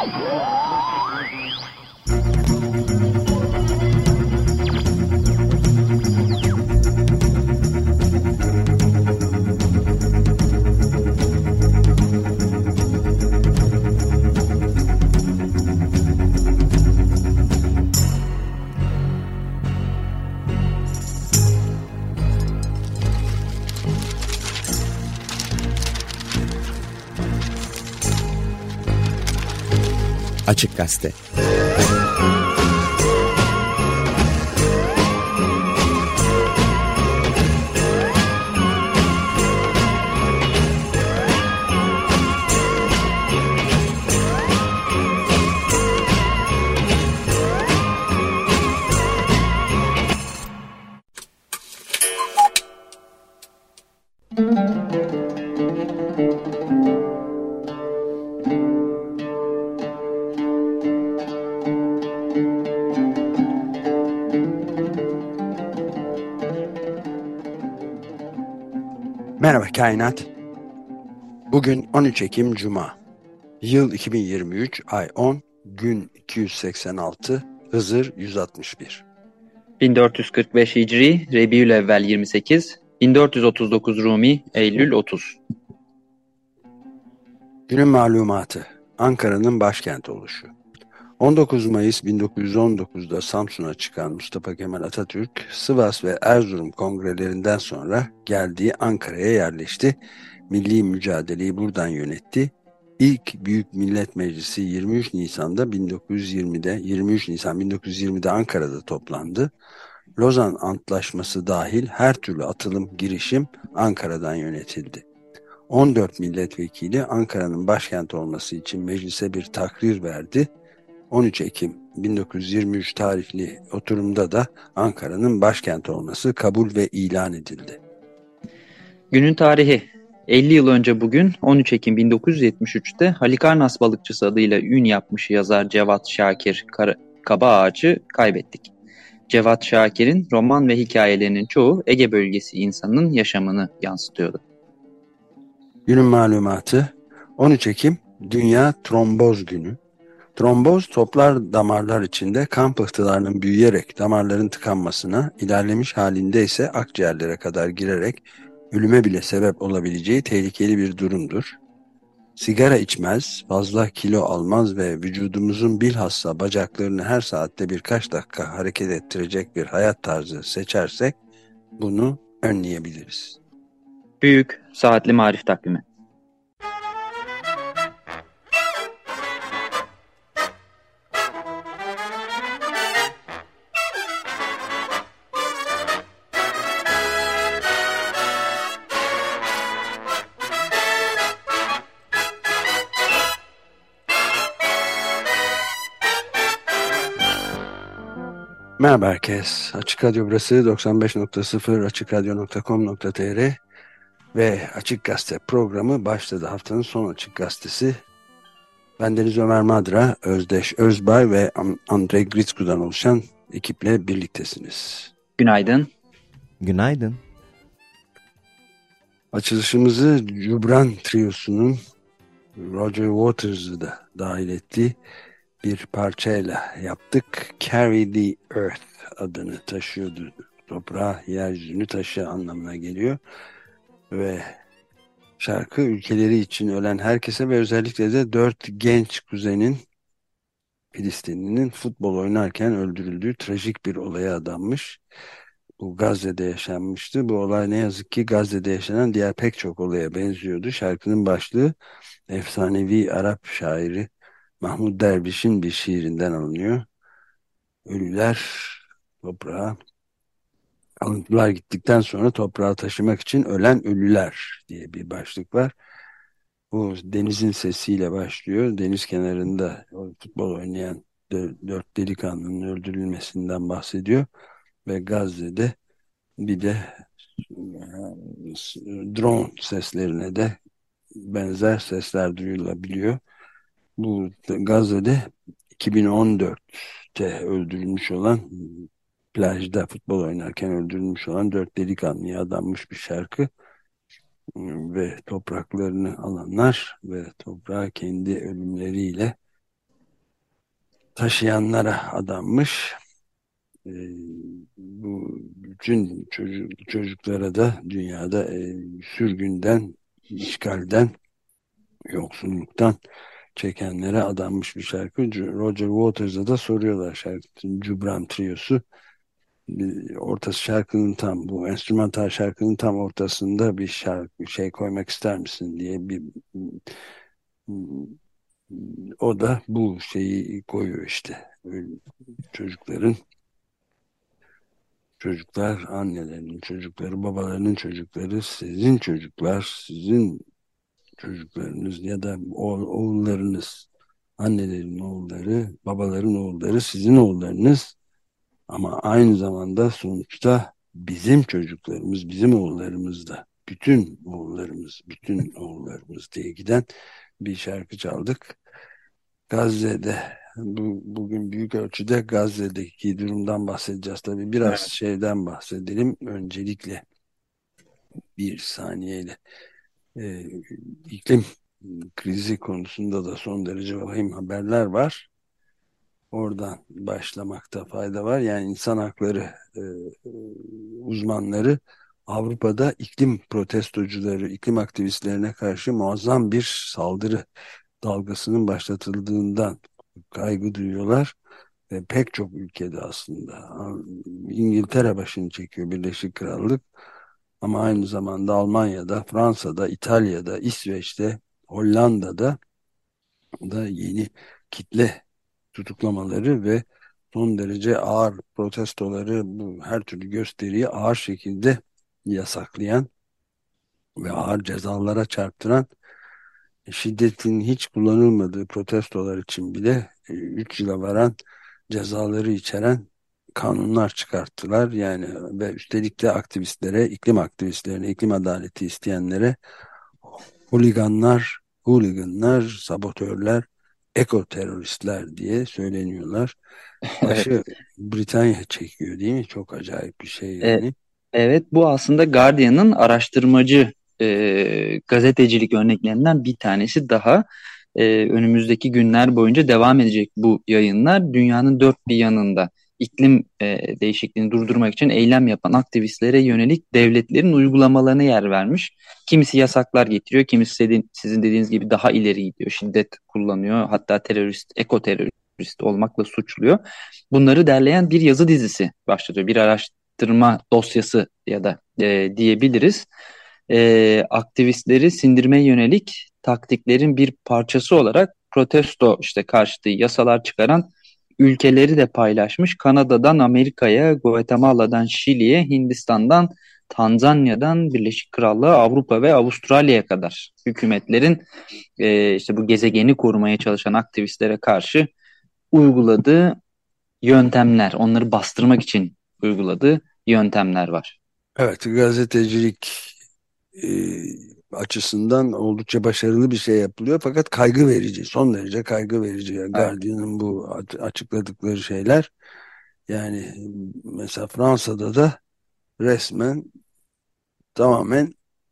Açık Gazete. Merhaba Kainat. Bugün 13 Ekim Cuma. Yıl 2023, ay 10, gün 286, Hızır 161. 1445 Hicri, Rebiülevvel 28, 1439 Rumi, Eylül 30. Günün malumatı: Ankara'nın başkent oluşu. 19 Mayıs 1919'da Samsun'a çıkan Mustafa Kemal Atatürk, Sivas ve Erzurum kongrelerinden sonra geldiği Ankara'ya yerleşti. Milli mücadeleyi buradan yönetti. İlk Büyük Millet Meclisi 23 Nisan 1920'de Ankara'da toplandı. Lozan Antlaşması dahil her türlü atılım, girişim Ankara'dan yönetildi. 14 milletvekili Ankara'nın başkent olması için meclise bir takrir verdi. 13 Ekim 1923 tarihli oturumda da Ankara'nın başkent olması kabul ve ilan edildi. Günün tarihi: 50 yıl önce bugün 13 Ekim 1973'te Halikarnas balıkçısı adıyla ün yapmış yazar Cevat Şakir Kabaağaç'ı kaybettik. Cevat Şakir'in roman ve hikayelerinin çoğu Ege bölgesi insanının yaşamını yansıtıyordu. Günün malumatı: 13 Ekim Dünya Tromboz Günü. Tromboz, toplar damarlar içinde kan pıhtılarının büyüyerek damarların tıkanmasına, ilerlemiş halinde ise akciğerlere kadar girerek ölüme bile sebep olabileceği tehlikeli bir durumdur. Sigara içmez, fazla kilo almaz ve vücudumuzun bilhassa bacaklarını her saatte birkaç dakika hareket ettirecek bir hayat tarzı seçersek bunu önleyebiliriz. Büyük Saatli Marif Takvimi. Merhaba herkes. Açık Radyo burası 95.0 açıkradyo.com.tr ve Açık Gazete programı başladı. Haftanın son Açık Gazetesi. Bendeniz Ömer Madra, Özdeş Özbay ve Andrei Gritsku'dan oluşan ekiple birliktesiniz. Günaydın. Günaydın. Açılışımızı Cubran Triosu'nun Roger Waters'ı da dahil ettiği bir parçayla yaptık. Carry the Earth adını taşıyordu. Toprağı, yeryüzünü taşı anlamına geliyor. Ve şarkı ülkeleri için ölen herkese ve özellikle de 4 genç kuzenin, Filistinlinin futbol oynarken öldürüldüğü trajik bir olaya adanmış. Bu Gazze'de yaşanmıştı. Bu olay ne yazık ki Gazze'de yaşanan diğer pek çok olaya benziyordu. Şarkının başlığı efsanevi Arap şairi Mahmud Derviş'in bir şiirinden alınıyor. Ölüler toprağa, alıntılar gittikten sonra toprağa taşımak için ölen ölüler diye bir başlık var. Bu denizin sesiyle başlıyor. Deniz kenarında futbol oynayan 4 delikanlının öldürülmesinden bahsediyor. Ve Gazze'de bir de drone seslerine de benzer sesler duyulabiliyor. Bu Gazze'de 2014'te öldürülmüş olan, plajda futbol oynarken öldürülmüş olan 4 delikanlıya adanmış bir şarkı. Ve topraklarını alanlar ve toprağı kendi ölümleriyle taşıyanlara adanmış. E, Bu bütün çocuklara da dünyada sürgünden, işgalden, yoksulluktan çekenlere adanmış bir şarkı. Roger Waters'a da soruyorlar şarkının Cubran Triosu. Ortası şarkının tam bu enstrümantal şarkının tam ortasında bir şarkı şey koymak ister misin diye bir o da bu şeyi koyuyor işte. Çocukların çocuklar annelerinin çocukları babalarının çocukları sizin çocuklar sizin çocuklarınız ya da oğullarınız annelerin oğulları babaların oğulları sizin oğullarınız ama aynı zamanda sonuçta bizim çocuklarımız bizim oğullarımız da bütün oğullarımız diye giden bir şarkı çaldık. Gazze'de bugün büyük ölçüde Gazze'deki durumdan bahsedeceğiz. Tabii biraz Evet. şeyden bahsedelim. Öncelikle bir saniyeyle e, iklim krizi konusunda da son derece vahim haberler var. Oradan başlamakta fayda var. Yani insan hakları uzmanları Avrupa'da iklim protestocuları, iklim aktivistlerine karşı muazzam bir saldırı dalgasının başlatıldığından kaygı duyuyorlar. Ve pek çok ülkede aslında İngiltere başını çekiyor Birleşik Krallık ama aynı zamanda Almanya'da, Fransa'da, İtalya'da, İsveç'te, Hollanda'da da yeni kitle tutuklamaları ve son derece ağır protestoları bu her türlü gösteriyi ağır şekilde yasaklayan ve ağır cezalara çarptıran şiddetin hiç kullanılmadığı protestolar için bile 3 yıla varan cezaları içeren kanunlar çıkarttılar. Yani ve üstelik de aktivistlere, iklim aktivistlerine, iklim adaleti isteyenlere hooliganlar, sabotörler, ekoteröristler diye söyleniyorlar. Başı Evet. Britanya çekiyor değil mi? Çok acayip bir şey E, yani. evet, bu aslında Guardian'ın araştırmacı gazetecilik örneklerinden bir tanesi daha. Önümüzdeki günler boyunca devam edecek bu yayınlar. Dünyanın dört bir yanında iklim değişikliğini durdurmak için eylem yapan aktivistlere yönelik devletlerin uygulamalarına yer vermiş. Kimisi yasaklar getiriyor, kimisi sizin dediğiniz gibi daha ileri gidiyor, şiddet kullanıyor, hatta terörist, ekoterörist olmakla suçluyor. Bunları derleyen bir yazı dizisi başlatıyor, bir araştırma dosyası ya da diyebiliriz. Aktivistleri sindirmeye yönelik taktiklerin bir parçası olarak protesto işte karşıtı yasalar çıkaran ülkeleri de paylaşmış. Kanada'dan Amerika'ya, Guatemala'dan Şili'ye, Hindistan'dan Tanzanya'dan Birleşik Krallığa, Avrupa ve Avustralya'ya kadar hükümetlerin işte bu gezegeni korumaya çalışan aktivistlere karşı uyguladığı yöntemler, onları bastırmak için uyguladığı yöntemler var. Evet, gazetecilik e, açısından oldukça başarılı bir şey yapılıyor. Fakat kaygı verici, son derece kaygı verici. Yani Evet. Guardian'ın bu açıkladıkları şeyler. Yani mesela Fransa'da da resmen tamamen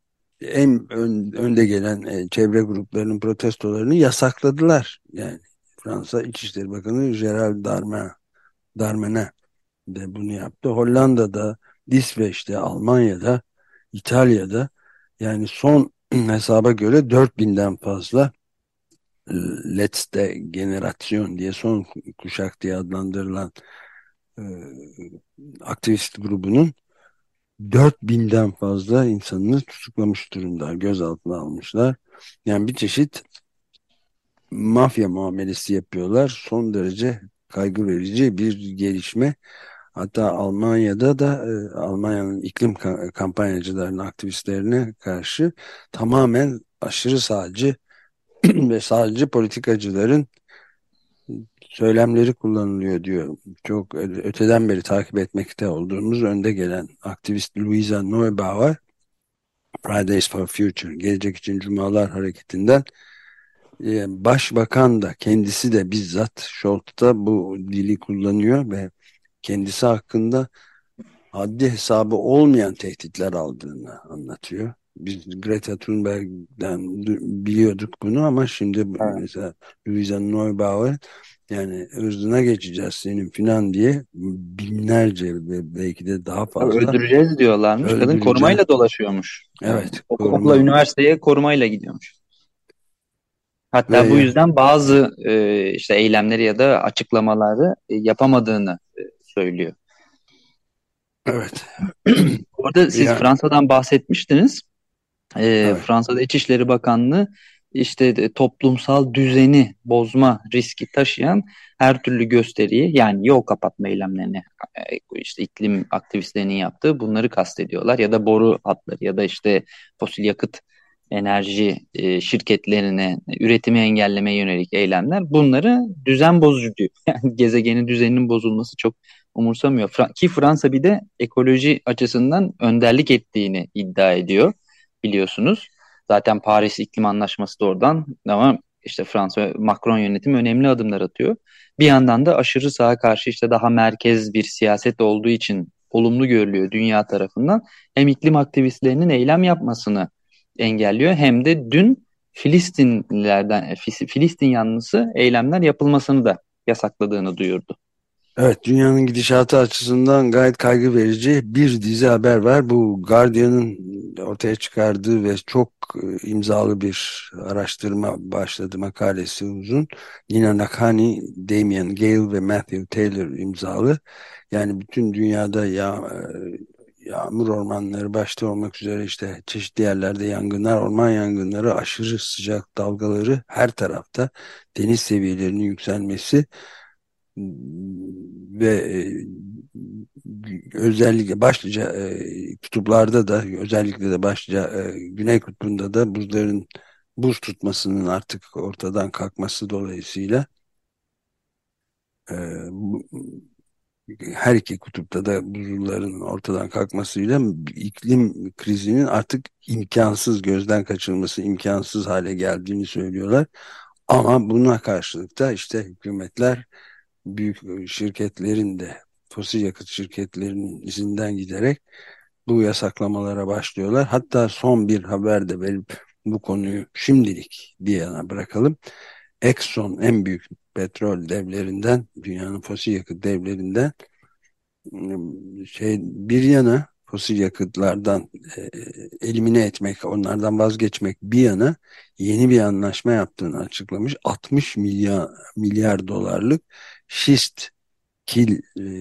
önde gelen çevre gruplarının protestolarını yasakladılar. Yani Fransa İçişleri Bakanı Gerald Darmanin de bunu yaptı. Hollanda'da, İsveç'te, Almanya'da, İtalya'da yani son hesaba göre 4000'den fazla Letzte Generasyon diye son kuşak diye adlandırılan e, aktivist grubunun 4000'den fazla insanını tutuklamış durumda, gözaltına almışlar. Yani bir çeşit mafya muamelesi yapıyorlar. Son derece kaygı verici bir gelişme. Hatta Almanya'da da Almanya'nın iklim kampanyacılarının aktivistlerine karşı tamamen aşırı sağcı ve sağcı politikacıların söylemleri kullanılıyor diyor. Çok öteden beri takip etmekte olduğumuz önde gelen aktivist Luisa Neubauer, Fridays for Future, Gelecek için Cumalar Hareketi'nden Başbakan da kendisi de bizzat Scholz'ta bu dili kullanıyor ve kendisi hakkında haddi hesabı olmayan tehditler aldığını anlatıyor. Biz Greta Thunberg'den biliyorduk bunu ama şimdi Evet. mesela Luisa Neubauer yani ırzına geçeceğiz senin filan diye binlerce ve belki de daha fazla Öldüreceğiz diyorlarmış. Kadın öldüreceğim. korumayla dolaşıyormuş. Yani Evet, okula, koruma üniversiteye korumayla gidiyormuş. Hatta bu ve yüzden bazı işte eylemleri ya da açıklamaları yapamadığını söylüyor. evet. Orada siz Yani Fransa'dan bahsetmiştiniz. evet. Fransa'da İçişleri Bakanlığı işte toplumsal düzeni bozma riski taşıyan her türlü gösteriyi, yani yol kapatma eylemlerini, işte iklim aktivistlerinin yaptığı bunları kastediyorlar, ya da boru hatları ya da işte fosil yakıt enerji şirketlerine üretimi engellemeye yönelik eylemler, bunları düzen bozucu diyor. Yani gezegenin düzeninin bozulması çok umursamıyor. Ki Fransa bir de ekoloji açısından önderlik ettiğini iddia ediyor, biliyorsunuz. Zaten Paris İklim Anlaşması da oradan, ama işte Fransa Macron yönetimi önemli adımlar atıyor. Bir yandan da aşırı sağa karşı işte daha merkez bir siyaset olduğu için olumlu görülüyor dünya tarafından. Hem iklim aktivistlerinin eylem yapmasını engelliyor, hem de dün Filistin yanlısı eylemler yapılmasını da yasakladığını duyurdu. Evet, dünyanın gidişatı açısından gayet kaygı verici bir dizi haber var. Bu Guardian'ın ortaya çıkardığı ve çok imzalı bir araştırma başladı, makalesi uzun. Nina Nakani, Damian Gale ve Matthew Taylor imzalı. Yani bütün dünyada yağmur ormanları başta olmak üzere işte çeşitli yerlerde yangınlar, orman yangınları, aşırı sıcak dalgaları her tarafta, deniz seviyelerinin yükselmesi ve özellikle başlıca kutuplarda da, özellikle de başlıca Güney Kutbu'nda da buz tutmasının artık ortadan kalkması dolayısıyla e, bu- her iki kutupta da buzulların ortadan kalkmasıyla iklim krizinin artık imkansız, gözden kaçırılması imkansız hale geldiğini söylüyorlar. Ama buna karşılık da işte hükümetler büyük şirketlerin de, fosil yakıt şirketlerinin izinden giderek bu yasaklamalara başlıyorlar. Hatta son bir haber de verip bu konuyu şimdilik bir yana bırakalım. Exxon, en büyük petrol devlerinden, dünyanın fosil yakıt devlerinden, bir yana fosil yakıtlardan elimine etmek, onlardan vazgeçmek bir yana, yeni bir anlaşma yaptığını açıklamış. 60 milyar dolarlık şist kil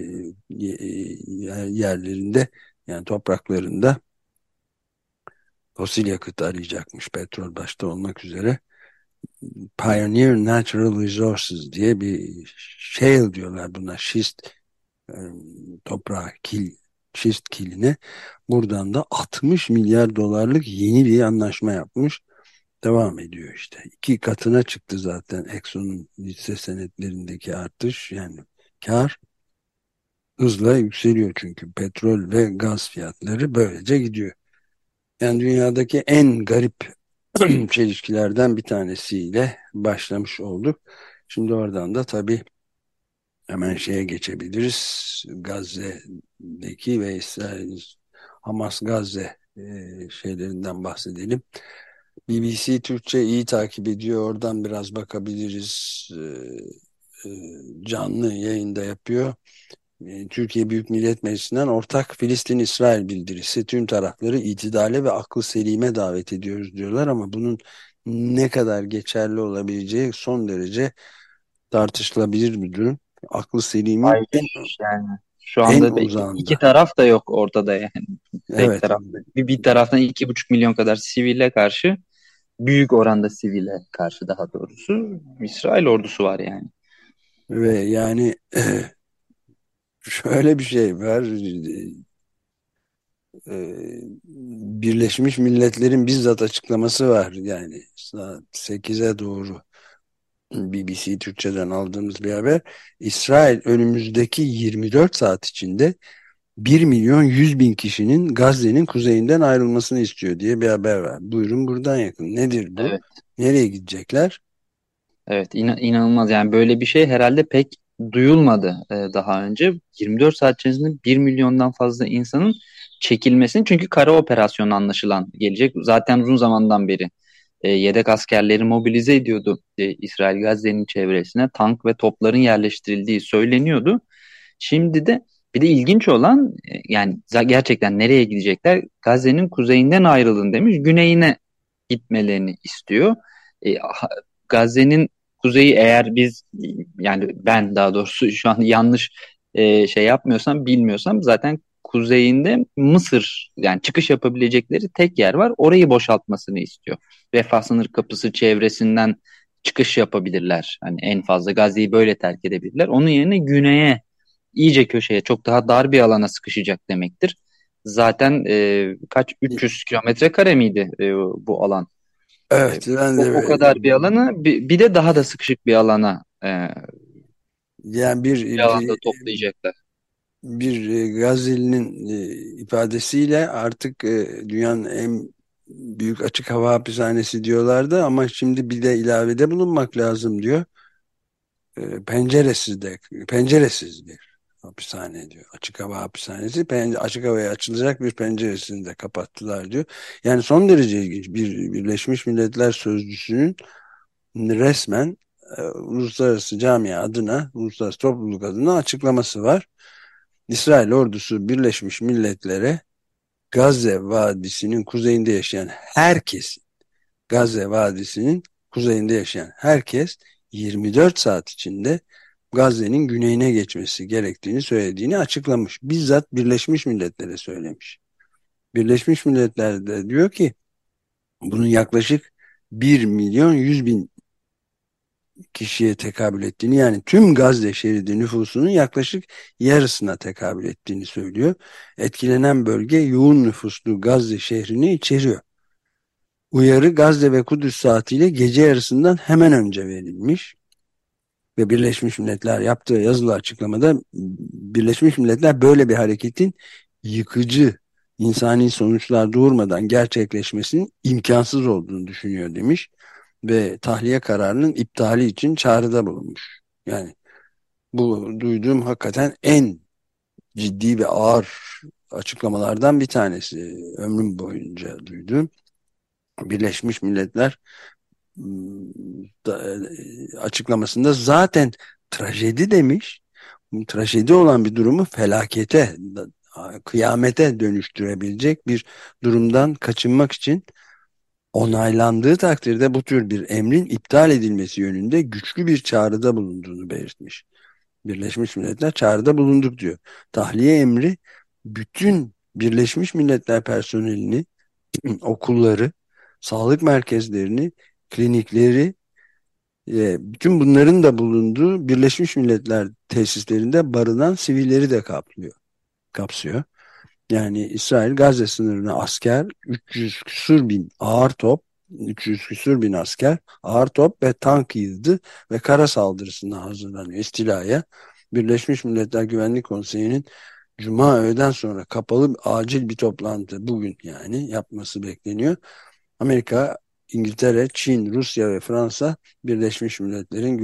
yerlerinde, yani topraklarında fosil yakıt arayacakmış, petrol başta olmak üzere. Pioneer Natural Resources diye bir shale diyorlar buna, şist e, toprağı, şist kiline. Buradan da 60 milyar dolarlık yeni bir anlaşma yapmış. Devam ediyor işte. 2 katına çıktı zaten Exxon'un hisse senetlerindeki artış, yani kar hızla yükseliyor çünkü petrol ve gaz fiyatları böylece gidiyor. Yani dünyadaki en garip çelişkilerden bir tanesiyle başlamış olduk. Şimdi oradan da tabii hemen şeye geçebiliriz. Gazze'deki ve İsrail Hamas Gazze şeylerinden bahsedelim. BBC Türkçe iyi takip ediyor. Oradan biraz bakabiliriz. Canlı yayında yapıyor. Türkiye Büyük Millet Meclisi'nden ortak Filistin-İsrail bildirisi, tüm tarafları itidale ve aklı selime davet ediyoruz diyorlar ama bunun ne kadar geçerli olabileceği son derece tartışılabilir bir durum. Aklı selimin Ayrıca yani şu en anda iki uzağında. taraf da yok ortada yani. Tek Evet, tarafta. Bir taraftan 2,5 milyon kadar sivile karşı, büyük oranda sivile karşı daha doğrusu, İsrail ordusu var yani. ve yani şöyle bir şey var. Birleşmiş Milletler'in bizzat açıklaması var. Yani saat 8'e doğru BBC Türkçe'den aldığımız bir haber. İsrail önümüzdeki 24 saat içinde 1.100.000 kişinin Gazze'nin kuzeyinden ayrılmasını istiyor diye bir haber var. Buyurun, buradan yakın. Nedir bu? Evet, Nereye gidecekler? evet, inanılmaz yani, böyle bir şey herhalde pek duyulmadı daha önce. 24 saat içerisinde 1 milyondan fazla insanın çekilmesini, çünkü kara operasyonu anlaşılan gelecek. Zaten uzun zamandan beri yedek askerleri mobilize ediyordu İsrail Gazze'nin çevresine. Tank ve topların yerleştirildiği söyleniyordu. Şimdi de bir de ilginç olan yani gerçekten nereye gidecekler? Gazze'nin kuzeyinden ayrılın demiş, güneyine gitmelerini istiyor. Gazze'nin kuzeyi, eğer biz yani ben daha doğrusu şu an yanlış şey yapmıyorsam, bilmiyorsam, zaten kuzeyinde Mısır, yani çıkış yapabilecekleri tek yer var. Orayı boşaltmasını istiyor. Refah sınır kapısı çevresinden çıkış yapabilirler. Hani en fazla Gazze'yi böyle terk edebilirler. Onun yerine güneye, iyice köşeye, çok daha dar bir alana sıkışacak demektir. Zaten kaç, 300 kilometre kare miydi bu alan? Evet, ben de O kadar bir alana bir de daha da sıkışık bir alana yani bir alanda toplayacaklar. bir Gazze'linin ifadesiyle artık dünyanın en büyük açık hava hapishanesi diyorlardı ama şimdi bir de ilavede bulunmak lazım diyor. Penceresiz bir hapishane diyor. Açık hava hapishanesi, açık havaya açılacak bir penceresini de kapattılar diyor. Yani son derece ilginç, bir Birleşmiş Milletler Sözcüsü'nün resmen uluslararası camia adına, uluslararası topluluk adına açıklaması var. İsrail ordusu Birleşmiş Milletler'e Gazze Vadisi'nin kuzeyinde yaşayan herkes, Gazze Vadisi'nin kuzeyinde yaşayan herkes 24 saat içinde Gazze'nin güneyine geçmesi gerektiğini söylediğini açıklamış. Bizzat Birleşmiş Milletler'e söylemiş. Birleşmiş Milletler de diyor ki bunun yaklaşık 1.100.000 kişiye tekabül ettiğini, yani tüm Gazze şeridi nüfusunun yaklaşık yarısına tekabül ettiğini söylüyor. Etkilenen bölge yoğun nüfuslu Gazze şehrini içeriyor. Uyarı Gazze ve Kudüs saatiyle gece yarısından hemen önce verilmiş ve Birleşmiş Milletler yaptığı yazılı açıklamada Birleşmiş Milletler böyle bir hareketin yıkıcı insani sonuçlar doğurmadan gerçekleşmesinin imkansız olduğunu düşünüyor demiş ve tahliye kararının iptali için çağrıda bulunmuş. Yani bu duyduğum hakikaten en ciddi ve ağır açıklamalardan bir tanesi, ömrüm boyunca duyduğum. Birleşmiş Milletler açıklamasında zaten trajedi demiş. Trajedi olan bir durumu felakete, kıyamete dönüştürebilecek bir durumdan kaçınmak için onaylandığı takdirde bu tür bir emrin iptal edilmesi yönünde güçlü bir çağrıda bulunduğunu belirtmiş. Birleşmiş Milletler çağrıda bulunduk diyor. Tahliye emri bütün Birleşmiş Milletler personelini, okulları, sağlık merkezlerini, klinikleri, bütün bunların da bulunduğu Birleşmiş Milletler tesislerinde barınan sivilleri de kapsıyor. Yani İsrail Gazze sınırına asker, 300 küsur bin ağır top, 300 küsur bin asker, ağır top ve tank yığdı ve kara saldırısına hazırlanıyor, istilaya. Birleşmiş Milletler Güvenlik Konseyi'nin Cuma öğleden sonra kapalı acil bir toplantı bugün yani yapması bekleniyor. Amerika, İngiltere, Çin, Rusya ve Fransa Birleşmiş Milletler'in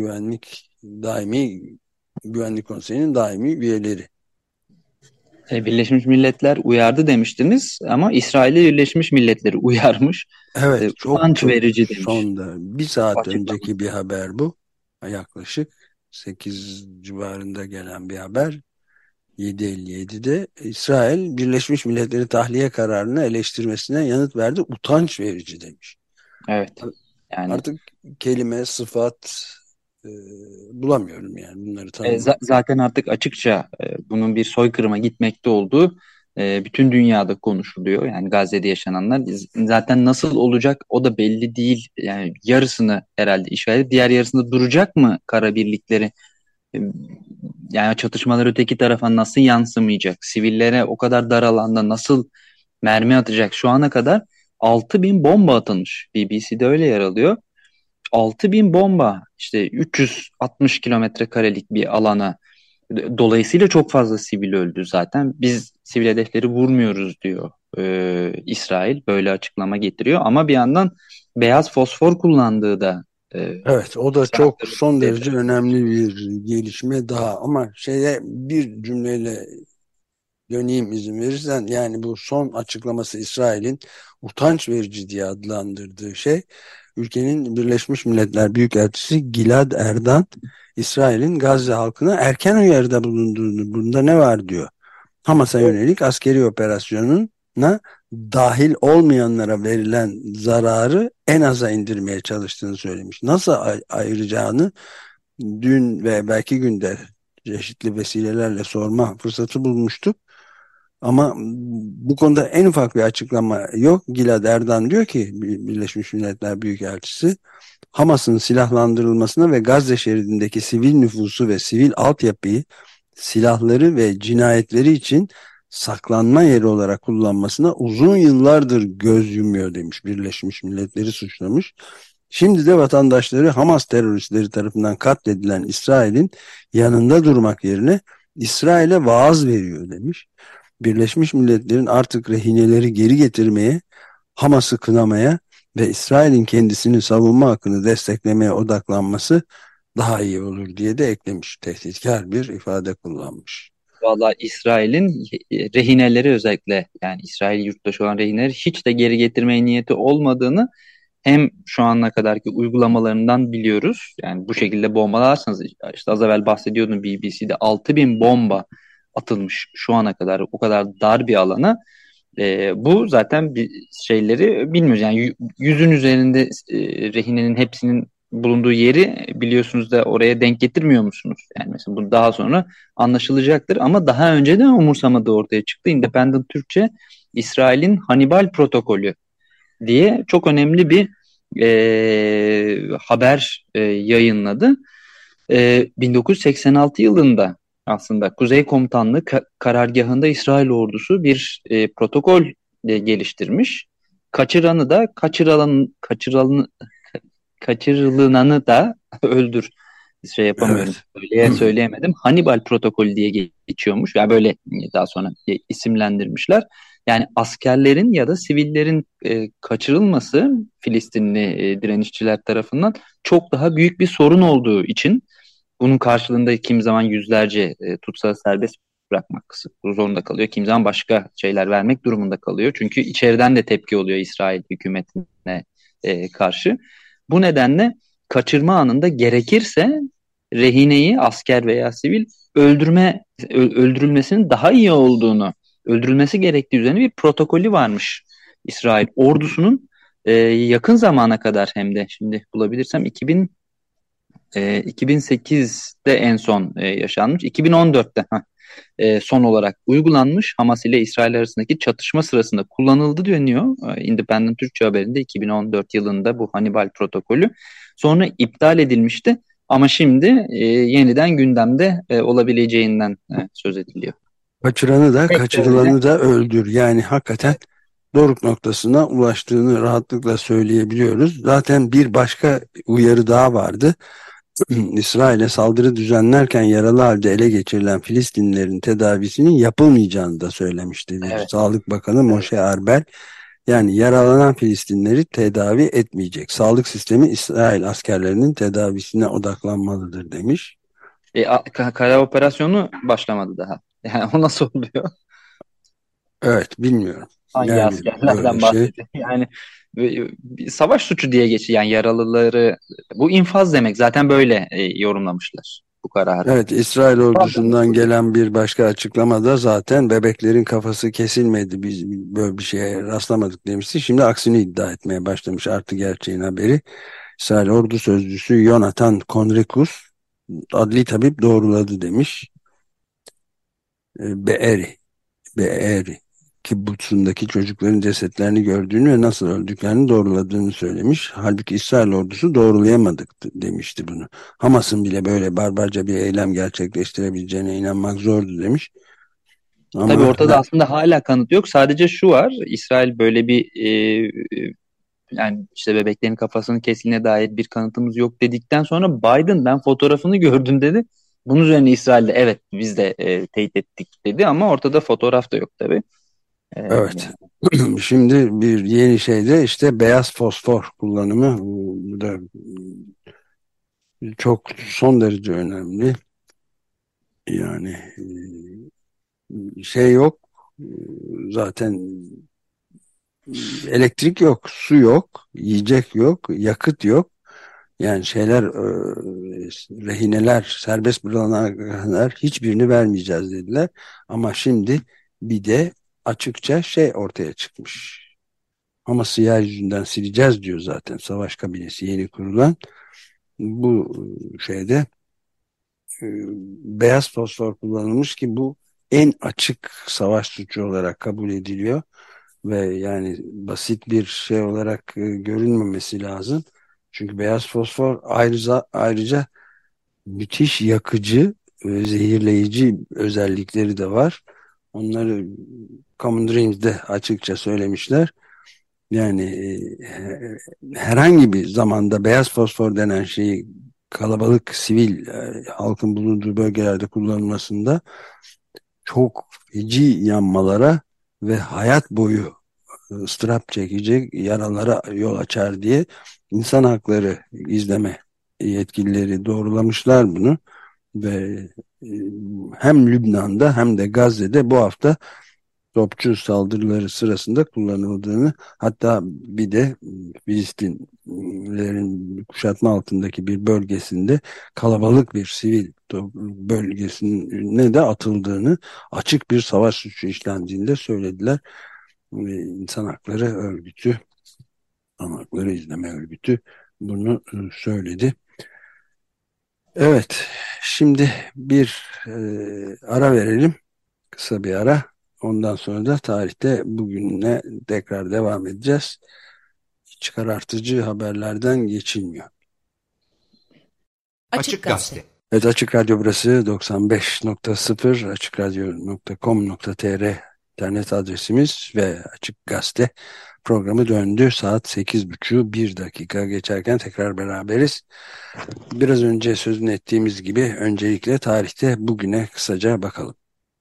Güvenlik Konseyi'nin daimi üyeleri. Birleşmiş Milletler uyardı demiştiniz ama İsrail'i Birleşmiş Milletleri uyarmış. Evet, çok Utanç çok verici demiş sonda bir saat açıklaması. önceki bir haber bu. Yaklaşık 8 civarında gelen bir haber. 7.57'de İsrail Birleşmiş Milletler'in tahliye kararını eleştirmesine yanıt verdi. Utanç verici demiş. Evet. Yani Artık kelime, sıfat e, bulamıyorum yani bunları tanımlamak. zaten artık açıkça bunun bir soykırıma gitmekte olduğu bütün dünyada konuşuluyor. Yani Gazze'de yaşananlar zaten nasıl olacak o da belli değil. Yani yarısını herhalde işgal edip diğer yarısında duracak mı kara birlikleri? E, Yani çatışmalar öteki tarafa nasıl yansımayacak? Sivillere o kadar dar alanda nasıl mermi atacak? Şu ana kadar 6.000 bomba atılmış. BBC'de öyle yer alıyor. 6.000 bomba, işte 360 kilometre karelik bir alana. Dolayısıyla çok fazla sivil öldü zaten. Biz sivil hedefleri vurmuyoruz diyor İsrail. Böyle açıklama getiriyor. Ama bir yandan beyaz fosfor kullandığı da Evet, o da çok senatörün son derece devlet. önemli bir gelişme daha ama bir cümleyle döneyim izin verirsen. Yani bu son açıklaması İsrail'in utanç verici diye adlandırdığı şey, ülkenin Birleşmiş Milletler Büyükelçisi Gilad Erdan İsrail'in Gazze halkına erken uyarıda bulunduğunu, bunda ne var diyor. Hamas'a yönelik askeri operasyonuna dahil olmayanlara verilen zararı en aza indirmeye çalıştığını söylemiş. Nasıl ayıracağını dün ve belki günde çeşitli vesilelerle sorma fırsatı bulmuştuk. Ama bu konuda en ufak bir açıklama yok. Gilad Erdan diyor ki, Birleşmiş Milletler Büyükelçisi, Hamas'ın silahlandırılmasına ve Gazze şeridindeki sivil nüfusu ve sivil altyapıyı silahları ve cinayetleri için saklanma yeri olarak kullanmasına uzun yıllardır göz yumuyor demiş. Birleşmiş Milletleri suçlamış. Şimdi de vatandaşları Hamas teröristleri tarafından katledilen İsrail'in yanında durmak yerine İsrail'e vaaz veriyor demiş. Birleşmiş Milletler'in artık rehineleri geri getirmeye, Hamas'ı kınamaya ve İsrail'in kendisini savunma hakkını desteklemeye odaklanması daha iyi olur diye de eklemiş. Tehditkar bir ifade kullanmış. Valla İsrail'in rehineleri, özellikle yani İsrail yurttaşı olan rehineleri hiç de geri getirmeye niyeti olmadığını hem şu ana kadarki uygulamalarından biliyoruz. Yani bu şekilde bombalarsanız, işte az evvel bahsediyordum, BBC'de 6.000 bomba atılmış şu ana kadar o kadar dar bir alana. Bu zaten bir şeyleri bilmiyoruz. Yani yüzün üzerinde rehinenin hepsinin bulunduğu yeri biliyorsunuz da oraya denk getirmiyor musunuz? Yani mesela bu daha sonra anlaşılacaktır ama daha önce de umursamadığı ortaya çıktı. Independent Türkçe, İsrail'in Hannibal protokolü diye çok önemli bir haber yayınladı. 1986 yılında aslında Kuzey Komutanlığı karargahında İsrail ordusu bir protokol geliştirmiş. Kaçıranı da kaçırılanı da öldür. Şey yapamıyorum. Evet. Söyleyemedim. Hannibal protokolü diye geçiyormuş. Yani böyle daha sonra isimlendirmişler. Yani askerlerin ya da sivillerin kaçırılması Filistinli direnişçiler tarafından çok daha büyük bir sorun olduğu için bunun karşılığında kimi zaman yüzlerce tutsağı serbest bırakmak zorunda kalıyor. Kimi zaman başka şeyler vermek durumunda kalıyor. Çünkü içeriden de tepki oluyor İsrail hükümetine karşı. Bu nedenle kaçırma anında gerekirse rehineyi, asker veya sivil, öldürülmesinin daha iyi olduğunu, öldürülmesi gerektiği üzerine bir protokolü varmış İsrail ordusunun. Yakın zamana kadar, hem de şimdi bulabilirsem 2008'de en son yaşanmış. 2014'te son olarak uygulanmış. Hamas ile İsrail arasındaki çatışma sırasında kullanıldı deniyor. Independent Türkçe haberinde 2014 yılında bu Hannibal protokolü. Sonra iptal edilmişti. Ama şimdi yeniden gündemde olabileceğinden söz ediliyor. Kaçıranı da Pek de öyle. kaçırılanı da öldür. Yani hakikaten doruk noktasına ulaştığını rahatlıkla söyleyebiliyoruz. Zaten bir başka uyarı daha vardı. İsrail'e saldırı düzenlerken yaralı halde ele geçirilen Filistinlilerin tedavisinin yapılmayacağını da söylemişti bir Evet. Sağlık Bakanı Evet. Moshe Arbel. Yani yaralanan Filistinleri tedavi etmeyecek. Sağlık sistemi İsrail askerlerinin tedavisine odaklanmalıdır demiş. Kara operasyonu başlamadı daha. Yani o nasıl oluyor? Evet, bilmiyorum. Hangi Yani böyle askerlerden şey. bahsediyor? Yani bir savaş suçu diye geçiyor. Yani yaralıları, bu infaz demek. Zaten böyle yorumlamışlar bu kararı. Evet, İsrail İnfaz demek ordusundan bu. gelen bir başka açıklamada zaten bebeklerin kafası kesilmedi, biz böyle bir şeye rastlamadık demişti. Şimdi aksini iddia etmeye başlamış, artı gerçeğin haberi. İsrail ordu sözcüsü Jonathan Conricus, adli tabip doğruladı demiş. Be'eri, Be'eri kibbutzundaki çocukların cesetlerini gördüğünü ve nasıl öldüklerini doğruladığını söylemiş. Halbuki İsrail ordusu doğrulayamadık demişti bunu. Hamas'ın bile böyle barbarca bir eylem gerçekleştirebileceğine inanmak zordu demiş. Tabii Ama ortada aslında hala kanıt yok. Sadece şu var. İsrail böyle bir yani işte bebeklerin kafasının kesildiğine dair bir kanıtımız yok dedikten sonra Biden ben fotoğrafını gördüm dedi. Bunun üzerine İsrail'de evet biz de teyit ettik dedi ama ortada fotoğraf da yok tabii. evet, şimdi bir yeni şey de işte beyaz fosfor kullanımı. Bu da çok son derece önemli. Yani şey yok. Zaten elektrik yok, su yok, yiyecek yok, yakıt yok. Yani rehineler serbest bırakılana kadar hiçbirini vermeyeceğiz dediler. Ama şimdi bir de açıkça ortaya çıkmış. Hamas'ı yeryüzünden sileceğiz diyor zaten savaş kabinesi yeni kurulan. Bu şeyde e, beyaz fosfor kullanılmış ki bu en açık savaş suçu olarak kabul ediliyor ve yani basit bir şey olarak görünmemesi lazım. Çünkü beyaz fosfor ayrıca müthiş yakıcı ve zehirleyici özellikleri de var. Onları Common Dreams'de açıkça söylemişler. Yani herhangi bir zamanda beyaz fosfor denen şeyi kalabalık sivil halkın bulunduğu bölgelerde kullanılmasında çok feci yanmalara ve hayat boyu ıstırap çekecek yaralara yol açar diye insan hakları izleme yetkilileri doğrulamışlar bunu ve e, hem Lübnan'da hem de Gazze'de bu hafta topçu saldırıları sırasında kullanıldığını, hatta bir de Filistinlerin kuşatma altındaki bir bölgesinde kalabalık bir sivil bölgesine de atıldığını, açık bir savaş suçu işlendiğini de söylediler. İnsan Hakları Örgütü, İnsan Hakları İzleme Örgütü bunu söyledi. Evet, şimdi bir ara verelim. Kısa bir ara. Ondan sonra da tarihte bugüne tekrar devam edeceğiz. Hiç karartıcı haberlerden geçilmiyor. Açık Gazete. Evet, Açık Radyo burası 95.0 açıkradyo.com.tr internet adresimiz ve Açık Gazete programı döndü. Saat 8.30 bir dakika geçerken tekrar beraberiz. Biraz önce sözünü ettiğimiz gibi öncelikle tarihte bugüne kısaca bakalım.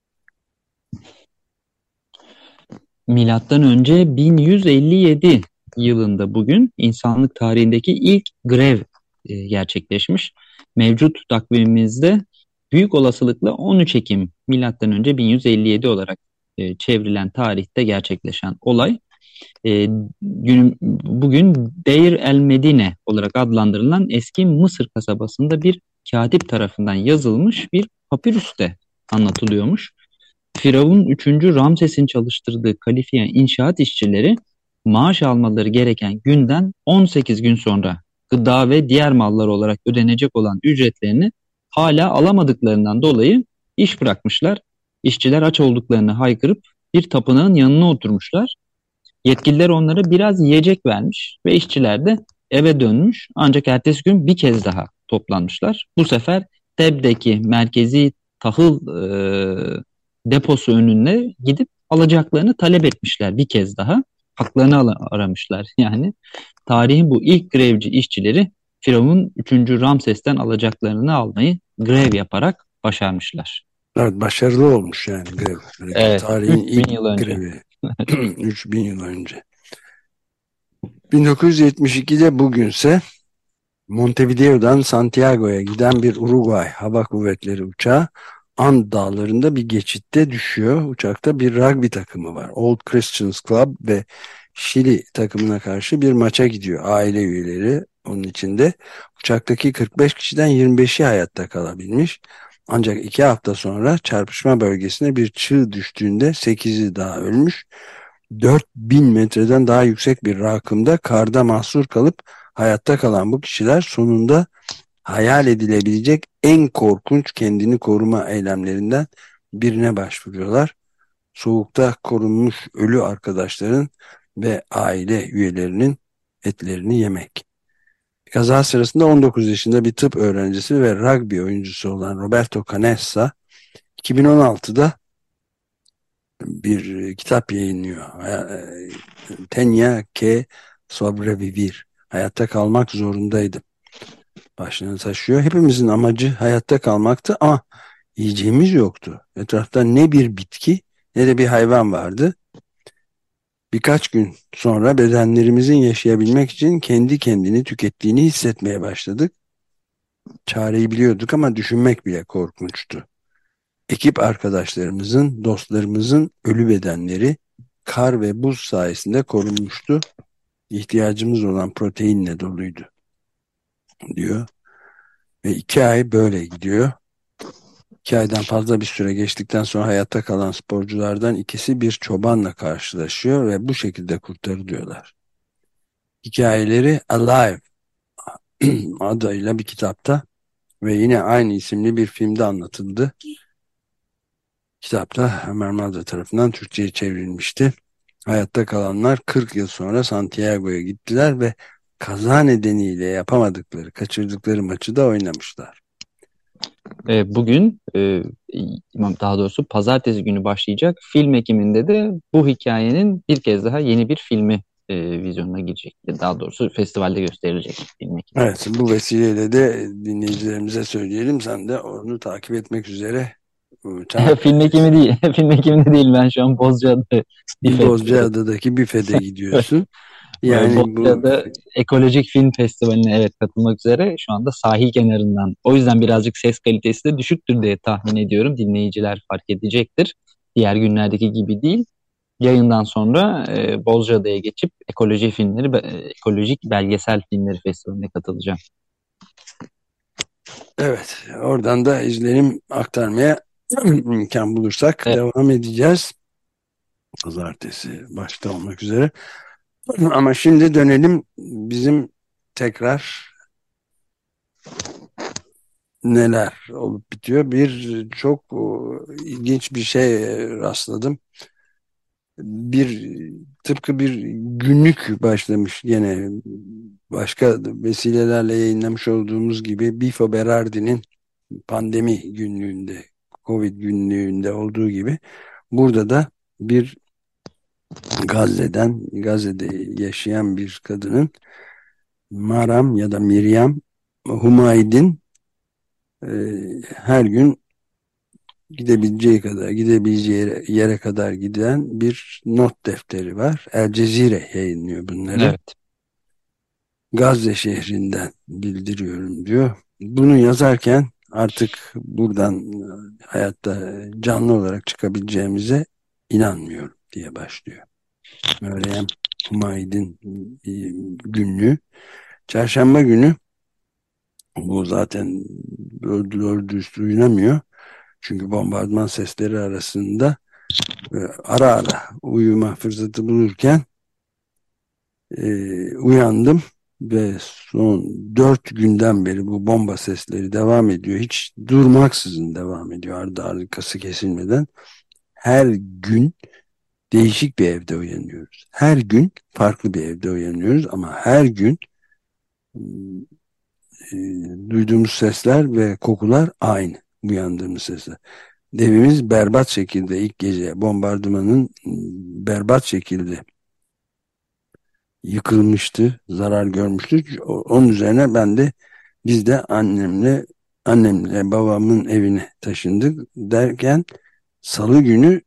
Milattan önce 1157 yılında bugün insanlık tarihindeki ilk grev gerçekleşmiş. Mevcut takvimimizde büyük olasılıkla 13 Ekim milattan önce 1157 olarak çevrilen tarihte gerçekleşen olay bugün Deir el Medine olarak adlandırılan eski Mısır kasabasında bir katip tarafından yazılmış bir papirüste anlatılıyormuş. Firavun 3. Ramses'in çalıştırdığı kalifiye inşaat işçileri maaş almaları gereken günden 18 gün sonra gıda ve diğer mallar olarak ödenecek olan ücretlerini hala alamadıklarından dolayı iş bırakmışlar. İşçiler aç olduklarını haykırıp bir tapınağın yanına oturmuşlar. Yetkililer onlara biraz yiyecek vermiş ve işçiler de eve dönmüş. Ancak ertesi gün bir kez daha toplanmışlar. Bu sefer Teb'deki merkezi tahıl deposu önüne gidip alacaklarını talep etmişler bir kez daha. Haklarını aramışlar yani. Tarihin bu ilk grevci işçileri Firavun 3. Ramses'ten alacaklarını almayı grev yaparak başarmışlar. Evet, başarılı olmuş yani grev. Evet, tarihin 3000 ilk yıl önce. grevi. 3000 yıl önce. 1972'de bugünse Montevideo'dan Santiago'ya giden bir Uruguay Hava Kuvvetleri uçağı And Dağları'nda bir geçitte düşüyor. Uçakta bir rugby takımı var. Old Christians Club ve Şili takımına karşı bir maça gidiyor. Aile üyeleri onun içinde. Uçaktaki 45 kişiden 25'i hayatta kalabilmiş. Ancak 2 hafta sonra çarpışma bölgesine bir çığ düştüğünde 8'i daha ölmüş. 4000 metreden daha yüksek bir rakımda karda mahsur kalıp hayatta kalan bu kişiler sonunda hayal edilebilecek en korkunç kendini koruma eylemlerinden birine başvuruyorlar. Soğukta korunmuş ölü arkadaşların ve aile üyelerinin etlerini yemek. Kaza sırasında 19 yaşında bir tıp öğrencisi ve rugby oyuncusu olan Roberto Canessa 2016'da bir kitap yayınlıyor. Tenía que sobrevivir. Hayatta kalmak zorundaydım. Başlığını taşıyor. Hepimizin amacı hayatta kalmaktı ama yiyeceğimiz yoktu. Etrafta ne bir bitki ne de bir hayvan vardı. Birkaç gün sonra bedenlerimizin yaşayabilmek için kendi kendini tükettiğini hissetmeye başladık. Çareyi biliyorduk ama düşünmek bile korkunçtu. ekip arkadaşlarımızın, dostlarımızın ölü bedenleri kar ve buz sayesinde korunmuştu. İhtiyacımız olan proteinle doluydu diyor. Ve 2 ay böyle gidiyor. 2 aydan fazla bir süre geçtikten sonra hayatta kalan sporculardan ikisi bir çobanla karşılaşıyor ve bu şekilde kurtarılıyorlar. Hikayeleri Alive adıyla bir kitapta ve yine aynı isimli bir filmde anlatıldı. Kitapta Ömer Madra tarafından Türkçe'ye çevrilmişti. Hayatta kalanlar 40 yıl sonra Santiago'ya gittiler ve kaza nedeniyle yapamadıkları, kaçırdıkları maçı da oynamışlar. Bugün daha doğrusu pazartesi günü başlayacak film ekiminde de bu hikayenin bir kez daha yeni bir filmi vizyonuna girecek. Daha doğrusu festivalde gösterilecek film ekimi. Evet, bu vesileyle de dinleyicilerimize söyleyelim. Sen de onu takip etmek üzere Film ekimi değil. Film ekiminde değil. Ben şu an Bozcaada büfedeyim. Bozcaada'daki büfede gidiyorsun. Yani bu Bozcaada Ekolojik Film Festivali'ne katılmak üzere şu anda sahil kenarından. O yüzden birazcık ses kalitesi de düşüktür diye tahmin ediyorum. Dinleyiciler fark edecektir. Diğer günlerdeki gibi değil. Yayından sonra Bozcaada'ya geçip ekolojik belgesel filmleri festivaline katılacağım. evet, oradan da izlenim aktarmaya imkan bulursak Evet. devam edeceğiz. Pazartesi başta olmak üzere. Ama şimdi dönelim bizim tekrar neler olup bitiyor. Çok ilginç bir şey rastladım. Bir tıpkı bir günlük başlamış gene başka vesilelerle yayınlamış olduğumuz gibi Bifo Berardi'nin pandemi günlüğünde, Covid günlüğünde olduğu gibi burada da bir Gazze'de yaşayan bir kadının Maram ya da Miriam Humaydin e, her gün gidebileceği yere kadar giden bir not defteri var. El Cezire yayınlıyor bunları. Evet. Gazze şehrinden bildiriyorum diyor. Bunu yazarken artık buradan hayatta canlı olarak çıkabileceğimize inanmıyorum diye başlıyor. Meryem Humaydin günlüğü. Çarşamba günü bu zaten doğru dürüst duyulamıyor. Çünkü bombardıman sesleri arasında ara ara uyuma fırsatı bulurken uyandım ve son 4 günden beri bu bomba sesleri devam ediyor. Hiç durmaksızın devam ediyor. Ardı arkası kesilmeden. Her gün değişik bir evde uyanıyoruz. Her gün farklı bir evde uyanıyoruz ama her gün e, duyduğumuz sesler ve kokular aynı. Uyandığımız sesler. Evimiz berbat şekilde ilk gece bombardımanın berbat şekilde yıkılmıştı, zarar görmüştük. Onun üzerine biz de annemle babamın evine taşındık derken Salı günü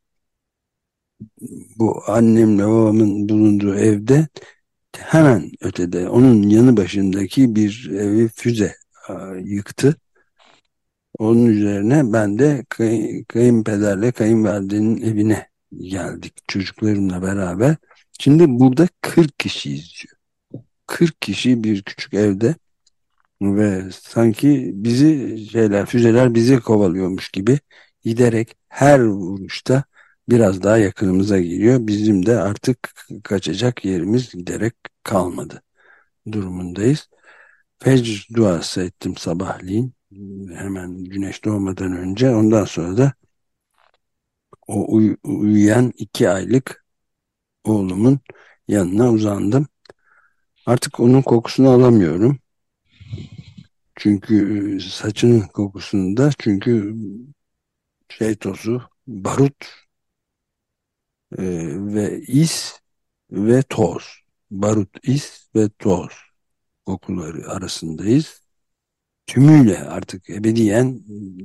bu annemle babamın bulunduğu evde hemen ötede onun yanı başındaki bir evi füze yıktı. Onun üzerine ben de kayınpederle kayınvalidenin evine geldik çocuklarımla beraber. Şimdi burada 40 kişiyiz diyor. 40 kişi bir küçük evde ve sanki füzeler bizi kovalıyormuş gibi giderek her vuruşta biraz daha yakınımıza geliyor. Bizim de artık kaçacak yerimiz giderek kalmadı durumundayız. Fecr duası ettim sabahleyin. Hemen güneş doğmadan önce. Ondan sonra da uyuyan 2 aylık oğlumun yanına uzandım. Artık onun kokusunu alamıyorum. Çünkü saçının kokusunda tozu, barut e, ve is ve toz. Barut, is ve toz kokuları arasındayız. Tümüyle artık ebediyen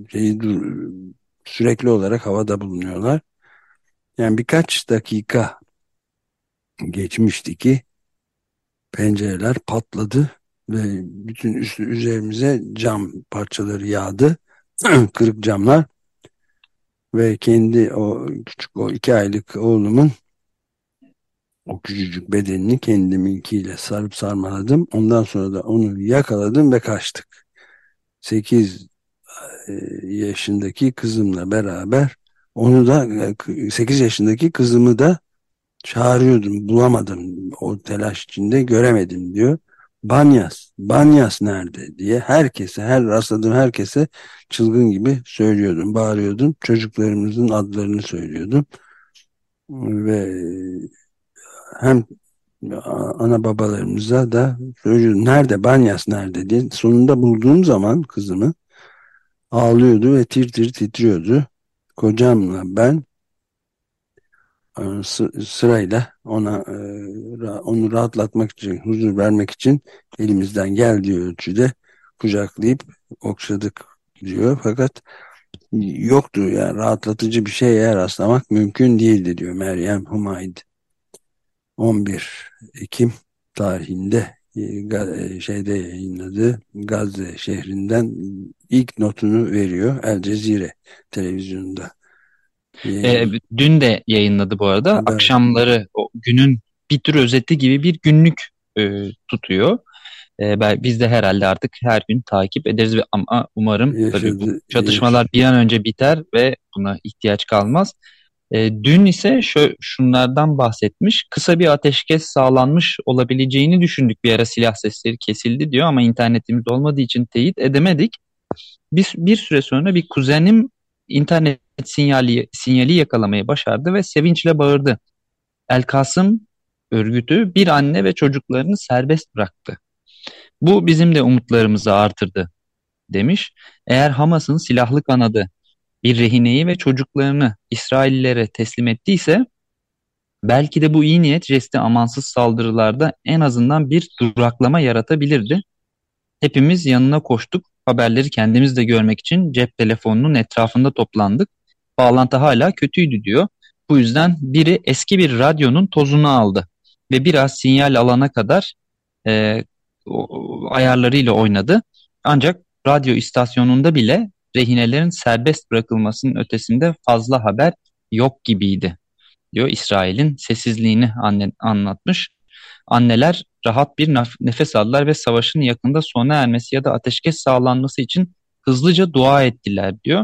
sürekli olarak havada bulunuyorlar. Yani birkaç dakika geçmişti ki pencereler patladı ve bütün üzerimize cam parçaları yağdı. Kırık camlar Ve kendi o küçük, o 2 aylık oğlumun o küçücük bedenini kendiminkiyle sarıp sarmaladım. Ondan sonra da onu yakaladım ve kaçtık. 8 yaşındaki kızımla beraber, onu da 8 yaşındaki kızımı da çağırıyordum. Bulamadım. O telaş içinde göremedim diyor. Banyas, Banyas nerede diye herkese, her rastladığım herkese çılgın gibi söylüyordum, bağırıyordum. Çocuklarımızın adlarını söylüyordum. Ve hem ana babalarımıza da söylüyordum. Nerede, Banyas nerede diye. Sonunda bulduğum zaman kızımı, ağlıyordu ve tir tir titriyordu. Kocamla ben sırayla onu rahatlatmak için, huzur vermek için elimizden geldiği ölçüde kucaklayıp okşadık diyor. Fakat yoktu, yani rahatlatıcı bir şeye rastlamak mümkün değildi diyor Meryem Humayd. 11 Ekim tarihinde şeyde yayınladığı Gazze şehrinden ilk notunu veriyor. El Cezire televizyonunda Dün de yayınladı bu arada. haber Akşamları o günün bir tür özeti gibi bir günlük tutuyor. Biz de herhalde artık her gün takip ederiz ama umarım tabii bu yaşadı. çatışmalar bir an önce biter ve buna ihtiyaç kalmaz. Dün ise şunlardan bahsetmiş. Kısa bir ateşkes sağlanmış olabileceğini düşündük. Bir ara silah sesleri kesildi diyor ama internetimiz olmadığı için teyit edemedik. Bir süre sonra bir kuzenim internet sinyali yakalamayı başardı ve sevinçle bağırdı. El Kasım örgütü bir anne ve çocuklarını serbest bıraktı. Bu bizim de umutlarımızı artırdı demiş. Eğer Hamas'ın silahlı kanadı bir rehineyi ve çocuklarını İsraillilere teslim ettiyse belki de bu iyi niyet jesti amansız saldırılarda en azından bir duraklama yaratabilirdi. Hepimiz yanına koştuk. Haberleri kendimiz de görmek için cep telefonunun etrafında toplandık. Bağlantı hala kötüydü diyor. Bu yüzden biri eski bir radyonun tozunu aldı ve biraz sinyal alana kadar e, ayarlarıyla oynadı. Ancak radyo istasyonunda bile rehinelerin serbest bırakılmasının ötesinde fazla haber yok gibiydi diyor. İsrail'in sessizliğini anlatmış. Anneler rahat bir nefes aldılar ve savaşın yakında sona ermesi ya da ateşkes sağlanması için hızlıca dua ettiler diyor.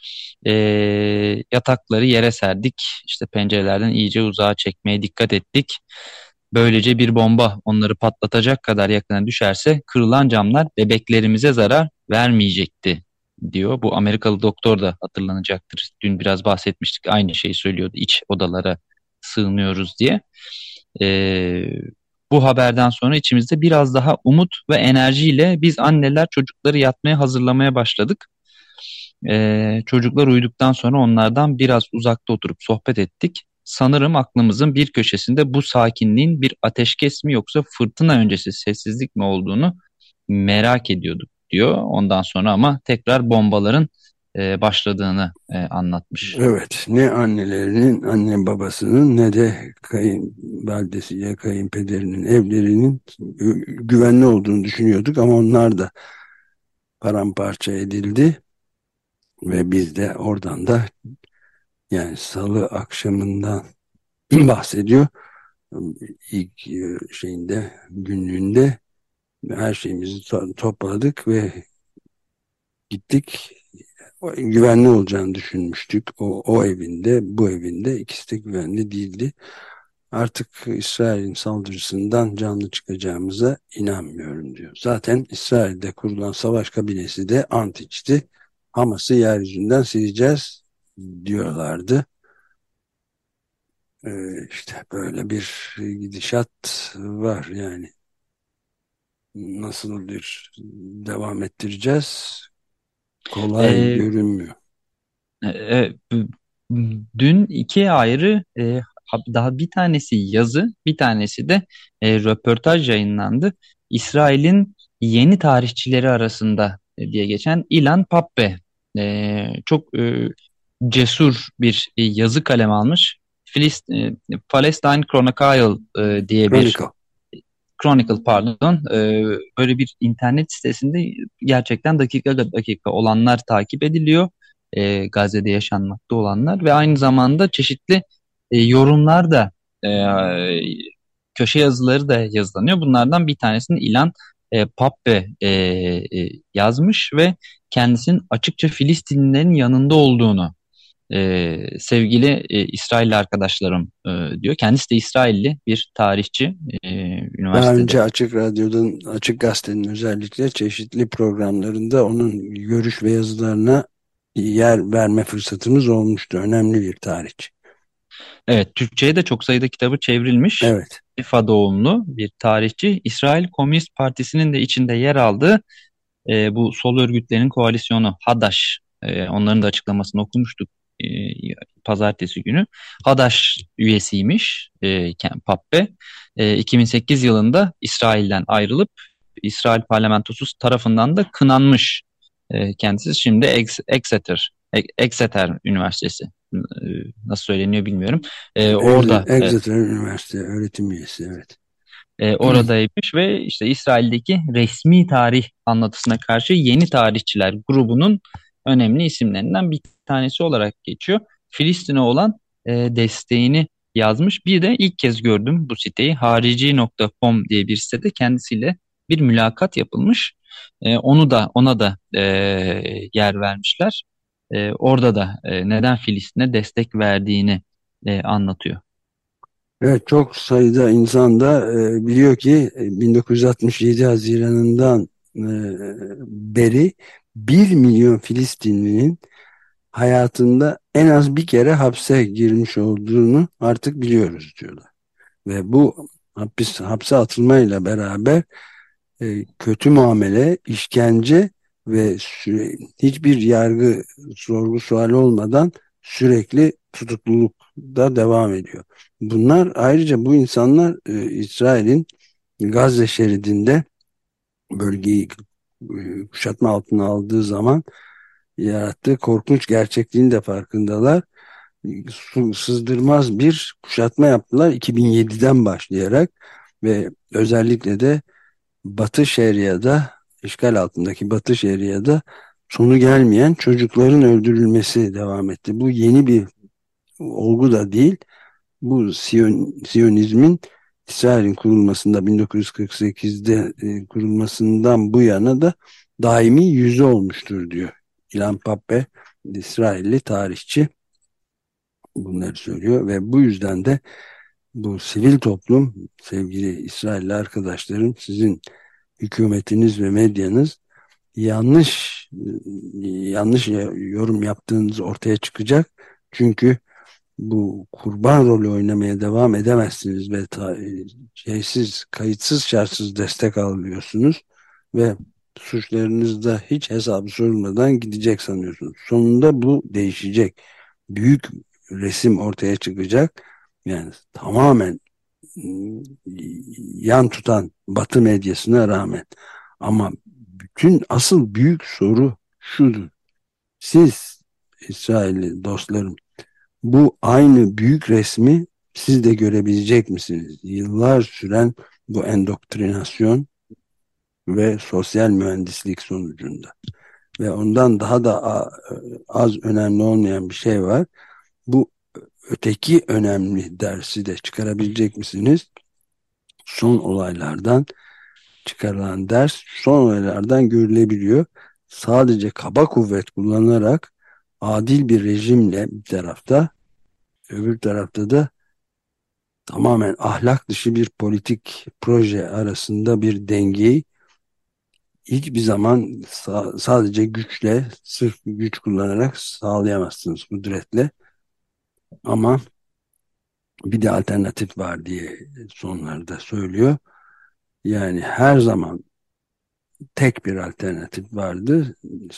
Yatakları yere serdik, işte pencerelerden iyice uzağa çekmeye dikkat ettik. Böylece bir bomba onları patlatacak kadar yakına düşerse kırılan camlar bebeklerimize zarar vermeyecekti diyor. Bu Amerikalı doktor da hatırlanacaktır. Dün biraz bahsetmiştik, aynı şeyi söylüyordu, iç odalara sığınıyoruz diye. Ee, Bu haberden sonra içimizde biraz daha umut ve enerjiyle biz anneler çocukları yatmaya hazırlamaya başladık. Çocuklar uyuduktan sonra onlardan biraz uzakta oturup sohbet ettik. Sanırım aklımızın bir köşesinde bu sakinliğin bir ateşkes mi yoksa fırtına öncesi sessizlik mi olduğunu merak ediyorduk diyor. Ondan sonra ama tekrar bombaların başladığını anlatmış. Evet, ne annelerinin, anne babasının ne de kayınvalidesiyle kayınpederinin evlerinin güvenli olduğunu düşünüyorduk ama onlar da paramparça edildi ve biz de oradan da, yani salı akşamından bahsediyor. İlk günlüğünde her şeyimizi topladık ve gittik. Güvenli olacağını düşünmüştük. O evinde, bu evinde ikisi de güvenli değildi. Artık İsrail'in saldırısından canlı çıkacağımıza inanmıyorum diyor. Zaten İsrail'de kurulan savaş kabinesi de ant içti. Hamas'ı yeryüzünden sileceğiz diyorlardı. İşte böyle bir gidişat var yani. Nasıl bir devam ettireceğiz? Kolay E, görünmüyor. Dün iki ayrı daha bir tanesi yazı, bir tanesi de röportaj yayınlandı. İsrail'in yeni tarihçileri arasında diye geçen Ilan Pappé çok cesur bir yazı kalem almış. Palestine Chronicle diye bir Chronicle. Chronicle pardon, böyle bir internet sitesinde gerçekten dakika dakika olanlar takip ediliyor Gazze'de yaşanmakta olanlar ve aynı zamanda çeşitli yorumlar da e, köşe yazıları da yazılanıyor. Bunlardan bir tanesini Ilan Pappe yazmış ve kendisinin açıkça Filistinlilerin yanında olduğunu sevgili İsrailli arkadaşlarım diyor. Kendisi de İsrailli bir tarihçi Daha üniversitede. önce Açık Radyo'dan, Açık Gazete'nin özellikle çeşitli programlarında onun görüş ve yazılarına yer verme fırsatımız olmuştu. Önemli bir tarihçi. Evet, Türkçe'ye de çok sayıda kitabı çevrilmiş. Evet. İfa doğumlu bir tarihçi. İsrail Komünist Partisi'nin de içinde yer aldığı bu sol örgütlerin koalisyonu Hadaş, onların da açıklamasını okumuştuk e, pazartesi günü. Hadaş üyesiymiş Pappe. 2008 yılında İsrail'den ayrılıp İsrail parlamentosu tarafından da kınanmış kendisi. Şimdi Exeter Üniversitesi nasıl söyleniyor bilmiyorum. Orada Exeter Üniversite öğretim üyesi, evet. oradaymış ve işte İsrail'deki resmi tarih anlatısına karşı Yeni Tarihçiler grubunun önemli isimlerinden bir tanesi olarak geçiyor. Filistin'e olan desteğini yazmış. Bir de ilk kez gördüm bu siteyi. Harici.com diye bir sitede kendisiyle bir mülakat yapılmış. Ona da yer vermişler. Orada da neden Filistin'e destek verdiğini anlatıyor. Evet, çok sayıda insan da biliyor ki 1967 Haziran'ından beri 1 milyon Filistinlinin hayatında en az bir kere hapse girmiş olduğunu artık biliyoruz diyorlar. Ve bu hapse atılmayla beraber kötü muamele, işkence ve hiçbir yargı sorgu suali olmadan sürekli tutukluluk da devam ediyor. Bunlar ayrıca bu insanlar İsrail'in Gazze şeridinde bölgeyi kuşatma altına aldığı zaman yarattığı korkunç gerçekliğin de farkındalar. Sızdırmaz bir kuşatma yaptılar 2007'den başlayarak ve özellikle de Batı Şeria'da, işgal altındaki Batı Şeria'da sonu gelmeyen çocukların öldürülmesi devam etti. Bu yeni bir olgu da değil. Bu Siyonizmin İsrail'in kurulmasında 1948'de kurulmasından bu yana da daimi yüzü olmuştur diyor. Ilan Pappé, İsrailli tarihçi, bunları söylüyor ve bu yüzden de bu sivil toplum, sevgili İsrailli arkadaşlarım, sizin hükümetiniz ve medyanız yanlış yorum yaptığınız ortaya çıkacak. Çünkü bu kurban rolü oynamaya devam edemezsiniz ve kayıtsız şartsız destek alıyorsunuz ve suçlarınızda hiç hesabı sorulmadan gidecek sanıyorsunuz. Sonunda bu değişecek. Büyük resim ortaya çıkacak. Yani tamamen yan tutan Batı medyasına rağmen. Ama asıl büyük soru şudur. Siz İsrailli dostlarım, bu aynı büyük resmi siz de görebilecek misiniz? Yıllar süren bu endoktrinasyon ve sosyal mühendislik sonucunda. Ve ondan daha da az önemli olmayan bir şey var. Bu öteki önemli dersi de çıkarabilecek misiniz? Son olaylardan çıkarılan ders son olaylardan görülebiliyor. Sadece kaba kuvvet kullanarak adil bir rejimle bir tarafta, öbür tarafta da tamamen ahlak dışı bir politik proje arasında bir dengeyi hiçbir zaman sadece güçle, sırf güç kullanarak sağlayamazsınız, kudretle. Ama bir de alternatif var diye sonlarda söylüyor. Yani her zaman tek bir alternatif vardı.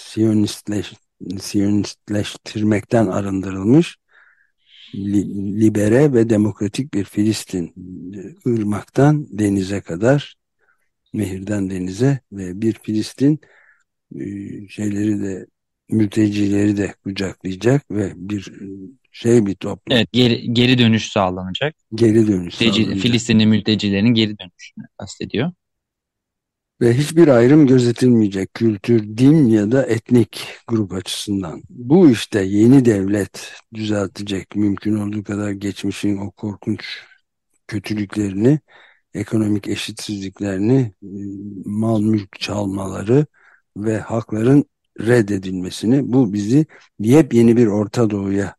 Siyonistleştirmekten arındırılmış libere ve demokratik bir Filistin, ırmaktan denize kadar, nehirden denize ve bir Filistin şeyleri de, mültecileri de kucaklayacak ve bir toplum, Evet, geri dönüş sağlanacak. geri dönüş sağlanacak. Filistinli mültecilerin geri dönüşünü kastediyor. Ve hiçbir ayrım gözetilmeyecek kültür, din ya da etnik grup açısından. Bu işte yeni devlet düzeltecek, mümkün olduğu kadar geçmişin o korkunç kötülüklerini, ekonomik eşitsizliklerini, mal mülk çalmaları ve hakların reddedilmesini, bu bizi yepyeni bir Orta Doğu'ya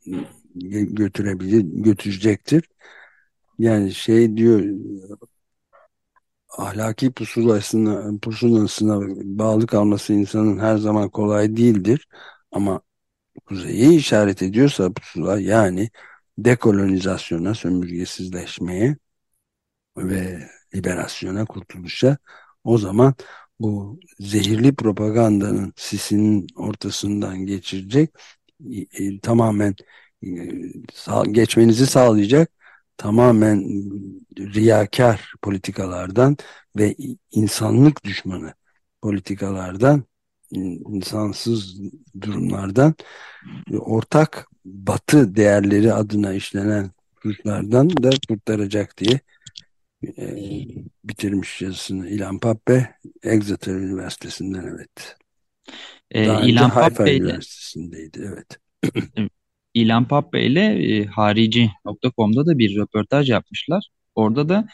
götürecektir. Yani şey diyor, ahlaki pusulasına bağlı kalması insanın her zaman kolay değildir. Ama kuzeyi işaret ediyorsa pusula, yani dekolonizasyona, sömürgesizleşmeye ve liberasyona, kurtuluşa, o zaman bu zehirli propagandanın sisinin ortasından geçirecek, tamamen geçmenizi sağlayacak, tamamen riyakar politikalardan ve insanlık düşmanı politikalardan, insansız durumlardan, ortak Batı değerleri adına işlenen suçlardan da kurtaracak diye e, bitirmiş yazısını İlhan Pappe, Exeter Üniversitesi'nden, evet. Daha önce İlhan Haifa Pappe ile Üniversitesi'ndeydi, evet. e, İlhan Pappe ile harici.com'da da bir röportaj yapmışlar. Orada da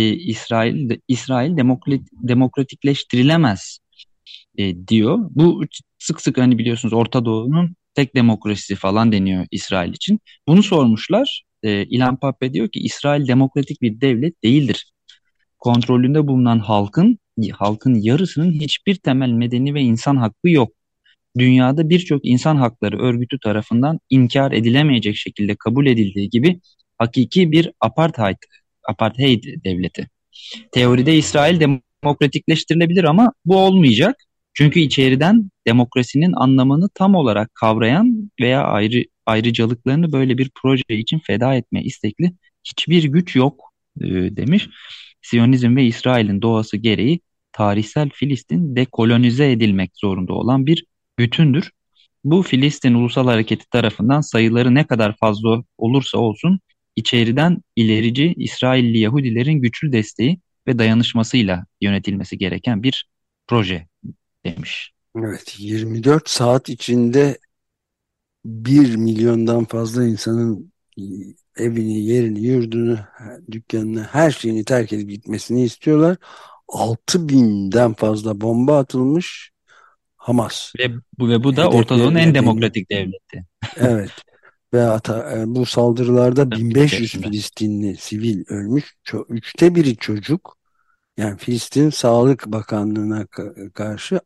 İsrail demokratikleştirilemez diyor. Bu sık sık hani biliyorsunuz Orta Doğu'nun tek demokrasisi falan deniyor İsrail için. Bunu sormuşlar. İlhan Pappe diyor ki İsrail demokratik bir devlet değildir. Kontrolünde bulunan halkın yarısının hiçbir temel medeni ve insan hakkı yok. Dünyada birçok insan hakları örgütü tarafından inkar edilemeyecek şekilde kabul edildiği gibi hakiki bir apartheid devleti. Teoride İsrail demokratikleştirilebilir ama bu olmayacak. Çünkü içeriden demokrasinin anlamını tam olarak kavrayan veya ayrıcalıklarını böyle bir proje için feda etme istekli hiçbir güç yok demiş. Siyonizm ve İsrail'in doğası gereği tarihsel Filistin dekolonize edilmek zorunda olan bir bütündür. Bu Filistin Ulusal Hareketi tarafından sayıları ne kadar fazla olursa olsun içeriden ilerici İsrailli Yahudilerin güçlü desteği ve dayanışmasıyla yönetilmesi gereken bir proje demiş. Evet, 24 saat içinde 1 milyondan fazla insanın evini, yerini, yurdunu, dükkanını, her şeyini terk edip gitmesini istiyorlar. 6.000'den fazla bomba atılmış. Hamas Ve bu da Orta Doğu'nun hedefleri en nedeni, demokratik devleti. evet, ve bu saldırılarda Tırnak 1500 içerisinde. Filistinli sivil ölmüş. Üçte biri çocuk. Yani Filistin Sağlık Bakanlığı'na karşı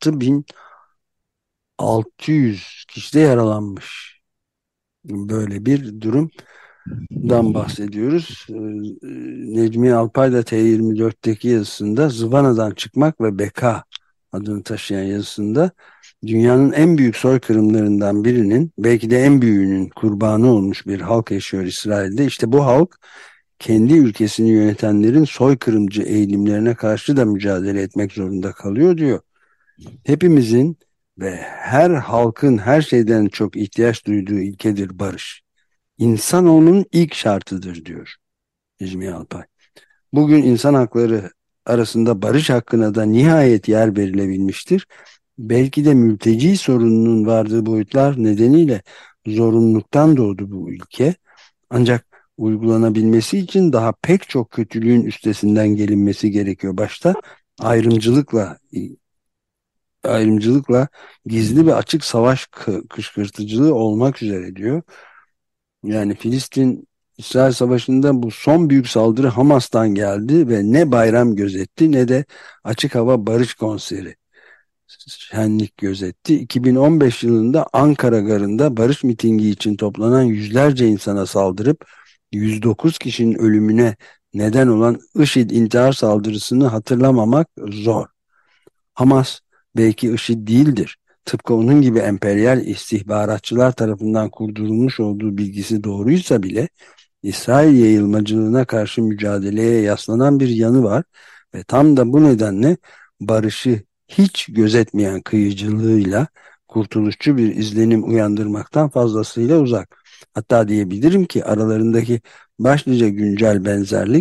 6.600 kişi de yaralanmış. Böyle bir durumdan bahsediyoruz. Necmi Alpay da T24'teki yazısında Zıvana'dan çıkmak ve beka adını taşıyan yazısında dünyanın en büyük soykırımlarından birinin, belki de en büyüğünün kurbanı olmuş bir halk yaşıyor İsrail'de. İşte bu halk kendi ülkesini yönetenlerin soykırımcı eğilimlerine karşı da mücadele etmek zorunda kalıyor diyor. Hepimizin ve her halkın her şeyden çok ihtiyaç duyduğu ilkedir barış. İnsanoğlunun ilk şartıdır diyor Necmi Alpay. Bugün insan hakları arasında barış hakkına da nihayet yer verilebilmiştir. Belki de mülteci sorununun vardığı boyutlar nedeniyle zorunluluktan doğdu bu ülke. Ancak uygulanabilmesi için daha pek çok kötülüğün üstesinden gelinmesi gerekiyor. Başta ayrımcılıkla ayrımcılıkla gizli ve açık savaş kışkırtıcılığı olmak üzere diyor. Yani Filistin-İsrail Savaşı'nda bu son büyük saldırı Hamas'tan geldi ve ne bayram gözetti ne de açık hava barış konseri şenlik gözetti. 2015 yılında Ankara Garı'nda barış mitingi için toplanan yüzlerce insana saldırıp 109 kişinin ölümüne neden olan IŞİD intihar saldırısını hatırlamamak zor. Hamas belki IŞİD değildir. Tıpkı onun gibi emperyal istihbaratçılar tarafından kurdurulmuş olduğu bilgisi doğruysa bile İsrail yayılmacılığına karşı mücadeleye yaslanan bir yanı var ve tam da bu nedenle barışı hiç gözetmeyen kıyıcılığıyla kurtuluşçu bir izlenim uyandırmaktan fazlasıyla uzak. Hatta diyebilirim ki aralarındaki başlıca güncel benzerlik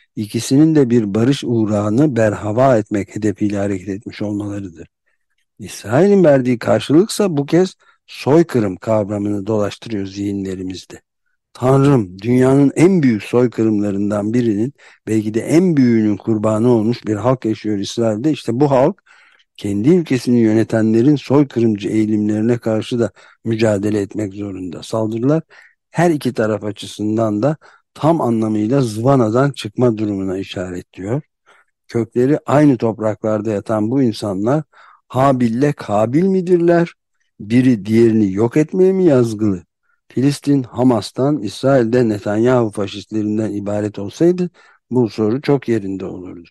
ikisinin de bir barış uğrağını berhava etmek hedefiyle hareket etmiş olmalarıdır. İsrail'in verdiği karşılıksa bu kez soykırım kavramını dolaştırıyor zihinlerimizde. Tanrım, dünyanın en büyük soykırımlarından birinin, belki de en büyüğünün kurbanı olmuş bir halk yaşıyor İsrail'de. İşte bu halk kendi ülkesini yönetenlerin soykırımcı eğilimlerine karşı da mücadele etmek zorunda. Saldırılar her iki taraf açısından da tam anlamıyla zıvanadan çıkma durumuna işaretliyor. Kökleri aynı topraklarda yatan bu insanlar Habil'le Kabil midirler? Biri diğerini yok etmeye mi yazgılı? Filistin Hamas'tan, İsrail'de Netanyahu faşistlerinden ibaret olsaydı bu soru çok yerinde olurdu.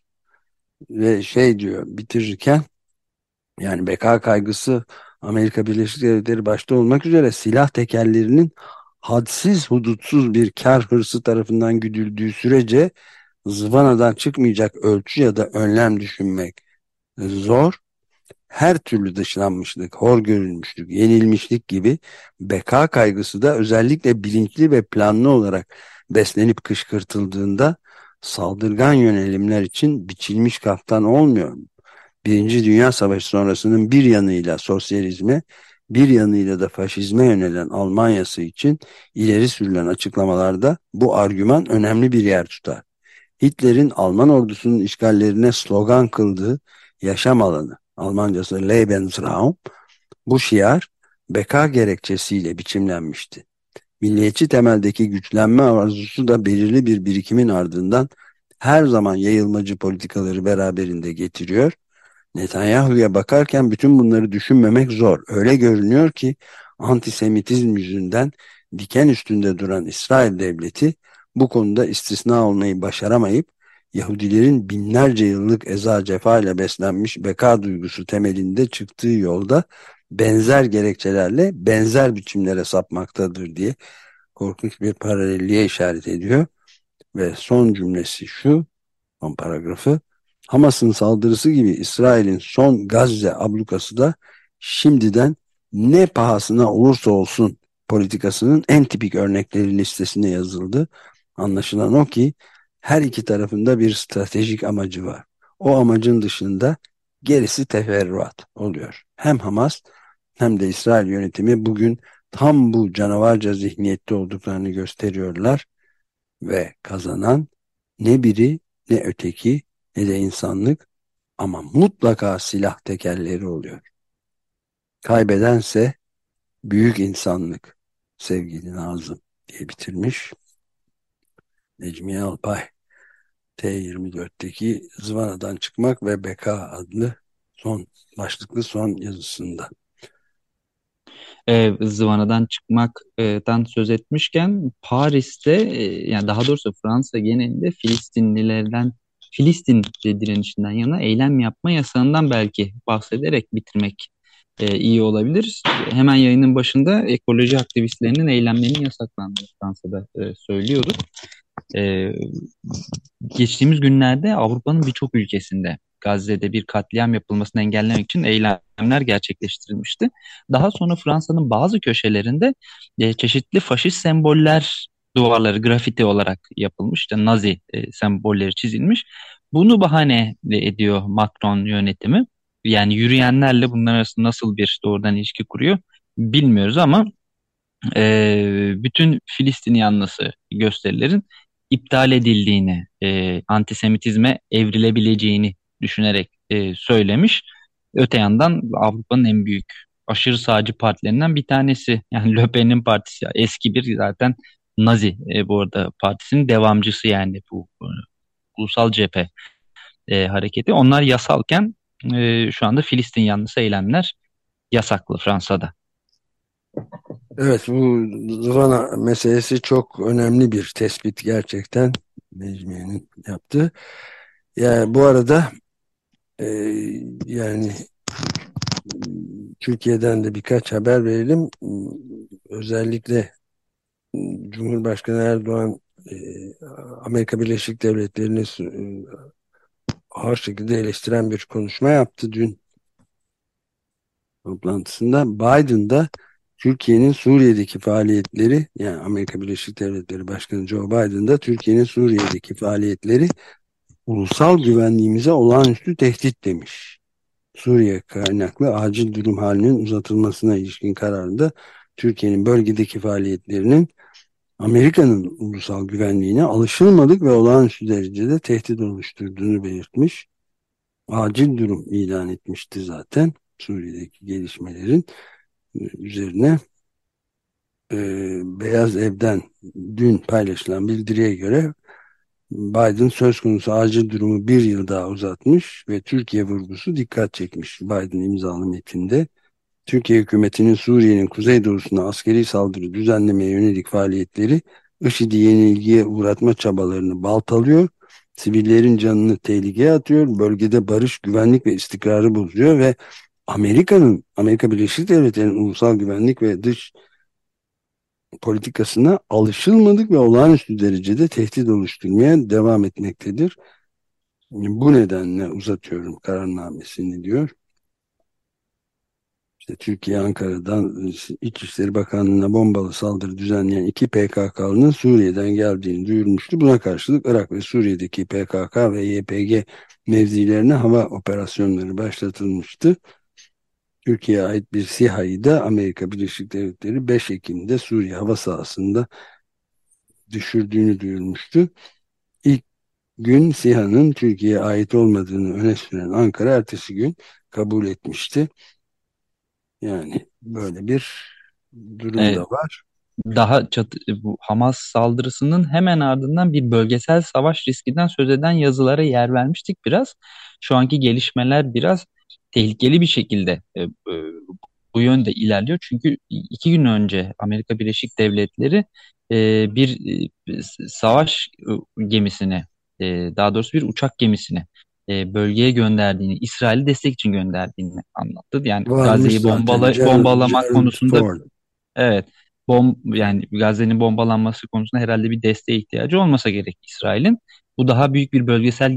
Ve şey diyor bitirirken, yani beka kaygısı Amerika Birleşik Devletleri başta olmak üzere silah tekellerinin hadsiz hudutsuz bir kar hırsı tarafından güdüldüğü sürece zıvanadan çıkmayacak ölçü ya da önlem düşünmek zor. Her türlü dışlanmışlık, hor görülmüşlük, yenilmişlik gibi beka kaygısı da özellikle bilinçli ve planlı olarak beslenip kışkırtıldığında saldırgan yönelimler için biçilmiş kaftan olmuyor. Birinci Dünya Savaşı sonrasının bir yanıyla sosyalizme, bir yanıyla da faşizme yönelen Almanya'sı için ileri sürülen açıklamalarda bu argüman önemli bir yer tutar. Hitler'in Alman ordusunun işgallerine slogan kıldığı yaşam alanı, Almancası Lebensraum, bu şiar beka gerekçesiyle biçimlenmişti. Milliyetçi temeldeki güçlenme arzusu da belirli bir birikimin ardından her zaman yayılmacı politikaları beraberinde getiriyor. Netanyahu'ya bakarken bütün bunları düşünmemek zor. Öyle görünüyor ki antisemitizm yüzünden diken üstünde duran İsrail devleti bu konuda istisna olmayı başaramayıp Yahudilerin binlerce yıllık eza cefa ile beslenmiş beka duygusu temelinde çıktığı yolda benzer gerekçelerle benzer biçimlere sapmaktadır diye korkunç bir paralelliğe işaret ediyor. Ve son cümlesi şu, son paragrafı: Hamas'ın saldırısı gibi İsrail'in son Gazze ablukası da şimdiden ne pahasına olursa olsun politikasının en tipik örnekleri listesine yazıldı. Anlaşılan o ki her iki tarafında bir stratejik amacı var. O amacın dışında gerisi teferruat oluyor. Hem Hamas hem de İsrail yönetimi bugün tam bu canavarca zihniyette olduklarını gösteriyorlar ve kazanan ne biri ne öteki ne de insanlık, ama mutlaka silah tekelleri oluyor. Kaybedense büyük insanlık sevgili Nazım diye bitirmiş Necmiye Alpay T24'teki Zıvanadan Çıkmak ve Beka adlı son başlıklı son yazısında. Zıvanadan çıkmaktan söz etmişken Paris'te yani daha doğrusu Fransa genelinde Filistin direnişinden yana eylem yapma yasağından belki bahsederek bitirmek iyi olabilir. Hemen yayının başında ekoloji aktivistlerinin eylemlerinin yasaklandığı Fransa'da söylüyorduk. E, Geçtiğimiz günlerde Avrupa'nın birçok ülkesinde Gazze'de bir katliam yapılmasını engellemek için eylemler gerçekleştirilmişti. Daha sonra Fransa'nın bazı köşelerinde çeşitli faşist semboller duvarları grafiti olarak yapılmış. İşte Nazi sembolleri çizilmiş. Bunu bahane ediyor Macron yönetimi. Yani yürüyenlerle bunlar arasında nasıl bir doğrudan ilişki kuruyor bilmiyoruz ama bütün Filistin yanlısı gösterilerin iptal edildiğini, antisemitizme evrilebileceğini düşünerek söylemiş. Öte yandan Avrupa'nın en büyük aşırı sağcı partilerinden bir tanesi, yani Le Pen'in partisi, eski bir zaten Nazi bu arada partisinin devamcısı, yani bu ulusal cephe hareketi. Onlar yasalken şu anda Filistin yanlısı eylemler yasaklı Fransa'da. Evet, bu Zıvana meselesi çok önemli bir tespit gerçekten Necmiye'nin yaptığı. Yani bu arada e, yani Türkiye'den de birkaç haber verelim. Özellikle Cumhurbaşkanı Erdoğan Amerika Birleşik Devletleri'ni ağır şekilde eleştiren bir konuşma yaptı dün toplantısında. Biden da Türkiye'nin Suriye'deki faaliyetleri, yani Amerika Birleşik Devletleri Başkanı Joe Biden da Türkiye'nin Suriye'deki faaliyetleri ulusal güvenliğimize olağanüstü tehdit demiş. Suriye kaynaklı acil durum halinin uzatılmasına ilişkin kararında Türkiye'nin bölgedeki faaliyetlerinin Amerika'nın ulusal güvenliğine alışılmadık ve olağanüstü derecede tehdit oluşturduğunu belirtmiş. Acil durum ilan etmişti zaten Suriye'deki gelişmelerin üzerine. Beyaz Ev'den dün paylaşılan bildiriye göre Biden söz konusu acil durumu bir yıl daha uzatmış ve Türkiye vurgusu dikkat çekmiş Biden imzalı metinde. Türkiye hükümetinin Suriye'nin kuzeydoğusuna askeri saldırı düzenlemeye yönelik faaliyetleri IŞİD'i yenilgiye uğratma çabalarını baltalıyor, sivillerin canını tehlikeye atıyor, bölgede barış, güvenlik ve istikrarı bozuyor ve Amerika Birleşik Devletleri'nin ulusal güvenlik ve dış politikasına alışılmadık ve olağanüstü derecede tehdit oluşturmaya devam etmektedir. Bu nedenle uzatıyorum kararnamesini diyor. İşte Türkiye Ankara'dan İçişleri Bakanlığı'na bombalı saldırı düzenleyen iki PKK'nın Suriye'den geldiğini duyurmuştu. Buna karşılık Irak ve Suriye'deki PKK ve YPG mevzilerine hava operasyonları başlatılmıştı. Türkiye'ye ait bir SİHA'yı da Amerika Birleşik Devletleri 5 Ekim'de Suriye hava sahasında düşürdüğünü duyurmuştu. İlk gün SİHA'nın Türkiye'ye ait olmadığını öne süren Ankara ertesi gün kabul etmişti. Yani böyle bir durum da E, var. bu Hamas saldırısının hemen ardından bir bölgesel savaş riskinden söz eden yazılara yer vermiştik biraz. Şu anki gelişmeler biraz tehlikeli bir şekilde bu yönde ilerliyor. Çünkü 2 gün önce Amerika Birleşik Devletleri bir savaş gemisini, daha doğrusu bir uçak gemisini bölgeye gönderdiğini, İsrail'i destek için gönderdiğini anlattı. Yani Varmış Gazze'yi zaten bombalamak Gerald konusunda, Ford. evet, yani Gazze'nin bombalanması konusunda herhalde bir desteğe ihtiyacı olmasa gerek İsrail'in. Bu daha büyük bir bölgesel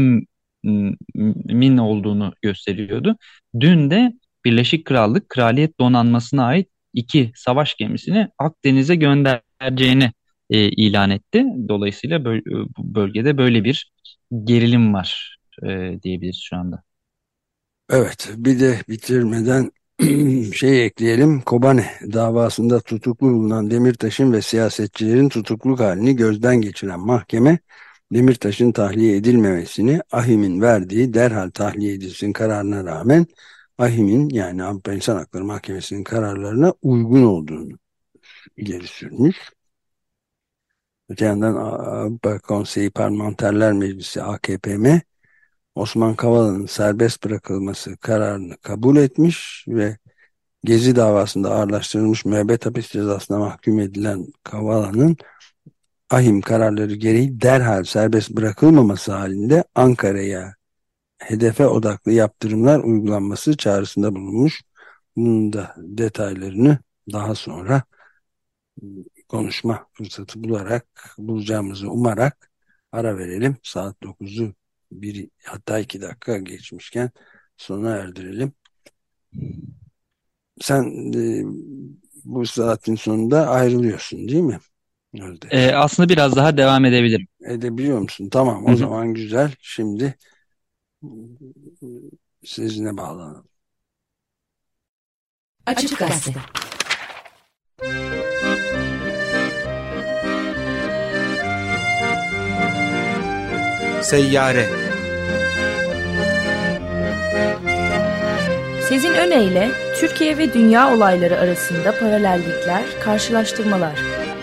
gerilimin olduğunu gösteriyordu. Dün de Birleşik Krallık Kraliyet Donanması'na ait iki savaş gemisini Akdeniz'e göndereceğini ilan etti. Dolayısıyla bu bölgede böyle bir gerilim var diyebiliriz şu anda. Evet, bir de bitirmeden şey ekleyelim. Kobane davasında tutuklu bulunan Demirtaş'ın ve siyasetçilerin tutukluk halini gözden geçiren mahkeme, Demirtaş'ın tahliye edilmemesini AİHM'in verdiği derhal tahliye edilsin kararına rağmen AİHM'in, yani Avrupa İnsan Hakları Mahkemesi'nin kararlarına uygun olduğunu ileri sürmüş. Öte yandan Avrupa Konseyi Parlamenterler Meclisi AKPM, Osman Kavala'nın serbest bırakılması kararını kabul etmiş ve Gezi davasında ağırlaştırılmış müebbet hapis cezasına mahkum edilen Kavala'nın AİHM kararları gereği derhal serbest bırakılmaması halinde Ankara'ya hedefe odaklı yaptırımlar uygulanması çağrısında bulunmuş. Bunun da detaylarını daha sonra konuşma fırsatı bulacağımızı umarak ara verelim. Saat 9'u bir, hatta 2 dakika geçmişken sona erdirelim. Sen bu saatin sonunda ayrılıyorsun değil mi Özdeş? Aslında biraz daha devam edebilirim. Edebiliyor musun? Tamam, Hı o hı. zaman güzel. Şimdi sizinle bağlanalım. Açık Gazete. Seyyare. Sezin Öne Türkiye ve dünya olayları arasında paralellikler, karşılaştırmalar.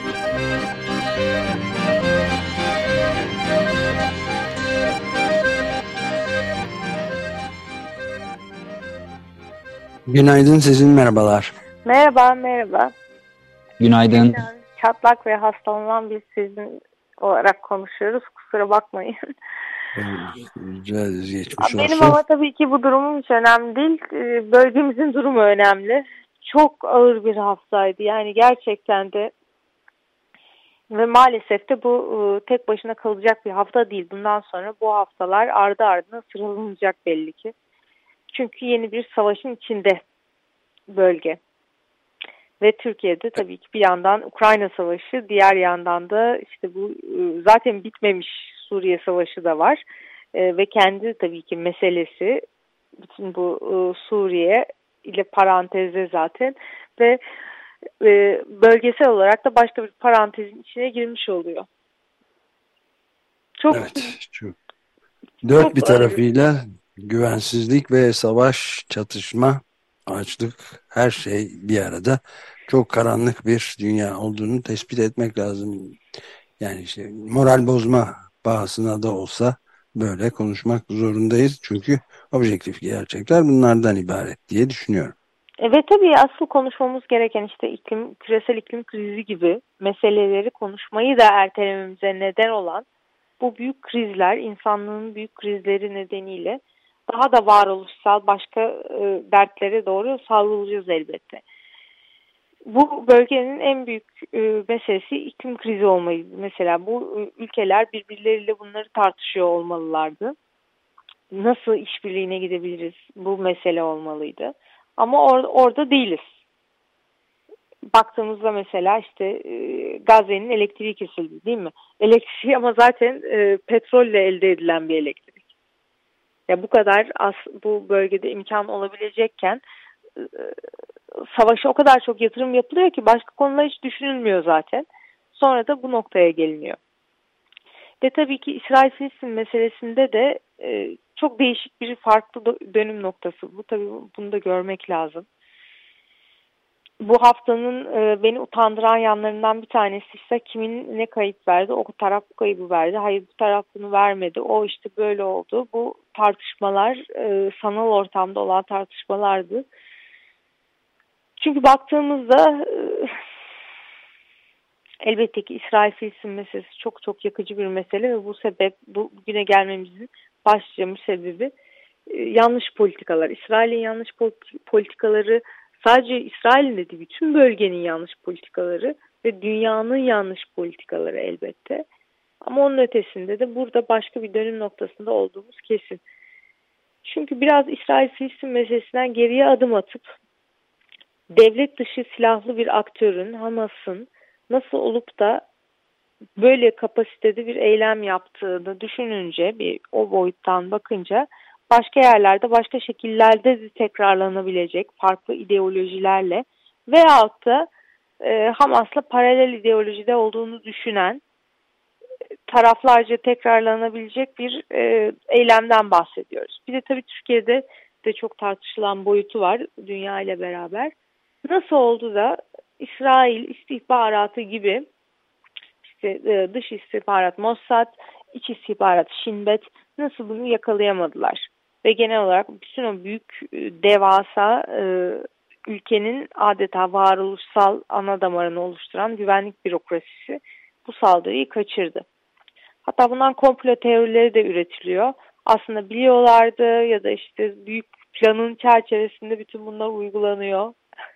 Günaydın, sizin merhabalar. Merhaba, merhaba. Günaydın. Çatlak ve hastalanan bir sizin olarak konuşuyoruz. Kusura bakmayın. Rica ederiz, geçmiş Benim olsun. ama tabii ki bu durumum hiç önemli değil. Bölgemizin durumu önemli. Çok ağır bir hastaydı. Yani gerçekten de ve maalesef de bu tek başına kalacak bir hafta değil. Bundan sonra bu haftalar ardı ardına sıralanacak belli ki. Çünkü yeni bir savaşın içinde bölge. Ve Türkiye'de tabii ki bir yandan Ukrayna Savaşı, diğer yandan da işte bu zaten bitmemiş Suriye Savaşı da var. Ve kendi tabii ki meselesi, bütün bu Suriye ile parantezde zaten ve bölgesel olarak da başka bir parantezin içine girmiş oluyor. Evet, dört bir tarafıyla güvensizlik ve savaş, çatışma, açlık, her şey bir arada. Çok karanlık bir dünya olduğunu tespit etmek lazım. Yani işte moral bozma pahasına da olsa böyle konuşmak zorundayız. Çünkü objektif gerçekler bunlardan ibaret diye düşünüyorum. Evet, tabii asıl konuşmamız gereken işte küresel iklim krizi gibi meseleleri konuşmayı da ertelememize neden olan bu büyük krizler, insanlığın büyük krizleri nedeniyle daha da varoluşsal başka dertlere doğru savrulacağız elbette. Bu bölgenin en büyük meselesi iklim krizi olmalıydı. Mesela bu ülkeler birbirleriyle bunları tartışıyor olmalılardı. Nasıl işbirliğine gidebiliriz? Bu mesele olmalıydı. Ama orada değiliz. Baktığımızda mesela işte Gazze'nin elektriği kesildi, değil mi? Elektriği ama zaten petrolle elde edilen bir elektrik. Ya bu kadar bu bölgede imkan olabilecekken savaşa o kadar çok yatırım yapılıyor ki başka konular hiç düşünülmüyor zaten. Sonra da bu noktaya geliniyor. Ve tabii ki İsrail-Filistin meselesinde de çok değişik bir farklı dönüm noktası. Bu tabii bunu da görmek lazım. Bu haftanın beni utandıran yanlarından bir tanesi işte kimin ne kayıp verdi, o taraf bu kaybı verdi, hayır bu taraf bunu vermedi, o işte böyle oldu. Bu tartışmalar sanal ortamda olan tartışmalardı. Çünkü baktığımızda elbette ki İsrail-Filistin meselesi çok çok yakıcı bir mesele ve bugüne gelmemizin başlıca sebebi yanlış politikalar. İsrail'in yanlış politikaları, sadece İsrail'in de değil, bütün bölgenin yanlış politikaları ve dünyanın yanlış politikaları elbette. Ama onun ötesinde de burada başka bir dönüm noktasında olduğumuz kesin. Çünkü biraz İsrail-Filistin meselesinden geriye adım atıp devlet dışı silahlı bir aktörün, Hamas'ın nasıl olup da böyle kapasitede bir eylem yaptığını düşününce, o boyuttan bakınca başka yerlerde, başka şekillerde de tekrarlanabilecek farklı ideolojilerle veyahut da Hamas'la paralel ideolojide olduğunu düşünen taraflarca tekrarlanabilecek bir eylemden bahsediyoruz. Bir de tabii Türkiye'de de çok tartışılan boyutu var dünya ile beraber. Nasıl oldu da İsrail istihbaratı gibi işte dış istihbarat Mossad, iç istihbarat Shin Bet nasıl bunu yakalayamadılar? Ve genel olarak bütün o büyük devasa ülkenin adeta varoluşsal ana damarını oluşturan güvenlik bürokrasisi bu saldırıyı kaçırdı. Hatta bundan komplo teorileri de üretiliyor. Aslında biliyorlardı ya da işte büyük planın çerçevesinde bütün bunlar uygulanıyor.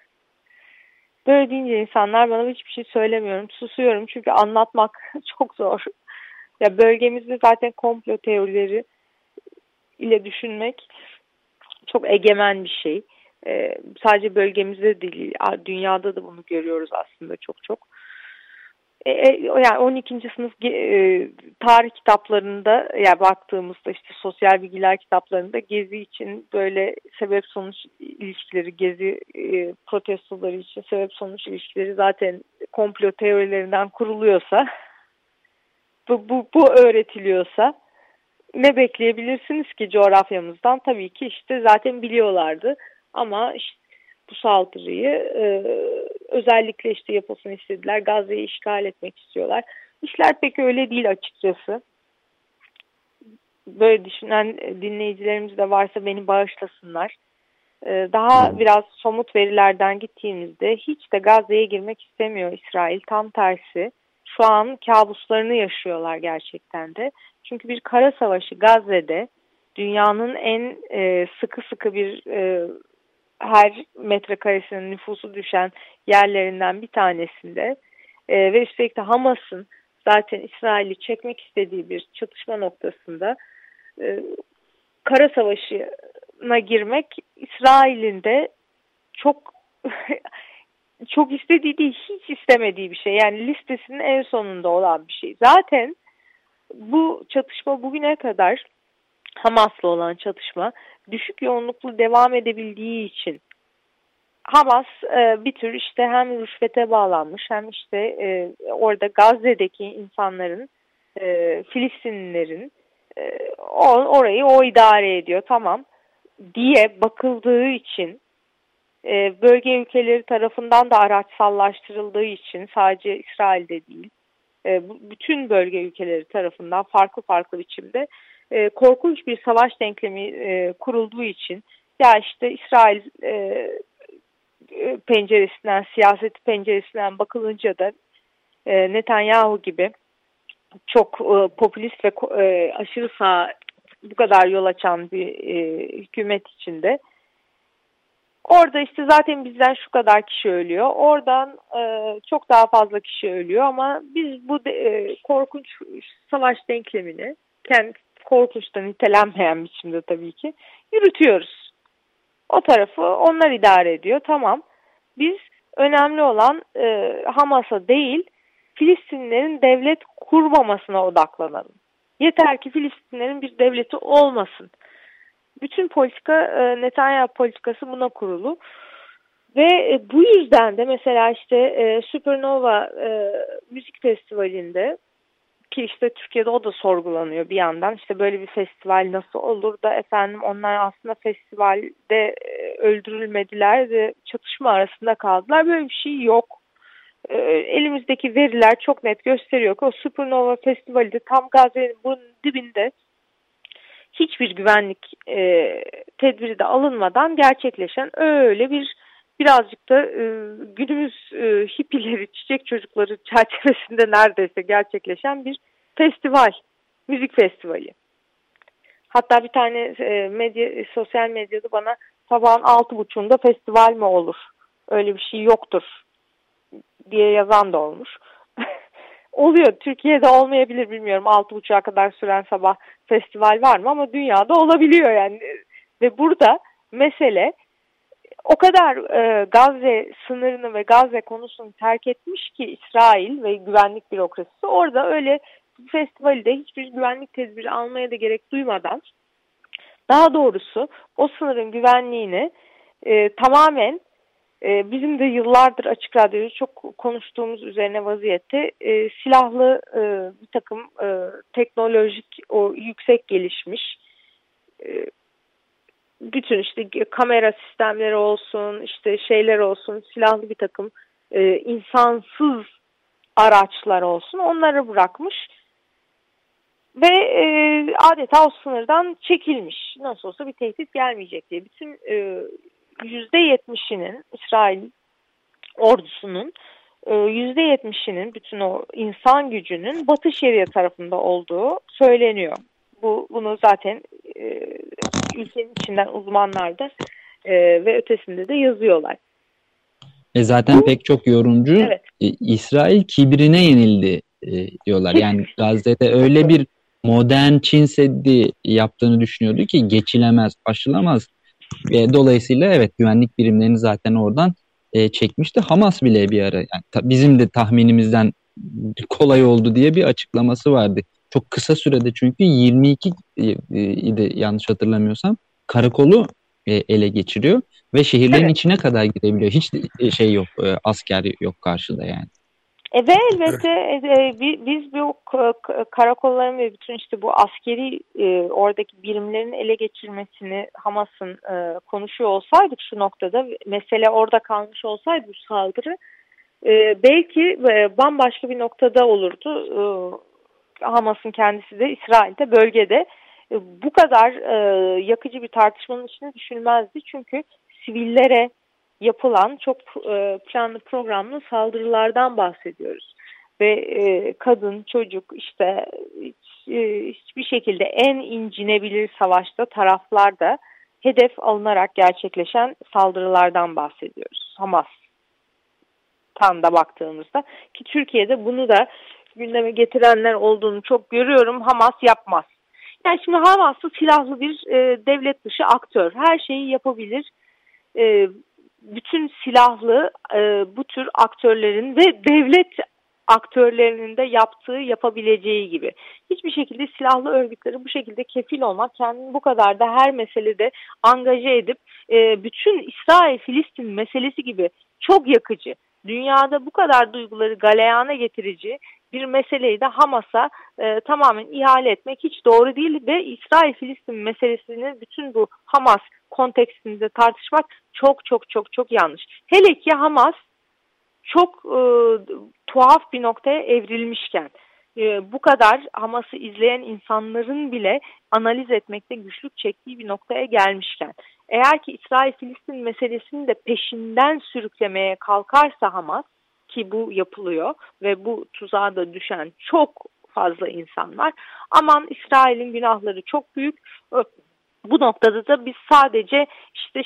Böyle deyince insanlar bana hiçbir şey söylemiyorum. Susuyorum çünkü anlatmak çok zor. Ya bölgemizde zaten komplo teorileri ile düşünmek çok egemen bir şey. Sadece bölgemizde değil, dünyada da bunu görüyoruz aslında çok çok. Yani 12. sınıf tarih kitaplarında ya baktığımızda işte sosyal bilgiler kitaplarında Gezi için böyle sebep sonuç ilişkileri, Gezi protestoları için sebep sonuç ilişkileri zaten komplo teorilerinden kuruluyorsa bu öğretiliyorsa ne bekleyebilirsiniz ki coğrafyamızdan? Tabii ki işte zaten biliyorlardı ama işte bu saldırıyı özellikle işte yapılsın istediler. Gazze'yi işgal etmek istiyorlar. İşler pek öyle değil açıkçası. Böyle düşünen dinleyicilerimiz de varsa beni bağışlasınlar. Daha biraz somut verilerden gittiğimizde hiç de Gazze'ye girmek istemiyor İsrail. Tam tersi. Şu an kabuslarını yaşıyorlar gerçekten de. Çünkü bir kara savaşı Gazze'de dünyanın en sıkı bir her metrekaresinin nüfusu düşen yerlerinden bir tanesinde ve üstelik de Hamas'ın zaten İsrail'i çekmek istediği bir çatışma noktasında kara savaşına girmek İsrail'in de çok çok istediği değil, hiç istemediği bir şey. Yani listesinin en sonunda olan bir şey. Zaten bu çatışma bugüne kadar, Hamas'la olan çatışma düşük yoğunluklu devam edebildiği için Hamas bir tür işte hem rüşvete bağlanmış hem işte orada Gazze'deki insanların, Filistinlilerin orayı o idare ediyor, tamam diye bakıldığı için, bölge ülkeleri tarafından da araçsallaştırıldığı için, sadece İsrail'de değil, bütün bölge ülkeleri tarafından farklı farklı biçimde korkunç bir savaş denklemi kurulduğu için, ya işte İsrail penceresinden, siyaseti penceresinden bakılınca da Netanyahu gibi çok popülist ve aşırı sağ bu kadar yol açan bir hükümet içinde, orada işte zaten bizden şu kadar kişi ölüyor, oradan çok daha fazla kişi ölüyor ama biz bu korkunç savaş denklemini, kendi korkunçtan nitelenmeyen biçimde tabii ki yürütüyoruz. O tarafı onlar idare ediyor. Tamam. Biz önemli olan Hamas'a değil, Filistinlerin devlet kurmamasına odaklanalım. Yeter ki Filistinlerin bir devleti olmasın. Bütün politika, Netanyahu politikası buna kurulu. Ve bu yüzden de mesela işte Supernova Müzik Festivali'nde, ki işte Türkiye'de o da sorgulanıyor bir yandan. İşte böyle bir festival nasıl olur da efendim onlar aslında festivalde öldürülmediler ve çatışma arasında kaldılar. Böyle bir şey yok. Elimizdeki veriler çok net gösteriyor ki o Supernova Festivali de tam Gazze'nin bunun dibinde, hiçbir güvenlik tedbiri de alınmadan gerçekleşen öyle birazcık da günümüz hippileri, çiçek çocukları çerçevesinde neredeyse gerçekleşen bir festival, müzik festivali. Hatta bir tane sosyal medyada bana sabahın 6.30'unda festival mi olur, öyle bir şey yoktur diye yazan da olmuş. Oluyor. Türkiye'de olmayabilir, bilmiyorum. 6.30'a kadar süren sabah festival var mı, ama dünyada olabiliyor yani. Ve burada mesele o kadar Gazze sınırını ve Gazze konusunu terk etmiş ki İsrail ve güvenlik bürokrasisi, orada öyle festivalde hiçbir güvenlik tedbiri almaya da gerek duymadan, daha doğrusu o sınırın güvenliğini tamamen bizim de yıllardır Açık Radyo'da çok konuştuğumuz üzerine vaziyette silahlı bir takım teknolojik, o yüksek gelişmiş bütün işte kamera sistemleri olsun, işte şeyler olsun, silahlı bir takım insansız araçlar olsun, onları bırakmış ve adeta o sınırdan çekilmiş. Nasıl olsa bir tehdit gelmeyecek diye. Bütün %70'inin İsrail ordusunun %70'inin bütün o insan gücünün Batı Şeria tarafında olduğu söyleniyor. Bunu zaten ülkenin içinden uzmanlar da ve ötesinde de yazıyorlar. Zaten pek çok yorumcu, evet, İsrail kibrine yenildi diyorlar. Yani Gazze'de öyle bir modern Çin Seddi yaptığını düşünüyordu ki geçilemez, aşılamaz. Dolayısıyla evet, güvenlik birimlerini zaten oradan çekmişti. Hamas bile bir ara, yani bizim de tahminimizden kolay oldu diye bir açıklaması vardı. Çok kısa sürede, çünkü 22 idi yanlış hatırlamıyorsam, karakolu ele geçiriyor ve şehirlerin içine kadar gidebiliyor. Hiç şey yok, asker yok karşıda yani. Ve elbette biz bu karakolların ve bütün işte bu askeri oradaki birimlerin ele geçirmesini Hamas'ın konuşuyor olsaydık şu noktada, mesele orada kalmış olsaydı bu saldırı belki bambaşka bir noktada olurdu. Hamas'ın kendisi de İsrail'de, bölgede bu kadar yakıcı bir tartışmanın içine düşülmezdi. Çünkü sivillere yapılan çok planlı programlı saldırılardan bahsediyoruz. Ve kadın, çocuk, işte hiçbir şekilde en incinebilir savaşta taraflar da hedef alınarak gerçekleşen saldırılardan bahsediyoruz. Hamas'tan da baktığımızda, ki Türkiye'de bunu da gündeme getirenler olduğunu çok görüyorum. Hamas yapmaz. Yani şimdi Hamas'ı silahlı bir devlet dışı aktör. Her şeyi yapabilir. bütün silahlı bu tür aktörlerin ve devlet aktörlerinin de yapabileceği gibi. Hiçbir şekilde silahlı örgütleri bu şekilde kefil olmak, kendini bu kadar da her meselede angaje edip bütün İsrail-Filistin meselesi gibi çok yakıcı, dünyada bu kadar duyguları galeyana getirici bir meseleyi de Hamas'a tamamen ihale etmek hiç doğru değil ve İsrail-Filistin meselesini bütün bu Hamas kontekstinde tartışmak çok çok çok çok yanlış. Hele ki Hamas çok tuhaf bir noktaya evrilmişken, bu kadar Hamas'ı izleyen insanların bile analiz etmekte güçlük çektiği bir noktaya gelmişken, eğer ki İsrail-Filistin meselesini de peşinden sürüklemeye kalkarsa Hamas, ki bu yapılıyor ve bu tuzağa da düşen çok fazla insan var. Aman İsrail'in günahları çok büyük. Bu noktada da biz sadece işte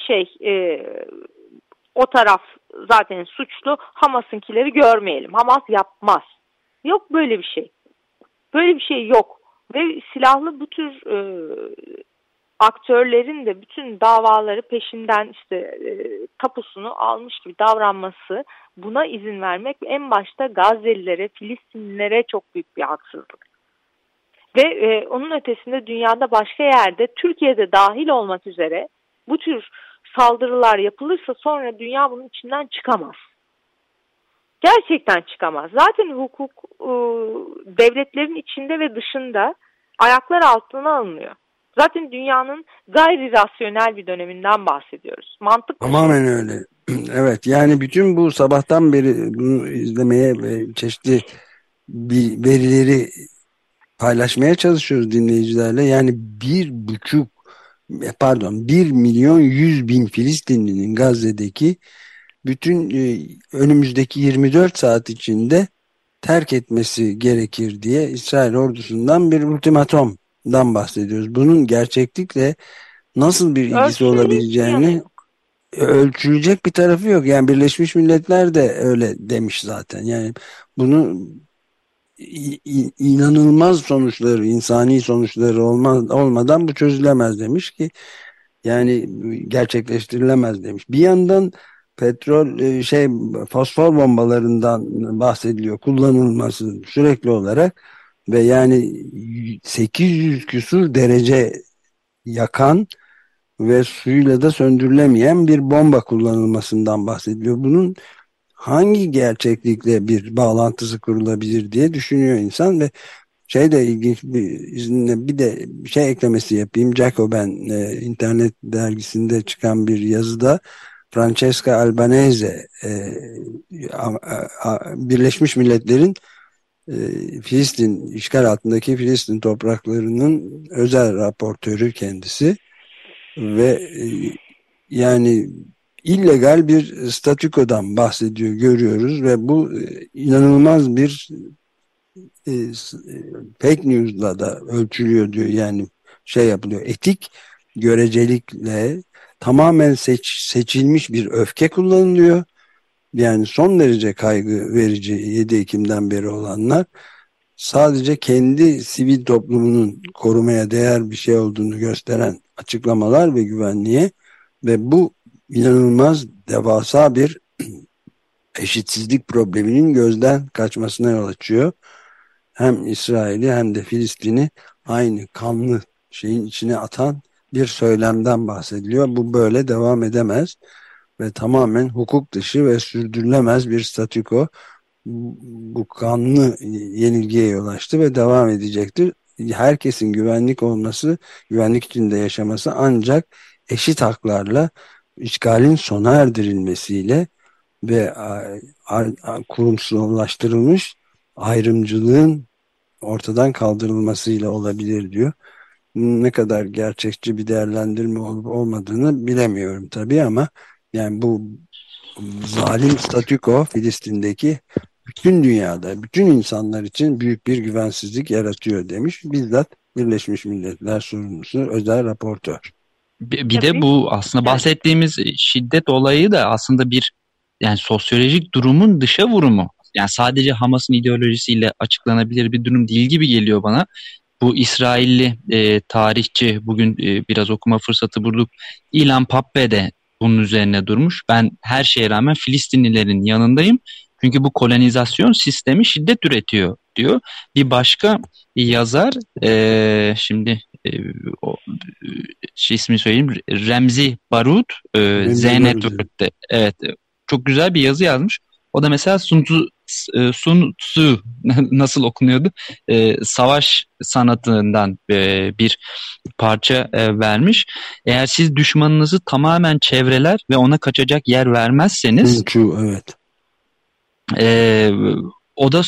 o taraf zaten suçlu, Hamas'ınkileri görmeyelim. Hamas yapmaz. Yok böyle bir şey. Böyle bir şey yok. Ve silahlı bu tür aktörlerin de bütün davaları peşinden tapusunu almış gibi davranması, buna izin vermek en başta Gazze'lilere, Filistinlilere çok büyük bir haksızlık. Ve onun ötesinde dünyada başka yerde, Türkiye'de dahil olmak üzere bu tür saldırılar yapılırsa sonra dünya bunun içinden çıkamaz. Gerçekten çıkamaz. Zaten hukuk devletlerin içinde ve dışında ayaklar altına alınıyor. Zaten dünyanın gayri rasyonel bir döneminden bahsediyoruz. Mantık tamamen öyle. Evet, yani bütün bu sabahtan beri bunu izlemeye ve çeşitli verileri paylaşmaya çalışıyoruz dinleyicilerle. Yani 1.100.000 Filistinlinin Gazze'deki bütün önümüzdeki 24 saat içinde terk etmesi gerekir diye İsrail ordusundan bir ultimatomdan bahsediyoruz. Bunun gerçeklikle nasıl bir ilgisi olabileceğini ölçülecek bir tarafı yok. Yani Birleşmiş Milletler de öyle demiş zaten. Yani bunu inanılmaz sonuçları, insani sonuçları olmadan bu çözülemez demiş ki, yani gerçekleştirilemez demiş. Bir yandan fosfor bombalarından bahsediliyor, kullanılması sürekli olarak ve yani 800 küsur derece yakan ve suyla da söndürülemeyen bir bomba kullanılmasından bahsediliyor. Bunun hangi gerçeklikle bir bağlantısı kurulabilir diye düşünüyor insan ve de ilginç bir de eklemesi yapayım. Jacobin internet dergisinde çıkan bir yazıda Francesca Albanese Birleşmiş Milletler'in Filistin işgal altındaki Filistin topraklarının özel raportörü kendisi ve yani illegal bir statükodan bahsediyor, görüyoruz ve bu inanılmaz bir fake news'la da ölçülüyor diyor. Yani yapılıyor, etik görecelikle tamamen seçilmiş bir öfke kullanılıyor. Yani son derece kaygı verici 7 Ekim'den beri olanlar, sadece kendi sivil toplumunun korumaya değer bir şey olduğunu gösteren açıklamalar ve güvenliğe ve bu inanılmaz devasa bir eşitsizlik probleminin gözden kaçmasına yol açıyor. Hem İsrail'i hem de Filistin'i aynı kanlı şeyin içine atan bir söylemden bahsediliyor. Bu böyle devam edemez ve tamamen hukuk dışı ve sürdürülemez bir statüko bu kanlı yenilgiye yol açtı ve devam edecektir. Herkesin güvenlik içinde yaşaması ancak eşit haklarla, işgalin sona erdirilmesiyle ve kurumsallaştırılmış ayrımcılığın ortadan kaldırılmasıyla olabilir diyor. Ne kadar gerçekçi bir değerlendirme olup olmadığını bilemiyorum tabii ama yani bu zalim statüko Filistin'deki bütün dünyada, bütün insanlar için büyük bir güvensizlik yaratıyor demiş. Bizzat Birleşmiş Milletler sorumlusu özel raportör. Bir de bu aslında bahsettiğimiz şiddet olayı da aslında bir yani sosyolojik durumun dışa vurumu. Yani sadece Hamas'ın ideolojisiyle açıklanabilir bir durum değil gibi geliyor bana. Bu İsrailli tarihçi, bugün biraz okuma fırsatı bulduk, Ilan Pappé de bunun üzerine durmuş. Ben her şeye rağmen Filistinlilerin yanındayım. Çünkü bu kolonizasyon sistemi şiddet üretiyor diyor. Bir başka yazar şimdi o ismini söyleyeyim, Remzi Barut Z Network'te, evet, çok güzel bir yazı yazmış. O da mesela Sun Tzu nasıl okunuyordu? Savaş sanatından bir parça vermiş. Eğer siz düşmanınızı tamamen çevreler ve ona kaçacak yer vermezseniz, evet. O da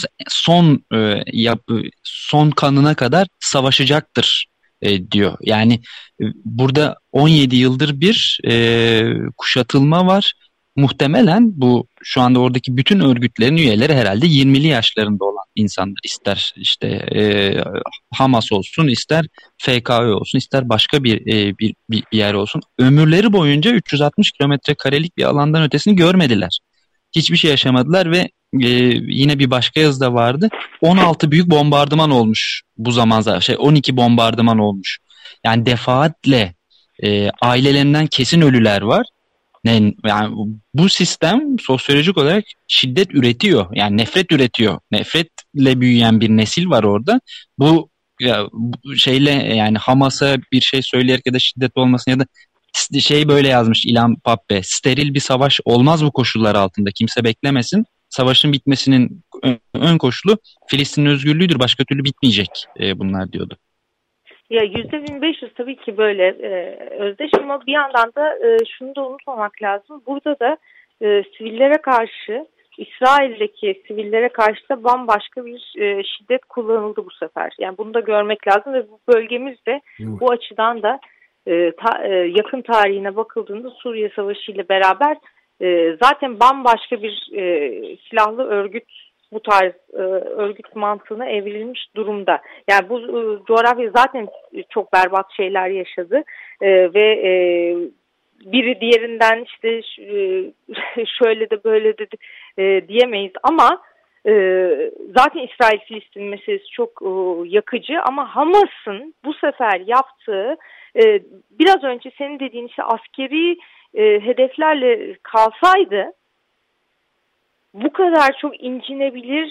son kanına kadar savaşacaktır diyor. Yani burada 17 yıldır bir kuşatılma var. Muhtemelen bu şu anda oradaki bütün örgütlerin üyeleri herhalde 20'li yaşlarında olan insanlar. İster işte Hamas olsun, ister FKÖ olsun, ister başka bir yer olsun. Ömürleri boyunca 360 kilometre karelik bir alandan ötesini görmediler. Hiçbir şey yaşamadılar ve yine bir başka yazıda vardı. 16 büyük bombardıman olmuş bu zaman, 12 bombardıman olmuş. Yani defaatle ailelerinden kesin ölüler var. Yani bu sistem sosyolojik olarak şiddet üretiyor. Yani nefret üretiyor. Nefretle büyüyen bir nesil var orada. Bu şeyle, yani Hamas'a bir şey söyleyerek ya da şiddet olmasın ya da böyle yazmış İlhan Pappe. Steril bir savaş olmaz bu koşullar altında. Kimse beklemesin. Savaşın bitmesinin ön koşulu Filistin'in özgürlüğüdür. Başka türlü bitmeyecek bunlar diyordu. Ya %1500 tabii ki böyle özdeş, ama bir yandan da şunu da unutmamak lazım. Burada da sivillere karşı, İsrail'deki sivillere karşı da bambaşka bir şiddet kullanıldı bu sefer. Yani bunu da görmek lazım ve bu bölgemiz de bu açıdan da yakın tarihine bakıldığında Suriye Savaşı ile beraber zaten bambaşka bir silahlı örgüt, bu tarz örgüt mantığına evrilmiş durumda. Yani bu coğrafya zaten çok berbat şeyler yaşadı ve biri diğerinden işte şöyle de böyle de diyemeyiz ama zaten İsrail-Filistin meselesi çok yakıcı, ama Hamas'ın bu sefer yaptığı biraz önce senin dediğin işte askeri hedeflerle kalsaydı bu kadar çok incinebilir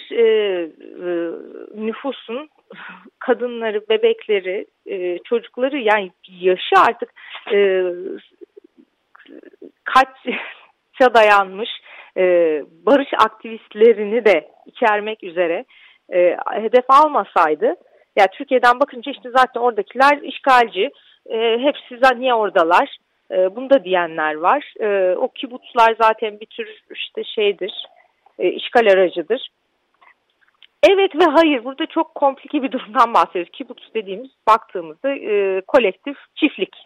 nüfusun kadınları, bebekleri, çocukları, yani yaşı artık kaça dayanmış barış aktivistlerini de içermek üzere hedef almasaydı, ya Türkiye'den bakınca işte zaten oradakiler işgalci, hepsi niye oradalar? Bunu da diyenler var. O kibutslar zaten bir tür işte şeydir, işgal aracıdır. Evet ve hayır, burada çok komplike bir durumdan bahsediyoruz. Kibuts dediğimiz, baktığımızda kolektif çiftlik.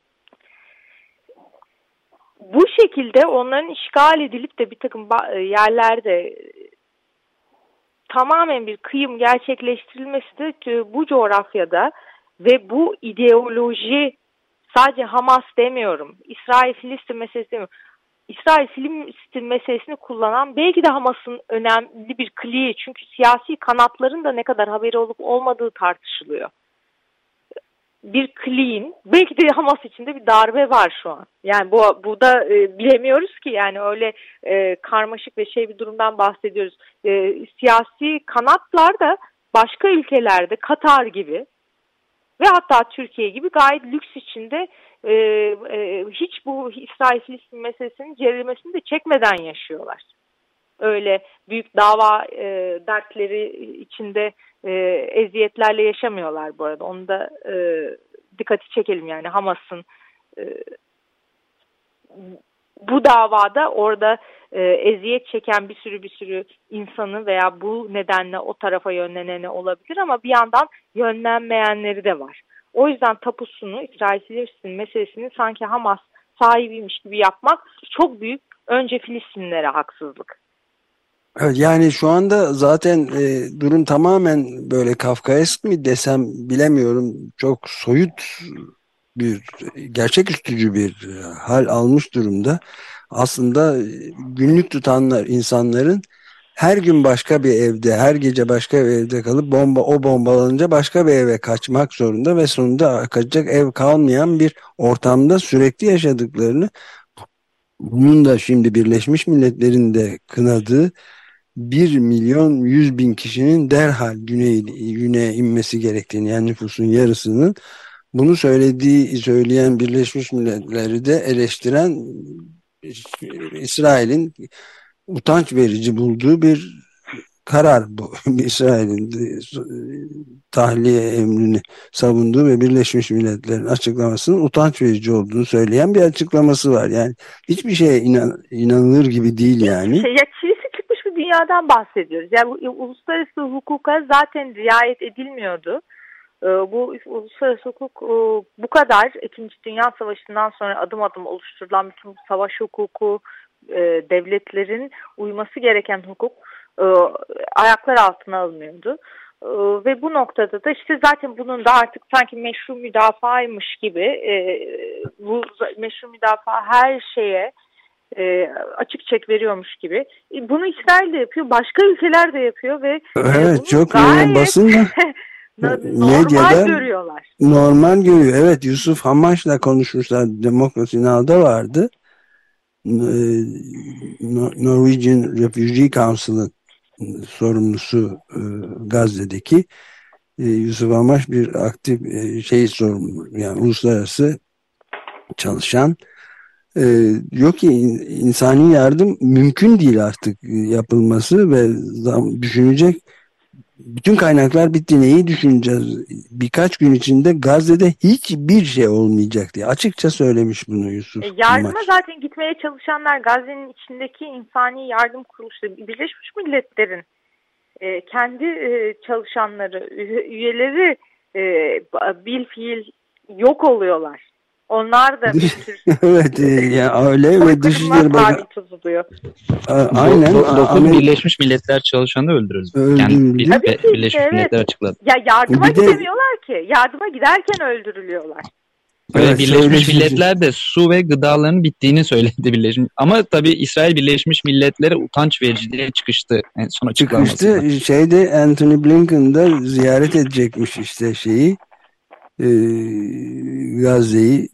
Bu şekilde onların işgal edilip de bir takım yerlerde tamamen bir kıyım gerçekleştirilmesi de bu coğrafyada ve bu ideoloji, sadece Hamas demiyorum, İsrail-Filistin meselesi demiyorum, İsrail-Filistin meselesini kullanan belki de Hamas'ın önemli bir kliği, çünkü siyasi kanatların da ne kadar haberi olup olmadığı tartışılıyor. Bir kliğin, belki de Hamas içinde bir darbe var şu an. Yani bu da bilemiyoruz ki, yani öyle karmaşık ve bir durumdan bahsediyoruz. Siyasi kanatlar da başka ülkelerde, Katar gibi ve hatta Türkiye gibi gayet lüks içinde hiç bu İsrail-Filistin meselesinin cerilmesini de çekmeden yaşıyorlar. Öyle büyük dava dertleri içinde eziyetlerle yaşamıyorlar bu arada. Onu da dikkati çekelim, yani Hamas'ın bu davada orada eziyet çeken bir sürü insanı veya bu nedenle o tarafa yönleneni olabilir, ama bir yandan yönlenmeyenleri de var. O yüzden tapusunu, İsrail-Filistin meselesini sanki Hamas sahibiymiş gibi yapmak çok büyük, önce Filistinlilere haksızlık. Evet, yani şu anda zaten durum tamamen böyle Kafkaesk mi desem bilemiyorum. Çok soyut bir, gerçeküstücü bir hal almış durumda. Aslında günlük tutanlar, insanların her gün başka bir evde, her gece başka bir evde kalıp o bombalanınca başka bir eve kaçmak zorunda ve sonunda kaçacak ev kalmayan bir ortamda sürekli yaşadıklarını, bunun da şimdi Birleşmiş Milletler'in de kınadığı 1.100.000 kişinin derhal güneye inmesi gerektiğini, yani nüfusun yarısının, bunu söyleyen Birleşmiş Milletler'i de eleştiren İsrail'in utanç verici bulduğu bir karar bu. İsrail'in tahliye emrini savunduğu ve Birleşmiş Milletler'in açıklamasının utanç verici olduğunu söyleyen bir açıklaması var. Yani hiçbir şeye inanılır gibi değil yani. Ya çivisi çıkmış bir dünyadan bahsediyoruz. Yani uluslararası hukuka zaten riayet edilmiyordu. Bu uluslararası hukuk bu kadar İkinci Dünya Savaşı'ndan sonra adım adım oluşturulan bütün savaş hukuku, devletlerin uyması gereken hukuk ayaklar altına alınıyordu. Ve bu noktada da işte zaten bunun da artık sanki meşru müdafaymış gibi bu meşru müdafaa her şeye açık çek veriyormuş gibi. Bunu İsrail de yapıyor, başka ülkeler de yapıyor ve evet, çok gayet basında normal görüyorlar. Normal görüyor. Evet, Yusuf Hamaş'la konuşmuşlar. Demokrasi Now'da vardı. Norwegian Refugee Council'ın sorumlusu Gazze'deki Yusuf Hamaş bir aktif sorumlu, yani uluslararası çalışan. Yok ki insani yardım mümkün değil artık yapılması ve düşünecek bütün kaynaklar bitti. Neyi düşüneceğiz? Birkaç gün içinde Gazze'de hiçbir şey olmayacak diye açıkça söylemiş bunu Yusuf. Yardıma zaten gitmeye çalışanlar, Gazze'nin içindeki insani yardım kuruluşları, Birleşmiş Milletler'in kendi çalışanları, üyeleri bilfiil yok oluyorlar. Onlar da bir tür evet ya öyle ve Dışişleri Bakanı aynen 9 Birleşmiş Milletler çalışanı öldürüldü. Yani Birleşmiş Milletler açıkladı. Ya yardıma gidemiyorlar ki. Yardıma giderken öldürülüyorlar. Evet, Birleşmiş Milletler de su ve gıdaların bittiğini söyledi Birleşmiş. Ama tabii İsrail Birleşmiş Milletler'e utanç verici diye çıkıştı en son açıklamasında. Çıkıştı. Anthony Blinken da ziyaret edecekmiş işte Gazze'yi.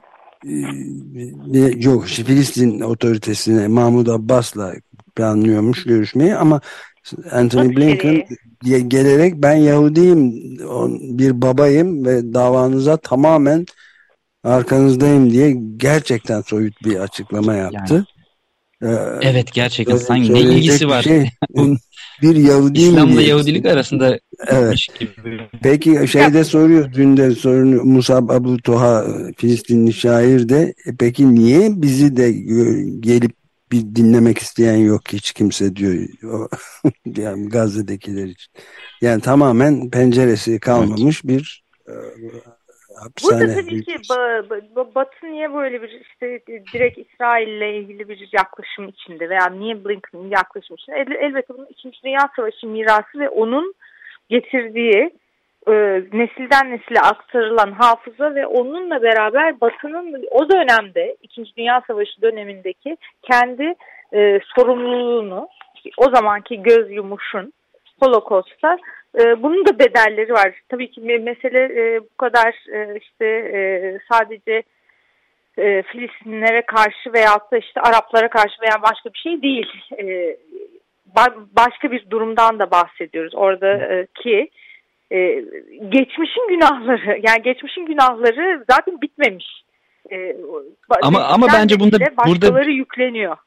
Yok, Filistin otoritesine Mahmud Abbas'la planlıyormuş görüşmeyi, ama Anthony Blinken gelerek ben Yahudiyim, bir babayım ve davanıza tamamen arkanızdayım diye gerçekten soyut bir açıklama yaptı. Evet, gerçekten sanki ne ilgisi var? Bir Yahudi İslam'la Yahudilik arasında evet. Peki de soruyor, dün de soruyor Musab Abu Toha, Filistinli şair de peki niye bizi de gelip bir dinlemek isteyen yok hiç kimse diyor. Yani Gazze'dekiler için. Yani tamamen penceresi kalmamış bir hapishane. Burada tabii ki Batı niye böyle bir direkt İsrail'le ilgili bir yaklaşım içinde veya niye Blinken'ın yaklaşım içinde? Elbette bunun İkinci Dünya Savaşı mirası ve onun getirdiği nesilden nesile aktarılan hafıza ve onunla beraber Batı'nın o dönemde İkinci Dünya Savaşı dönemindeki kendi sorumluluğunu, o zamanki göz yumuşun Holocaust'ta bunun da bedelleri var. Tabii ki mesele bu kadar sadece Filistinlere karşı veyahut da Araplara karşı veya başka bir şey değil. Başka bir durumdan da bahsediyoruz. Oradaki geçmişin günahları, yani geçmişin günahları zaten bitmemiş. Ama bence başkaları yükleniyor.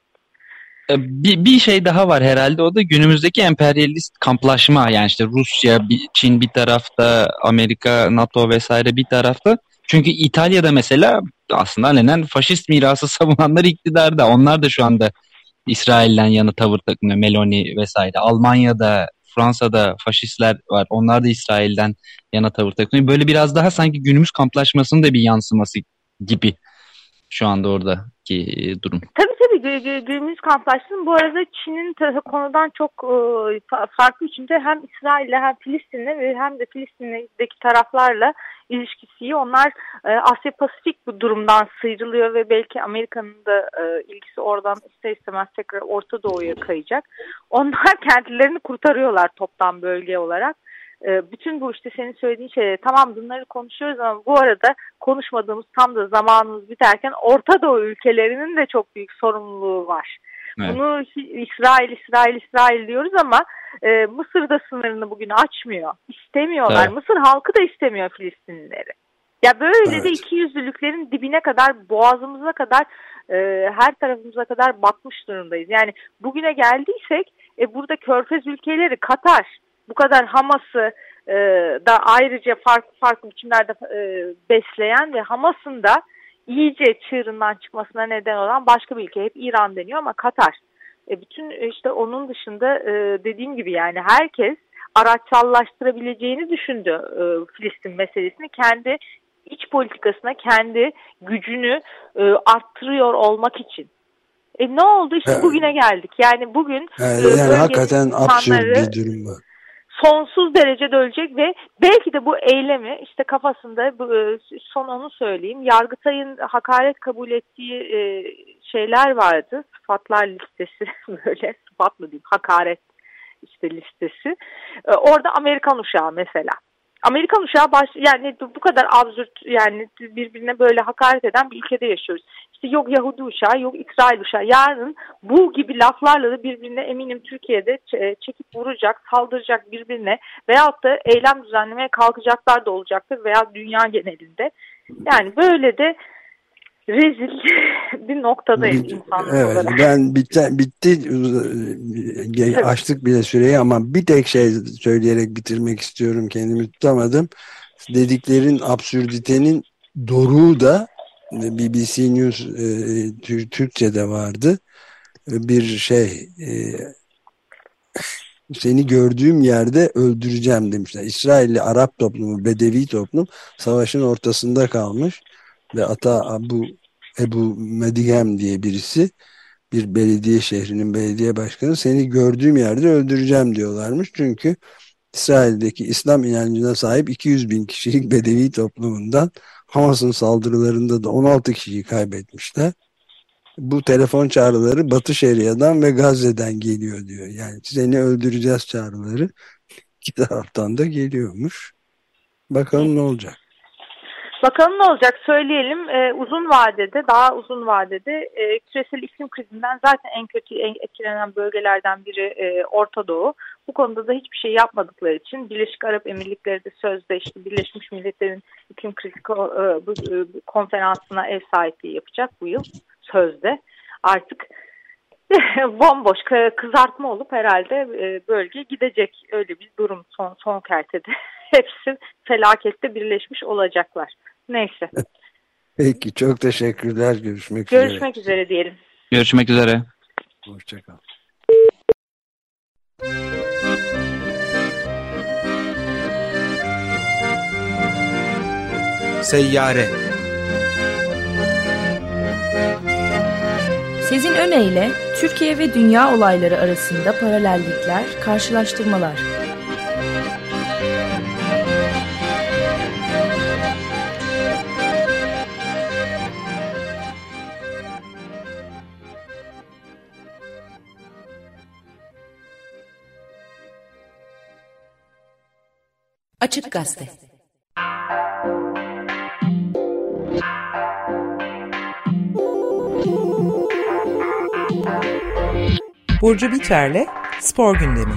Bir şey daha var herhalde, o da günümüzdeki emperyalist kamplaşma, yani Rusya, Çin bir tarafta, Amerika, NATO vesaire bir tarafta. Çünkü İtalya'da mesela aslında alenen faşist mirası savunanlar iktidarda. Onlar da şu anda İsrail'den yana tavır takınıyor, Meloni vesaire. Almanya'da, Fransa'da faşistler var. Onlar da İsrail'den yana tavır takınıyor. Böyle biraz daha sanki günümüz kamplaşmasının da bir yansıması gibi şu anda oradaki durum. Tabii günümüz kamplaşmasının, bu arada Çin'in konudan çok farklı biçimde hem İsrail'le hem Filistin'le ve hem de Filistin'deki taraflarla ilişkisi iyi. Onlar Asya Pasifik bu durumdan sıyrılıyor ve belki Amerika'nın da ilgisi oradan ister istemez tekrar Orta Doğu'ya kayacak. Onlar kendilerini kurtarıyorlar toptan bölge olarak. Bütün bu işte senin söylediğin şeyler, tamam bunları konuşuyoruz ama bu arada konuşmadığımız, tam da zamanımız biterken Orta Doğu ülkelerinin de çok büyük sorumluluğu var. Evet. Bunu İsrail diyoruz ama Mısır da sınırını bugün açmıyor. İstemiyorlar. Evet. Mısır halkı da istemiyor Filistinlileri. Ya böyle evet. De ikiyüzlülüklerin dibine kadar, boğazımıza kadar, her tarafımıza kadar batmış durumdayız. Yani bugüne geldiysek burada Körfez ülkeleri, Katar, bu kadar Hamas'ı da ayrıca farklı biçimlerde besleyen ve Hamas'ın da iyice çığırından çıkmasına neden olan başka bir ülke. Hep İran deniyor ama Katar. Bütün işte onun dışında dediğim gibi yani herkes araçsallaştırabileceğini düşündü Filistin meselesini. Kendi iç politikasına, kendi gücünü arttırıyor olmak için. Ne oldu? İşte bugüne geldik. Yani bugün yani hakikaten absürt bir durum var. Sonsuz derecede ölecek ve belki de bu eylemi işte kafasında son onu söyleyeyim. Yargıtay'ın hakaret kabul ettiği şeyler vardı. Sıfatlar listesi böyle sıfat mı diyeyim, hakaret işte listesi. Orada Amerikan uşağı mesela. Amerikan uşağı yani bu kadar absürt, yani birbirine böyle hakaret eden bir ülkede yaşıyoruz. İşte yok Yahudi uşağı, yok İsrail uşağı. Yarın bu gibi laflarla da birbirine eminim Türkiye'de çekip vuracak, saldıracak birbirine veyahut da eylem düzenlemeye kalkacaklar da olacaktır veya dünya genelinde. Yani böyle de rezil bir noktadayız insanlar evet, olarak. Ben bitti açtık bile süreyi ama bir tek şey söyleyerek bitirmek istiyorum, kendimi tutamadım. Dediklerin absürditenin doruğu da BBC News Türkçe'de vardı. Bir şey seni gördüğüm yerde öldüreceğim demişler. İsrailli Arap toplumu, Bedevi toplum savaşın ortasında kalmış ve Ebu Medigem diye birisi, bir belediye şehrinin belediye başkanı, seni gördüğüm yerde öldüreceğim diyorlarmış. Çünkü İsrail'deki İslam inancına sahip 200 bin kişilik Bedevi toplumundan Hamas'ın saldırılarında da 16 kişiyi kaybetmişler. Bu telefon çağrıları Batı Şeria'dan ve Gazze'den geliyor diyor. Yani seni öldüreceğiz çağrıları iki taraftan da geliyormuş. Bakalım ne olacak. Bakalım ne olacak söyleyelim. Uzun vadede, daha uzun vadede küresel iklim krizinden zaten en kötü etkilenen bölgelerden biri Orta Doğu. Bu konuda da hiçbir şey yapmadıkları için Birleşik Arap Emirlikleri de sözde işte Birleşmiş Milletler'in iklim krizi konferansına ev sahipliği yapacak bu yıl sözde. Artık bomboş kızartma olup herhalde bölge gidecek, öyle bir durum son kertede. Hepsi felakette birleşmiş olacaklar. Neyse. Peki, çok teşekkürler. Görüşmek üzere. Görüşmek üzere diyelim. Görüşmek üzere. Hoşçakal. Seyyare. Sezin Öne Türkiye ve dünya olayları arasında paralellikler, karşılaştırmalar. Açık Gazete. Burcu Biterle Spor Gündemi.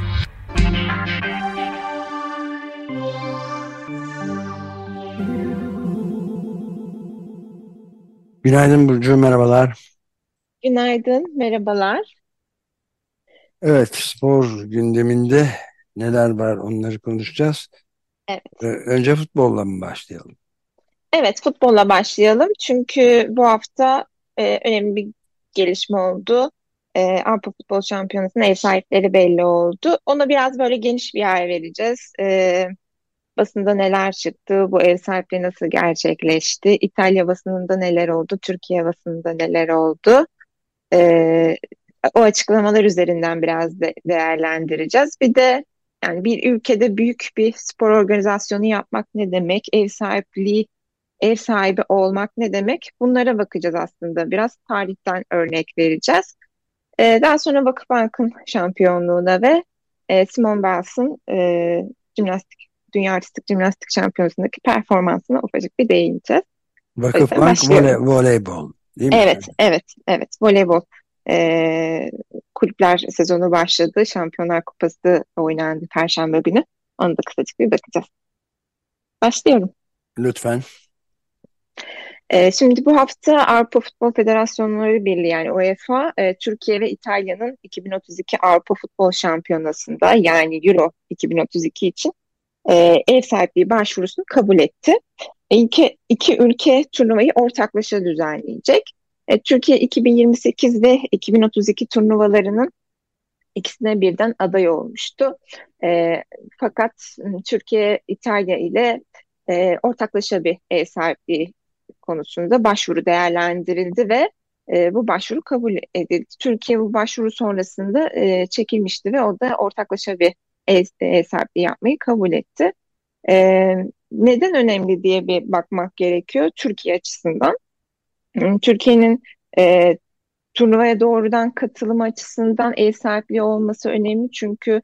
Günaydın Burcu, merhabalar. Günaydın, merhabalar. Evet, spor gündeminde neler var onları konuşacağız. Evet. Önce futbolla mı başlayalım? Evet, futbolla başlayalım. Çünkü bu hafta önemli bir gelişme oldu. Avrupa Futbol Şampiyonası'nın ev sahipleri belli oldu. Ona biraz böyle geniş bir yer vereceğiz. Basında neler çıktı, bu ev sahipliği nasıl gerçekleşti, İtalya basınında neler oldu, Türkiye basınında neler oldu. O açıklamalar üzerinden biraz değerlendireceğiz. Bir de yani bir ülkede büyük bir spor organizasyonu yapmak ne demek, ev sahibi olmak ne demek? Bunlara bakacağız aslında. Biraz tarihten örnek vereceğiz. Daha sonra Vakıfbank'ın şampiyonluğuna ve Simone Biles'ın jimnastik Dünya Artistik Jimnastik Şampiyonası'ndaki performansına ufacık bir değineceğiz. O yüzden Vakıfbank başlıyorum. voleybol değil mi? Evet. Voleybol kulüpler sezonu başladı. Şampiyonlar Kupası oynandı Perşembe günü. Onu da kısacık bir bakacağız. Başlıyorum. Lütfen. Şimdi bu hafta Avrupa Futbol Federasyonları Birliği yani UEFA, Türkiye ve İtalya'nın 2032 Avrupa Futbol Şampiyonası'nda yani Euro 2032 için ev sahipliği başvurusunu kabul etti. İki ülke turnuvayı ortaklaşa düzenleyecek. Türkiye 2028 ve 2032 turnuvalarının ikisine birden aday olmuştu. Fakat Türkiye, İtalya ile ortaklaşa bir ev sahipliği konusunda başvuru değerlendirildi ve bu başvuru kabul edildi. Türkiye bu başvuru sonrasında çekilmişti ve o da ortaklaşa bir ev sahipliği yapmayı kabul etti. Neden önemli diye bir bakmak gerekiyor Türkiye açısından. Türkiye'nin turnuvaya doğrudan katılım açısından ev sahipliği olması önemli çünkü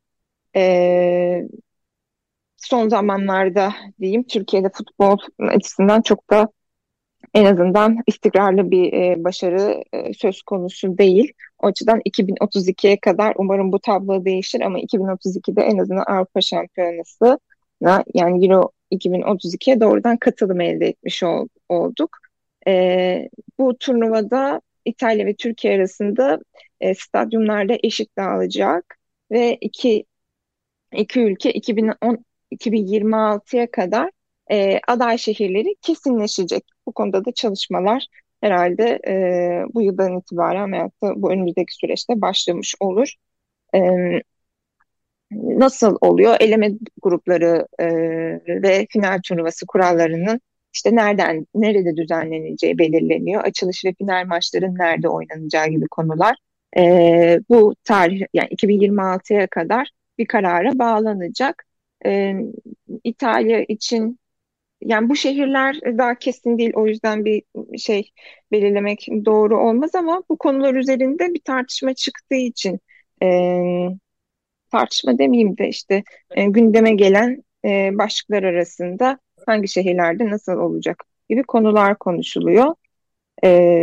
son zamanlarda diyeyim Türkiye'de futbol açısından çok da en azından istikrarlı bir başarı söz konusu değil. O açıdan 2032'ye kadar umarım bu tablo değişir ama 2032'de en azından Avrupa Şampiyonası'na yani Euro 2032'ye doğrudan katılım elde etmiş olduk. Bu turnuvada İtalya ve Türkiye arasında stadyumlarda eşit dağılacak ve iki ülke 2026'ya kadar aday şehirleri kesinleşecek. Bu konuda da çalışmalar herhalde bu yıldan itibaren veyahut da bu önümüzdeki süreçte başlamış olur. E, Nasıl oluyor? Eleme grupları ve final turnuvası kurallarının işte nerede düzenleneceği belirleniyor. Açılış ve final maçların nerede oynanacağı gibi konular. Bu tarih yani 2026'ya kadar bir karara bağlanacak. İtalya için yani bu şehirler daha kesin değil o yüzden bir şey belirlemek doğru olmaz ama bu konular üzerinde bir tartışma çıktığı için tartışma demeyeyim de işte gündeme gelen başlıklar arasında hangi şehirlerde nasıl olacak gibi konular konuşuluyor. E,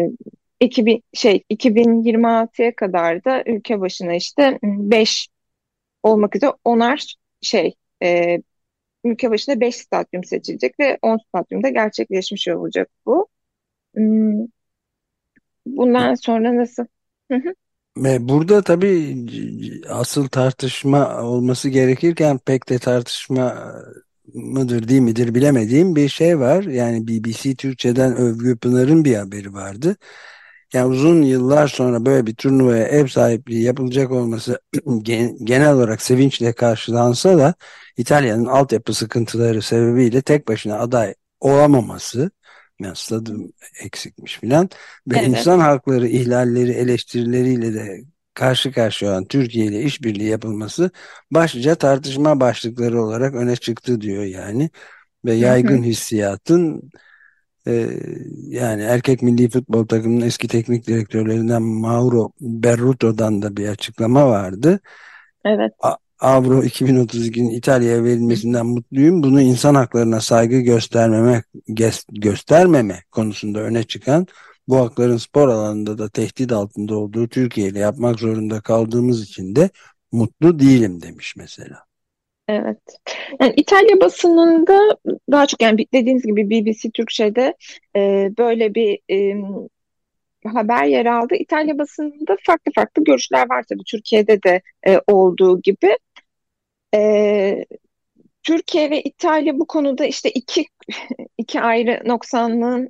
2026'ya kadar da ülke başına işte 5 olmak üzere e, ülke başına 5 stadyum seçilecek ve 10 stadyumda gerçekleşmiş olacak bu. Hmm, Bundan sonra nasıl? Hı hı. Ve burada tabii asıl tartışma olması gerekirken pek de tartışma mıdır değil midir bilemediğim bir şey var. Yani BBC Türkçe'den Övgü Pınar'ın bir haberi vardı. Yani uzun yıllar sonra böyle bir turnuvaya ev sahipliği yapılacak olması genel olarak sevinçle karşılansa da İtalya'nın altyapı sıkıntıları sebebiyle tek başına aday olamaması, yani stadyum eksikmiş filan ve Evet. insan hakları ihlalleri eleştirileriyle de karşı karşıya olan Türkiye ile işbirliği yapılması başlıca tartışma başlıkları olarak öne çıktı diyor yani. Ve Hı hı. yaygın hissiyatın ee, yani erkek milli futbol takımının eski teknik direktörlerinden Mauro Berruto'dan da bir açıklama vardı. Evet. Avro 2032'nin İtalya'ya verilmesinden mutluyum. Bunu insan haklarına saygı göstermeme konusunda öne çıkan, bu hakların spor alanında da tehdit altında olduğu Türkiye ile yapmak zorunda kaldığımız için de mutlu değilim demiş mesela. Evet. Yani İtalya basınında daha çok yani dediğiniz gibi BBC Türkçe'de böyle bir haber yer aldı. İtalya basınında farklı farklı görüşler var tabii Türkiye'de de olduğu gibi. E, Türkiye ve İtalya bu konuda işte iki ayrı noksanlığın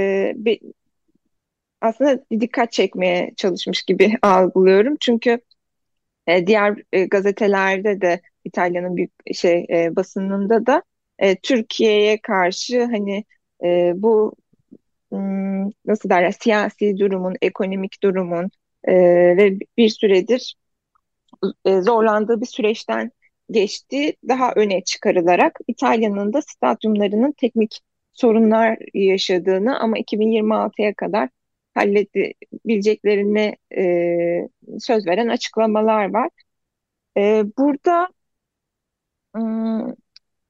aslında dikkat çekmeye çalışmış gibi algılıyorum. Çünkü diğer gazetelerde de İtalya'nın büyük basınında da Türkiye'ye karşı hani bu nasıl derler siyasi durumun, ekonomik durumun ve bir süredir zorlandığı bir süreçten geçtiği daha öne çıkarılarak İtalya'nın da stadyumlarının teknik sorunlar yaşadığını ama 2026'ya kadar halledebileceklerine söz veren açıklamalar var. Burada ım,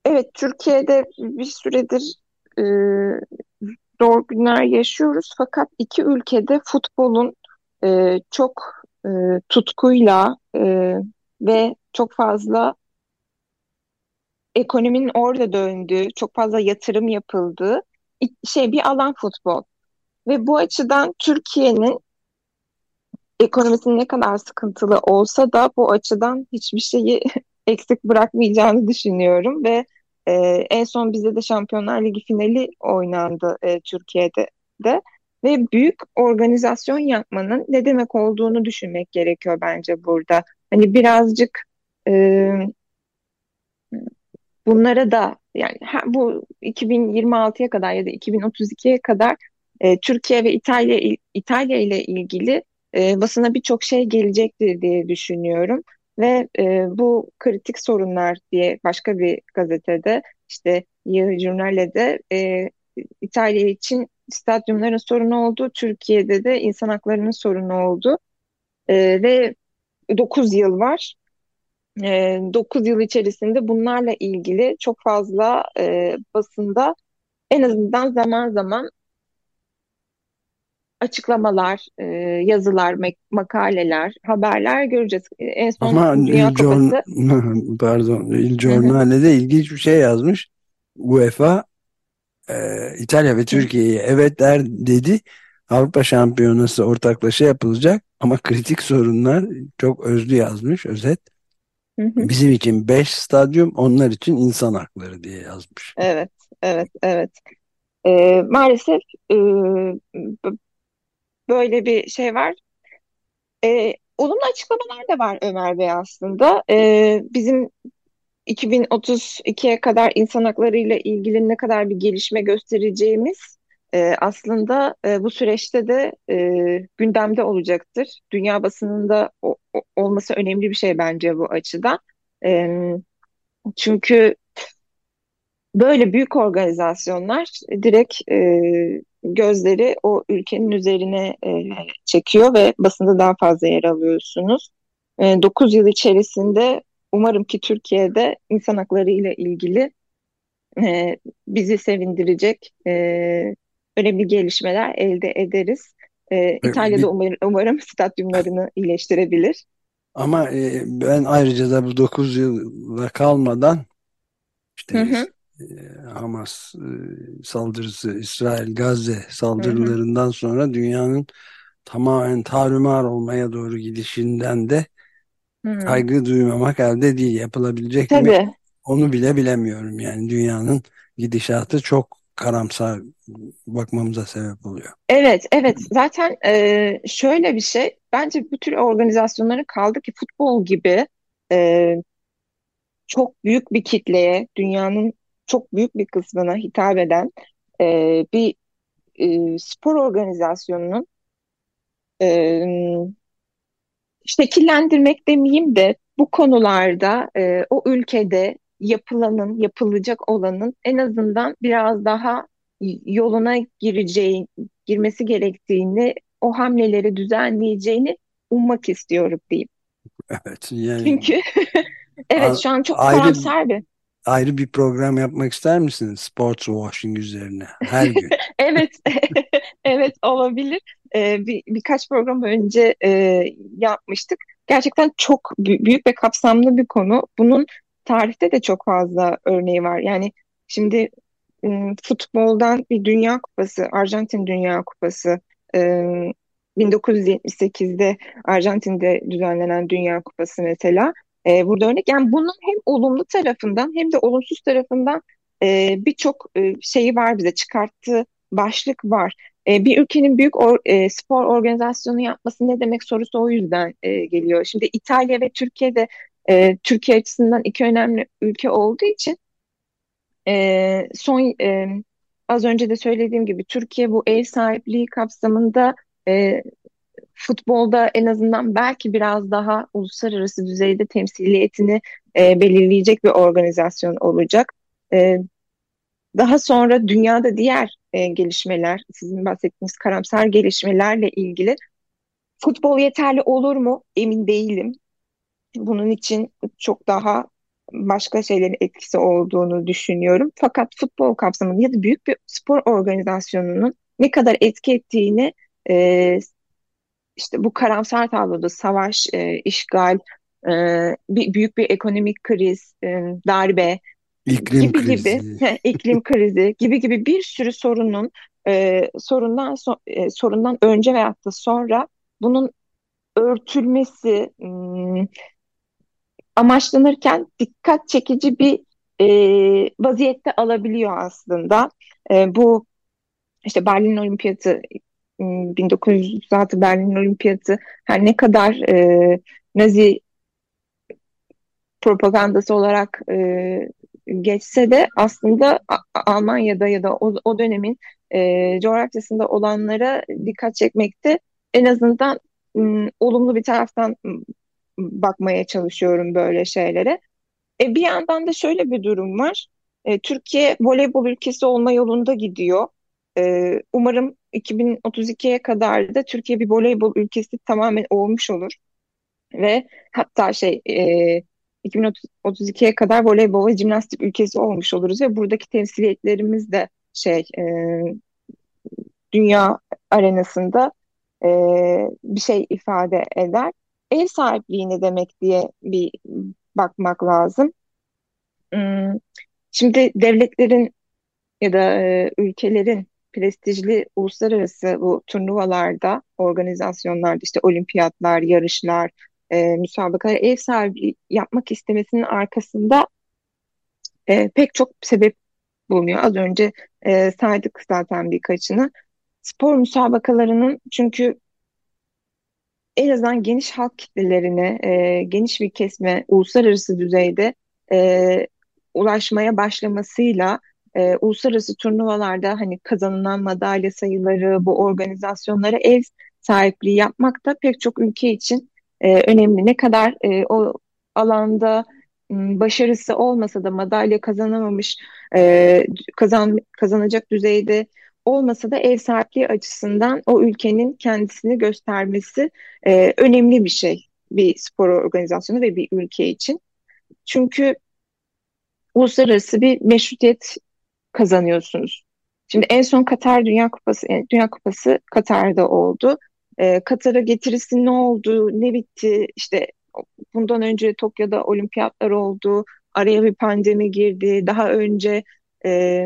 Evet, Türkiye'de bir süredir e, zor günler yaşıyoruz. Fakat iki ülkede futbolun çok tutkuyla ve çok fazla ekonominin orada döndüğü, çok fazla yatırım yapıldığı bir alan futbol. Ve bu açıdan Türkiye'nin ekonomisinin ne kadar sıkıntılı olsa da bu açıdan hiçbir şeyi eksik bırakmayacağını düşünüyorum ve e, en son bizde de Şampiyonlar Ligi finali oynandı Türkiye'de de ve büyük organizasyon yapmanın ne demek olduğunu düşünmek gerekiyor bence burada. Hani birazcık e, bunlara da yani bu 2026'ya kadar ya da 2032'ye kadar Türkiye ve İtalya ile ilgili basına birçok şey gelecektir diye düşünüyorum ve bu kritik sorunlar diye başka bir gazetede işte Il Giornale'de İtalya için stadyumların sorunu oldu, Türkiye'de de insan haklarının sorunu oldu ve 9 yıl var. 9 yıl içerisinde bunlarla ilgili çok fazla basında en azından zaman zaman açıklamalar, yazılar, makaleler, haberler göreceğiz. En son Ama Dünya Kupası. pardon, Il Hı hı, Giornale'de ilginç bir şey yazmış. UEFA İtalya ve hı hı, Türkiye'ye evet der dedi. Avrupa Şampiyonası ortaklaşa yapılacak ama kritik sorunlar, çok özlü yazmış, özet. hı hı. Bizim için 5 stadyum, onlar için insan hakları diye yazmış. Evet, evet, evet. Maalesef b- böyle bir şey var. Olumlu açıklamalar da var Ömer Bey aslında. Bizim 2032'ye kadar insan hakları ile ilgili ne kadar bir gelişme göstereceğimiz aslında bu süreçte de gündemde olacaktır. Dünya basınında olması önemli bir şey bence bu açıdan. E, Çünkü böyle büyük organizasyonlar direkt gözleri o ülkenin üzerine çekiyor ve basında daha fazla yer alıyorsunuz. 9 yıl içerisinde umarım ki Türkiye'de insan hakları ile ilgili bizi sevindirecek önemli gelişmeler elde ederiz. İtalya'da Bir, umarım stadyumlarını iyileştirebilir. ama ben ayrıca da bu 9 yıla kalmadan Hı işte hı, e, Hamas saldırısı, İsrail Gazze hı hı, saldırılarından sonra dünyanın tamamen tarumar olmaya doğru gidişinden de hı. kaygı duymamak elde değil. Yapılabilecek mi? Tabii. Onu bile bilemiyorum. Yani dünyanın gidişatı çok karamsar bakmamıza sebep oluyor. Evet, evet. Zaten şöyle bir şey. Bence bu tür organizasyonların kaldı ki futbol gibi e, çok büyük bir kitleye, dünyanın çok büyük bir kısmına hitap eden bir spor organizasyonunun e, şekillendirmek demeyeyim de bu konularda o ülkede yapılacak olanın en azından biraz daha yoluna girmesi gerektiğini, o hamleleri düzenleyeceğini ummak istiyorum diyeyim. Evet. Yani Çünkü evet a- şu an çok ayrı karamsar bir. ayrı bir program yapmak ister misiniz? Sports washing üzerine her gün. Evet, evet olabilir. Birkaç program önce yapmıştık. Gerçekten çok büyük ve kapsamlı bir konu. Bunun tarihte de çok fazla örneği var. Yani şimdi futboldan bir Dünya Kupası, Arjantin Dünya Kupası, e, 1978'de Arjantin'de düzenlenen Dünya Kupası mesela. Burada örnek. Yani bunun hem olumlu tarafından hem de olumsuz tarafından birçok şeyi var bize çıkarttığı başlık var. Bir ülkenin büyük spor organizasyonu yapması ne demek sorusu o yüzden geliyor. Şimdi İtalya ve Türkiye'de Türkiye açısından iki önemli ülke olduğu için son az önce de söylediğim gibi Türkiye bu ev sahipliği kapsamında e, futbolda en azından belki biraz daha uluslararası düzeyde temsiliyetini belirleyecek bir organizasyon olacak. E, Daha sonra dünyada diğer gelişmeler, sizin bahsettiğiniz karamsar gelişmelerle ilgili futbol yeterli olur mu? Emin değilim. Bunun için çok daha başka şeylerin etkisi olduğunu düşünüyorum. Fakat futbol kapsamında ya da büyük bir spor organizasyonunun ne kadar etki ettiğini işte bu karamsar tabloda savaş, işgal, e, büyük bir ekonomik kriz, darbe İklim gibi gibi krizi. iklim krizi gibi bir sürü sorundan önce veyahut da sonra bunun örtülmesi amaçlanırken dikkat çekici bir vaziyette alabiliyor aslında. Bu işte Berlin Olimpiyatı 1936 Berlin Olimpiyatı her ne kadar Nazi propagandası olarak geçse de aslında Almanya'da ya da o dönemin coğrafyasında olanlara dikkat çekmekte en azından olumlu bir taraftan bakmaya çalışıyorum böyle şeylere. Bir yandan da şöyle bir durum var. Türkiye voleybol ülkesi olma yolunda gidiyor. Umarım 2032'ye kadar da Türkiye bir voleybol ülkesi tamamen olmuş olur. Ve hatta 2032'ye kadar voleybol ve jimnastik ülkesi olmuş oluruz ve buradaki temsiliyetlerimiz de dünya arenasında e, bir şey ifade eder. Ev sahipliği ne demek diye bir bakmak lazım. Hmm, Şimdi devletlerin ya da ülkelerin prestijli uluslararası bu turnuvalarda, organizasyonlarda işte olimpiyatlar, yarışlar, müsabakalar ev sahibi yapmak istemesinin arkasında pek çok sebep bulunuyor. Az önce saydık zaten birkaçını. Spor müsabakalarının çünkü en azından geniş halk kitlelerine, geniş bir kesme uluslararası düzeyde e, ulaşmaya başlamasıyla uluslararası turnuvalarda hani kazanılan madalya sayıları, bu organizasyonlara ev sahipliği yapmak da pek çok ülke için önemli. Ne kadar o alanda başarısı olmasa da madalya kazanamamış, kazanacak düzeyde olmasa da ev sahipliği açısından o ülkenin kendisini göstermesi önemli bir şey bir spor organizasyonu ve bir ülke için. Çünkü uluslararası bir meşrutiyet kazanıyorsunuz. Şimdi en son Katar Dünya Kupası Katar'da oldu. Katar'a getirisi ne oldu, ne bitti? İşte bundan önce Tokyo'da olimpiyatlar oldu. Araya bir pandemi girdi. Daha önce e,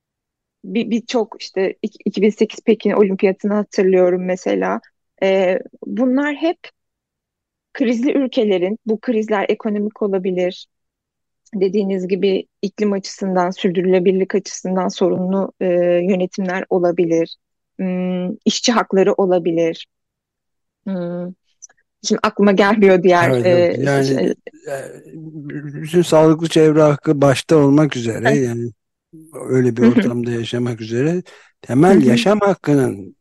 birçok işte 2008 Pekin Olimpiyatını hatırlıyorum mesela. Bunlar hep krizli ülkelerin, bu krizler ekonomik olabilir, dediğiniz gibi iklim açısından, sürdürülebilirlik açısından sorunlu yönetimler olabilir, işçi hakları olabilir. Hmm, Şimdi aklıma gelmiyor diğer Evet, evet. Yani bütün sağlıklı çevre hakkı başta olmak üzere, yani öyle bir Hı hı, ortamda yaşamak üzere hı temel hı. yaşam hakkının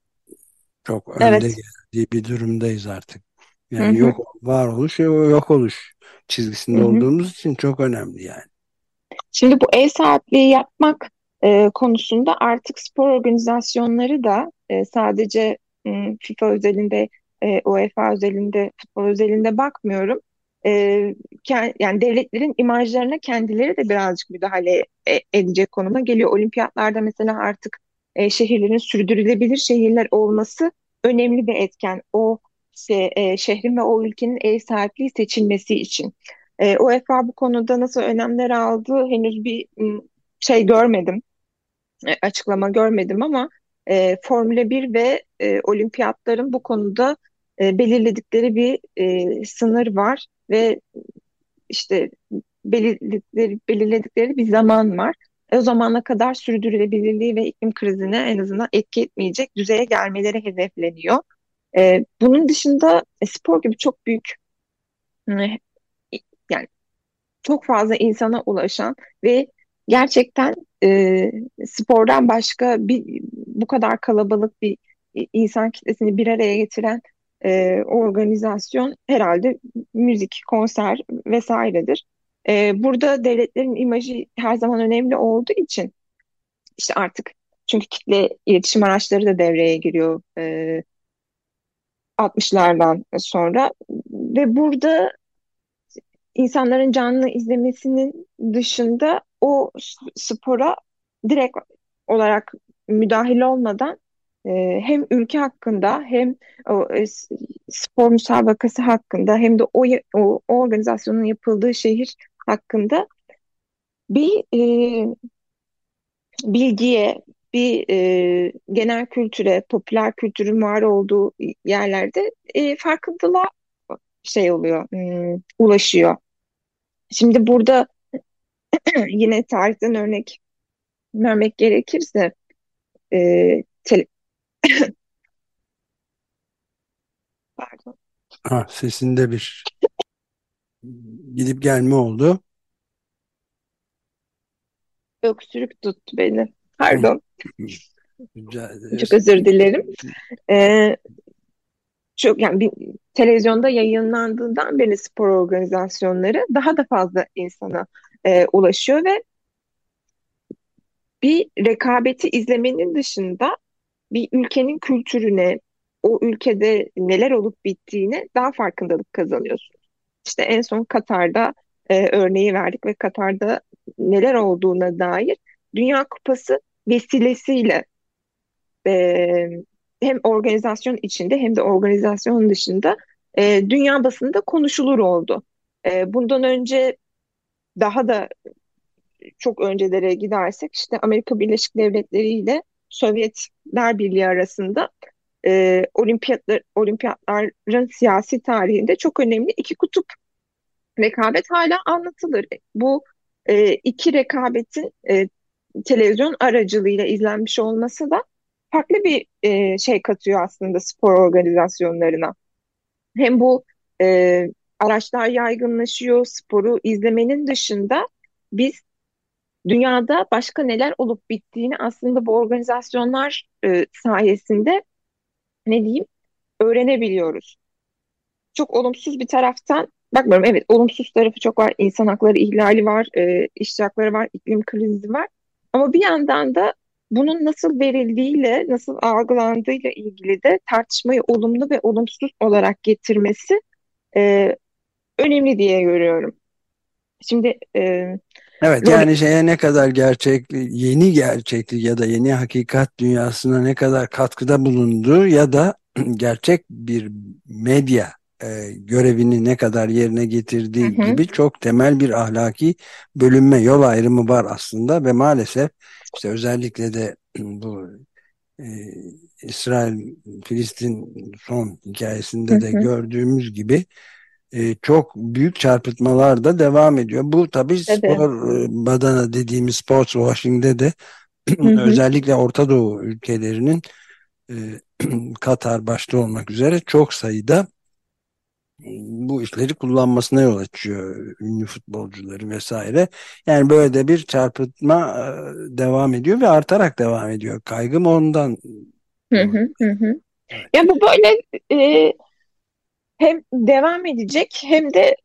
çok önde Evet. geldiği bir durumdayız artık. Hı Yani hı, varoluş ve yok oluş hı çizgisinde hı. olduğumuz için çok önemli yani. Şimdi bu ev sahipliği yapmak konusunda artık spor organizasyonları da sadece FIFA özelinde, UEFA özelinde, futbol özelinde bakmıyorum. E, Yani devletlerin imajlarına kendileri de birazcık müdahale edecek konuma geliyor. Olimpiyatlarda mesela artık şehirlerin sürdürülebilir şehirler olması önemli bir etken. O şehrin ve o ülkenin ev sahipliği seçilmesi için. UEFA bu konuda nasıl önlemler aldı henüz bir şey görmedim, açıklama görmedim ama Formula 1 ve olimpiyatların bu konuda belirledikleri bir sınır var ve işte belirledikleri bir zaman var. O zamana kadar sürdürülebilirliği ve iklim krizine en azından etki etmeyecek düzeye gelmeleri hedefleniyor. Bunun dışında spor gibi çok büyük e, yani çok fazla insana ulaşan ve gerçekten spordan başka bu kadar kalabalık bir insan kitlesini bir araya getiren organizasyon herhalde müzik, konser vesairedir. Burada devletlerin imajı her zaman önemli olduğu için işte artık çünkü kitle iletişim araçları da devreye giriyor 60'lardan sonra ve burada insanların canlı izlemesinin dışında o spora direkt olarak müdahil olmadan hem ülke hakkında hem spor müsabakası hakkında hem de o organizasyonun yapıldığı şehir hakkında bir bilgiye, bir genel kültüre, popüler kültürün var olduğu yerlerde farkındalığa oluyor, ulaşıyor. Şimdi burada yine tarihten örnek vermek gerekirse e, tele- pardon, Sesinde bir gidip gelme oldu. öksürük tuttu beni. Pardon, Rica çok ederiz. özür dilerim. E, Çok yani televizyonda yayınlandığından beri spor organizasyonları daha da fazla insana ulaşıyor ve bir rekabeti izlemenin dışında bir ülkenin kültürüne, o ülkede neler olup bittiğine daha farkındalık kazanıyorsun. İşte en son Katar'da örneği verdik ve Katar'da neler olduğuna dair Dünya Kupası vesilesiyle e, hem organizasyon içinde hem de organizasyon dışında dünya basında konuşulur oldu. Bundan önce daha da çok öncelere gidersek işte Amerika Birleşik Devletleri ile Sovyetler Birliği arasında olimpiyatların siyasi tarihinde çok önemli iki kutup rekabet hala anlatılır. Bu iki rekabetin televizyon aracılığıyla izlenmiş olması da farklı bir şey katıyor aslında spor organizasyonlarına. Hem bu araçlar yaygınlaşıyor, sporu izlemenin dışında biz dünyada başka neler olup bittiğini aslında bu organizasyonlar sayesinde ne diyeyim öğrenebiliyoruz. Çok olumsuz bir taraftan bakmıyorum. Evet, olumsuz tarafı çok var. İnsan hakları ihlali var, işçi hakları var, iklim krizi var. Ama bir yandan da bunun nasıl verildiğiyle, nasıl algılandığıyla ilgili de tartışmayı olumlu ve olumsuz olarak getirmesi önemli diye görüyorum. Şimdi Evet, rol yani şeye ne kadar yeni gerçeklik ya da yeni hakikat dünyasına ne kadar katkıda bulunduğu ya da gerçek bir medya görevini ne kadar yerine Hı getirdiği hı, gibi çok temel bir ahlaki bölünme, yol ayrımı var aslında ve maalesef işte özellikle de bu e, İsrail-Filistin son hı hikayesinde de hı, gördüğümüz gibi çok büyük çarpıtmalar da devam ediyor. Bu tabii tabii. spor badana dediğimiz sports washing'de de Hı hı, özellikle Orta Doğu ülkelerinin e, Katar başta olmak üzere çok sayıda bu işleri kullanmasına yol açıyor, ünlü futbolcuları vesaire. Yani böyle de bir çarpıtma devam ediyor ve artarak devam ediyor. Kaygım ondan hı doğru. hı, hı hı. Evet. Ya bu böyle hem devam edecek hem de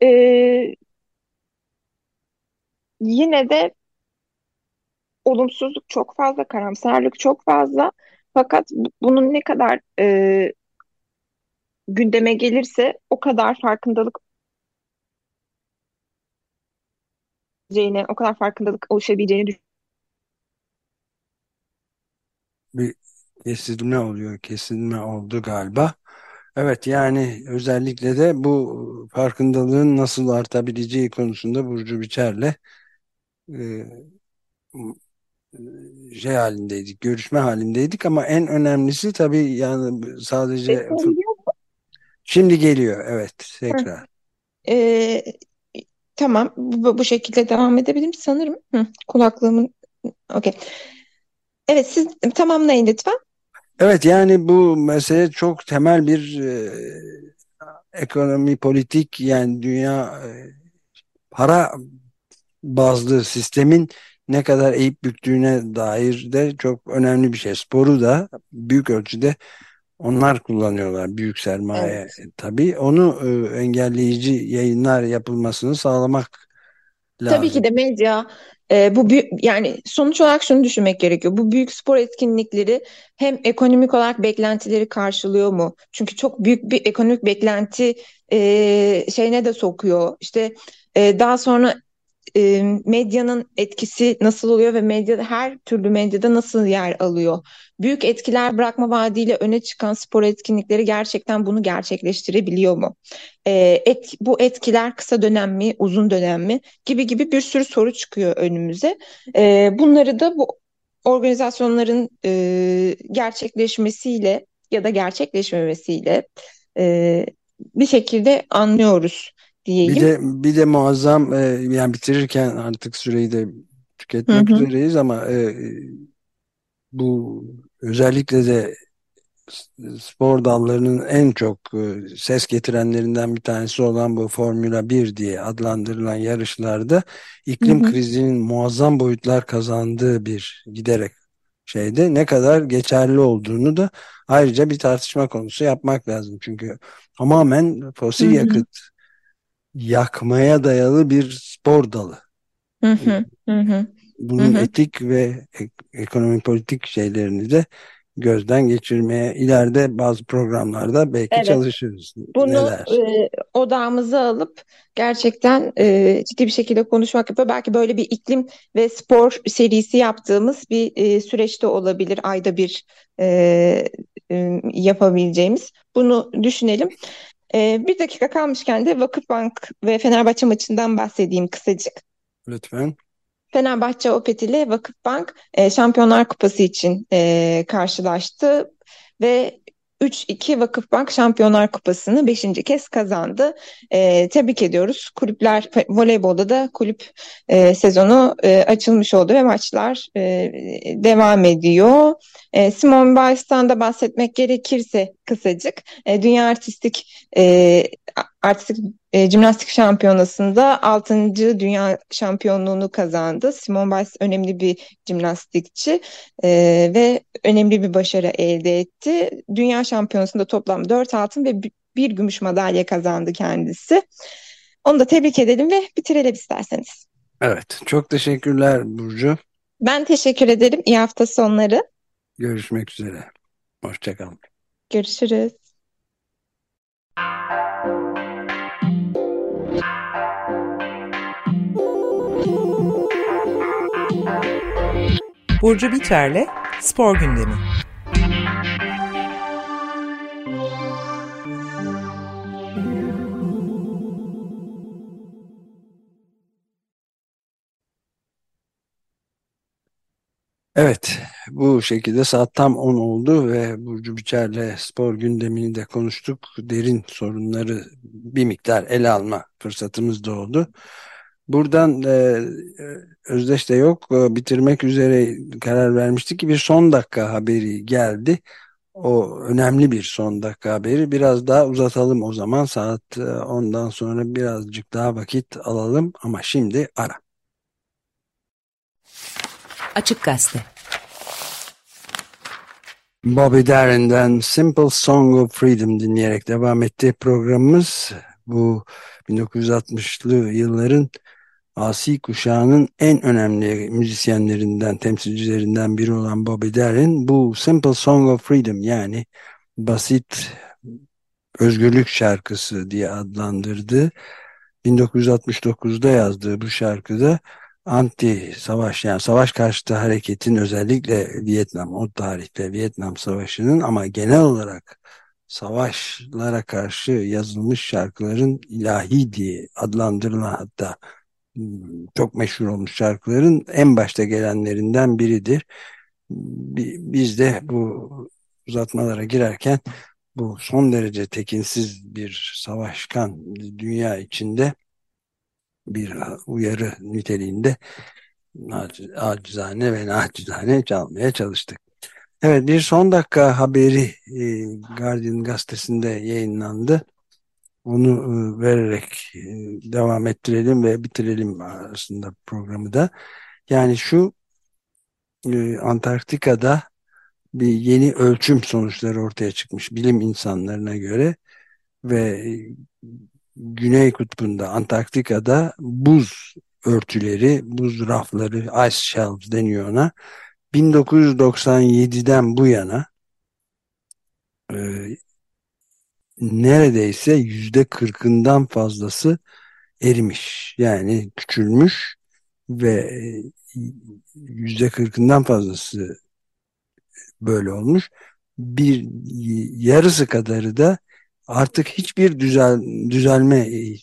yine de olumsuzluk çok fazla, karamsarlık çok fazla. Fakat bunun ne kadar gündeme gelirse o kadar farkındalık o kadar farkındalık oluşabileceğini Bir kesilme oluyor, kesilme oldu galiba. Evet, yani özellikle de bu farkındalığın nasıl artabileceği konusunda Burcu Biçer'le e, şey halindeydik, görüşme halindeydik ama en önemlisi tabii yani sadece düşünebiliyor. şimdi geliyor, evet, Hı. tekrar. E, tamam, bu şekilde devam edebilirim sanırım. Hı, kulaklığımın, okey. Evet, siz tamamlayın lütfen. Evet, yani bu mesele çok temel bir ekonomi politik, yani dünya para bazlı sistemin ne kadar eğip büktüğüne dair de çok önemli bir şey. Sporu da büyük ölçüde onlar kullanıyorlar. Büyük sermaye Evet. tabii. Onu engelleyici yayınlar yapılmasını sağlamak Tabii ki lazım. de medya yani sonuç olarak şunu düşünmek gerekiyor. Bu büyük spor etkinlikleri hem ekonomik olarak beklentileri karşılıyor mu? Çünkü çok büyük bir ekonomik beklenti şeyine de sokuyor. İşte Daha sonra medyanın etkisi nasıl oluyor ve her türlü medyada nasıl yer alıyor? Büyük etkiler bırakma vaadiyle öne çıkan spor etkinlikleri gerçekten bunu gerçekleştirebiliyor mu? Bu etkiler kısa dönem mi, uzun dönem mi gibi bir sürü soru çıkıyor önümüze. Bunları da bu organizasyonların gerçekleşmesiyle ya da gerçekleşmemesiyle e, bir şekilde anlıyoruz Bir diyeyim. de bir de muazzam, yani bitirirken artık süreyi de Hı tüketmek hı. üzereyiz ama bu özellikle de spor dallarının en çok ses getirenlerinden bir tanesi olan bu Formula 1 diye adlandırılan yarışlarda Hı iklim hı. krizinin muazzam boyutlar kazandığı bir giderek şeyde ne kadar geçerli olduğunu da ayrıca bir tartışma konusu yapmak lazım. Çünkü tamamen Hı fosil hı. yakıt yakmaya dayalı bir spor dalı. Hı hı. Hı hı. Hı Bunun hı. etik ve ekonomi politik şeylerini de gözden geçirmeye ileride bazı programlarda belki Evet. çalışırız. Ne Bunu dersin? odağımıza alıp gerçekten ciddi bir şekilde konuşmak yapıyor. Belki böyle bir iklim ve spor serisi yaptığımız bir süreçte olabilir. Ayda bir yapabileceğimiz. Bunu düşünelim. Bir dakika kalmışken de Vakıfbank ve Fenerbahçe maçından bahsedeyim kısacık. Lütfen. Fenerbahçe Opet ile Vakıfbank Şampiyonlar Kupası için karşılaştı ve 3-2 Vakıfbank Şampiyonlar Kupası'nı beşinci kez kazandı. Tebrik ediyoruz. Kulüpler voleybolda da kulüp sezonu açılmış oldu ve maçlar devam ediyor. Simone Biles'tan da bahsetmek gerekirse kısacık Dünya Artistik Jimnastik Şampiyonası'nda 6. Dünya Şampiyonluğunu kazandı. Simone Biles önemli bir jimnastikçi ve önemli bir başarı elde etti. Dünya Şampiyonası'nda toplam 4 altın ve bir gümüş madalya kazandı kendisi. Onu da tebrik edelim ve bitirelim isterseniz. Evet. Çok teşekkürler Burcu. Ben teşekkür ederim. İyi hafta sonları. Görüşmek üzere. Hoşça kal. Görüşürüz. Burcu Biterle Spor Gündemi. Evet, bu şekilde saat tam 10 oldu ve Burcu Biçer'le spor gündemini de konuştuk. Derin sorunları bir miktar ele alma fırsatımız da oldu. Buradan Özdeş de yok. Bitirmek üzere karar vermiştik ki bir son dakika haberi geldi. O önemli bir son dakika haberi. Biraz daha uzatalım o zaman. Saat 10'dan sonra birazcık daha vakit alalım ama şimdi ara. Açık Gazete. Bobby Darin'den Simple Song of Freedom dinleyerek devam etti programımız. Bu 1960'lı yılların asi kuşağının en önemli müzisyenlerinden, temsilcilerinden biri olan Bobby Darin bu Simple Song of Freedom, yani basit özgürlük şarkısı diye adlandırdı. 1969'da yazdığı bu şarkıda anti savaş, yani savaş karşıtı hareketin, özellikle Vietnam, o tarihte Vietnam Savaşı'nın ama genel olarak savaşlara karşı yazılmış şarkıların ilahi diye adlandırılan, hatta çok meşhur olmuş şarkıların en başta gelenlerinden biridir. Biz de bu uzatmalara girerken bu son derece tekinsiz bir savaşkan dünya içinde bir uyarı niteliğinde acizane ve nacizane çalmaya çalıştık. Evet, bir son dakika haberi Guardian gazetesinde yayınlandı. Onu vererek devam ettirelim ve bitirelim aslında programı da. Yani şu Antarktika'da bir yeni ölçüm sonuçları ortaya çıkmış bilim insanlarına göre ve Güney Kutbu'nda, Antarktika'da buz örtüleri, buz rafları, ice shelves deniyor ona. 1997'den bu yana e, neredeyse %40'ından fazlası erimiş. Yani küçülmüş ve %40'ından fazlası böyle olmuş. Bir yarısı kadarı da artık hiçbir düzelme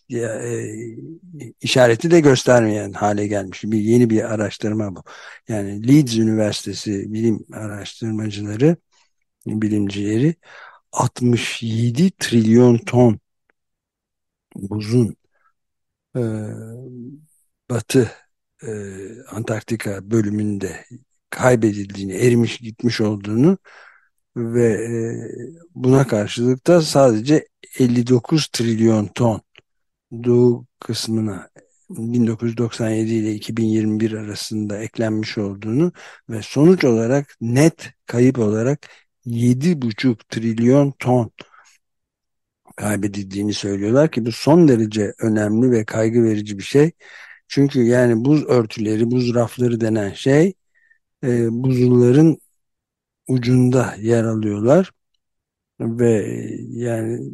işareti de göstermeyen hale gelmiş. Yeni bir araştırma bu. Yani Leeds Üniversitesi bilim araştırmacıları, bilimcileri 67 trilyon ton buzun e, batı Antarktika bölümünde kaybedildiğini, erimiş gitmiş olduğunu ve buna karşılık da sadece 59 trilyon ton doğu kısmına 1997 ile 2021 arasında eklenmiş olduğunu ve sonuç olarak net kayıp olarak 7,5 trilyon ton kaybedildiğini söylüyorlar ki bu son derece önemli ve kaygı verici bir şey. Çünkü yani buz örtüleri, buz rafları denen şey buzulların ucunda yer alıyorlar ve yani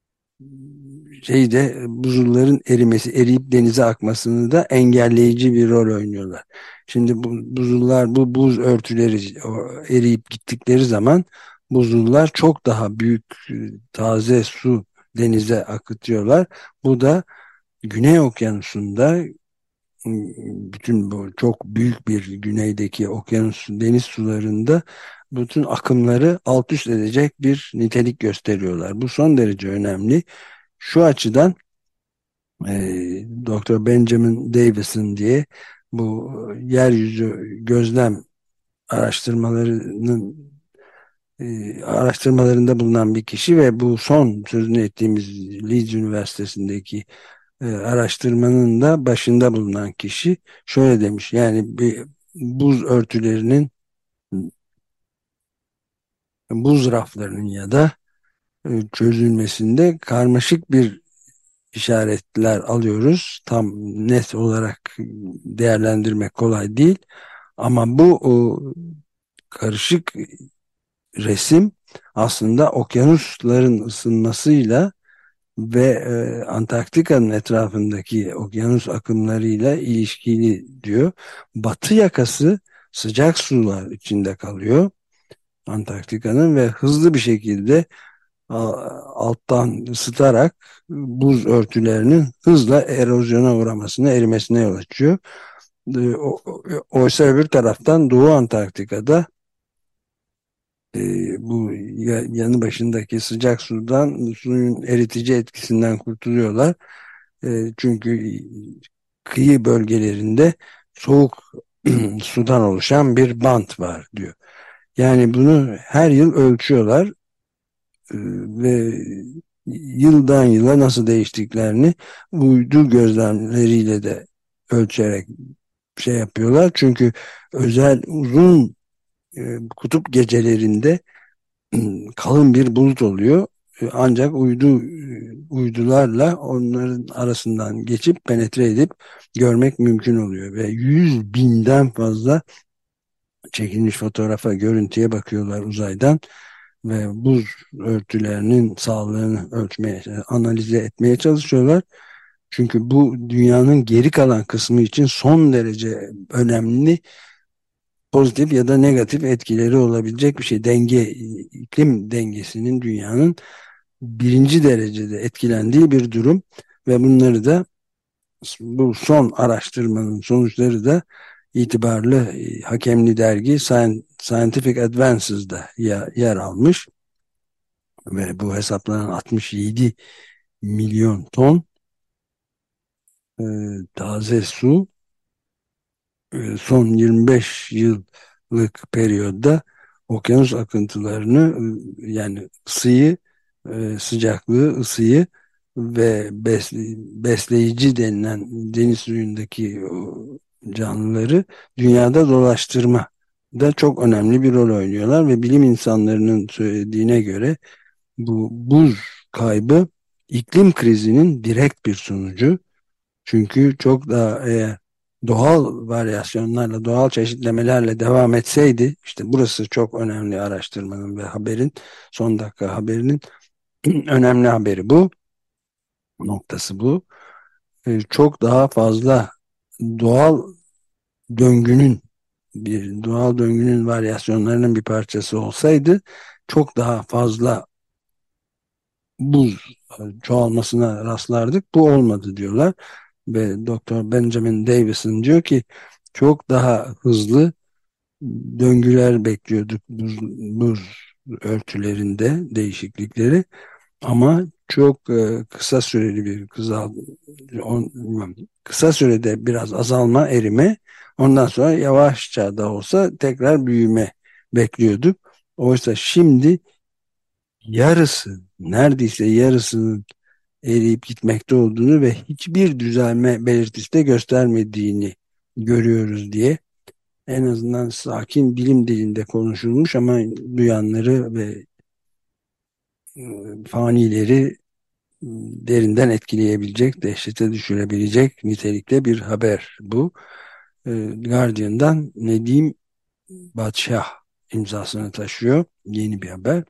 buzulların erimesi, eriyip denize akmasını da engelleyici bir rol oynuyorlar. Şimdi bu buz örtüleri eriyip gittikleri zaman buzullar çok daha büyük taze su denize akıtıyorlar. Bu da Güney Okyanusu'nda bütün bu çok büyük bir güneydeki okyanus deniz sularında bütün akımları alt üst edecek bir nitelik gösteriyorlar. Bu son derece önemli. Şu açıdan Dr. Benjamin Davison diye bu yeryüzü gözlem araştırmalarının araştırmalarında bulunan bir kişi ve bu son sözünü ettiğimiz Leeds Üniversitesi'ndeki araştırmanın da başında bulunan kişi şöyle demiş. Yani bir buz örtülerinin, buz raflarının ya da çözülmesinde karmaşık bir işaretler alıyoruz. Tam net olarak değerlendirmek kolay değil. Ama bu karışık resim aslında okyanusların ısınmasıyla ve Antarktika'nın etrafındaki okyanus akımlarıyla ilişkili diyor. Batı yakası sıcak sular içinde kalıyor Antarktika'nın ve hızlı bir şekilde alttan ısıtarak buz örtülerinin hızla erozyona uğramasına, erimesine yol açıyor. Oysa öbür taraftan Doğu Antarktika'da bu yanı başındaki sıcak suyun eritici etkisinden kurtuluyorlar. Çünkü kıyı bölgelerinde soğuk sudan oluşan bir bant var diyor. Yani bunu her yıl ölçüyorlar ve yıldan yıla nasıl değiştiklerini uydu gözlemleriyle de ölçerek şey yapıyorlar. Çünkü özel uzun kutup gecelerinde kalın bir bulut oluyor. Ancak uydularla onların arasından geçip penetre edip görmek mümkün oluyor ve 100 binden fazla çekilmiş fotoğrafa, görüntüye bakıyorlar uzaydan ve buz örtülerinin sağlığını ölçmeye, analize etmeye çalışıyorlar. Çünkü bu dünyanın geri kalan kısmı için son derece önemli pozitif ya da negatif etkileri olabilecek bir şey. İklim dengesinin dünyanın birinci derecede etkilendiği bir durum ve bunları da bu son araştırmanın sonuçları da itibarlı hakemli dergi Scientific Advances'da yer almış ve bu hesaplanan 67 milyon ton taze su son 25 yıllık periyotta okyanus akıntılarını yani sıcaklığı, ısıyı ve besleyici denilen deniz suyundaki canlıları dünyada dolaştırma da çok önemli bir rol oynuyorlar ve bilim insanlarının söylediğine göre bu buz kaybı iklim krizinin direkt bir sonucu. Çünkü çok daha doğal varyasyonlarla, doğal çeşitlemelerle devam etseydi, işte burası çok önemli araştırmanın ve haberin, son dakika haberinin önemli haberi bu, noktası bu. çok daha fazla doğal döngünün doğal döngünün varyasyonlarının bir parçası olsaydı çok daha fazla buz çoğalmasına rastlardık. Bu olmadı diyorlar. Ve Doktor Benjamin Davison diyor ki çok daha hızlı döngüler bekliyorduk buz örtülerinde değişiklikleri ama çok kısa süreli bir kısa sürede biraz azalma, erime, ondan sonra yavaşça da olsa tekrar büyüme bekliyorduk. Oysa şimdi neredeyse yarısının eriyip gitmekte olduğunu ve hiçbir düzelme belirtisi de göstermediğini görüyoruz diye en azından sakin bilim dilinde konuşulmuş ama duyanları ve fanileri derinden etkileyebilecek, dehşete düşürebilecek nitelikte bir haber bu. Guardian'dan Nedim Batşah imzasını taşıyor. Yeni bir haber.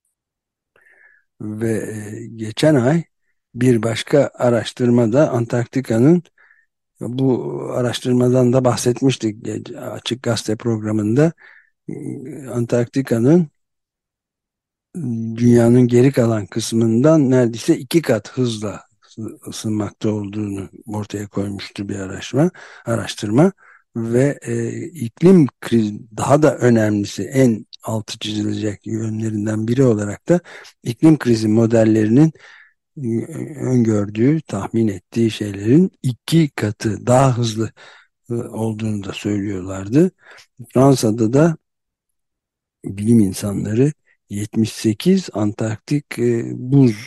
Ve geçen ay bir başka araştırmada Antarktika'nın, bu araştırmadan da bahsetmiştik Açık Gazete programında, Antarktika'nın dünyanın geri kalan kısmından neredeyse 2 kat hızla ısınmakta olduğunu ortaya koymuştu bir araştırma ve iklim krizi, daha da önemlisi, en altı çizilecek yönlerinden biri olarak da iklim krizi modellerinin öngördüğü, tahmin ettiği şeylerin 2 katı daha hızlı olduğunu da söylüyorlardı. Fransa'da da bilim insanları 78 Antarktik buz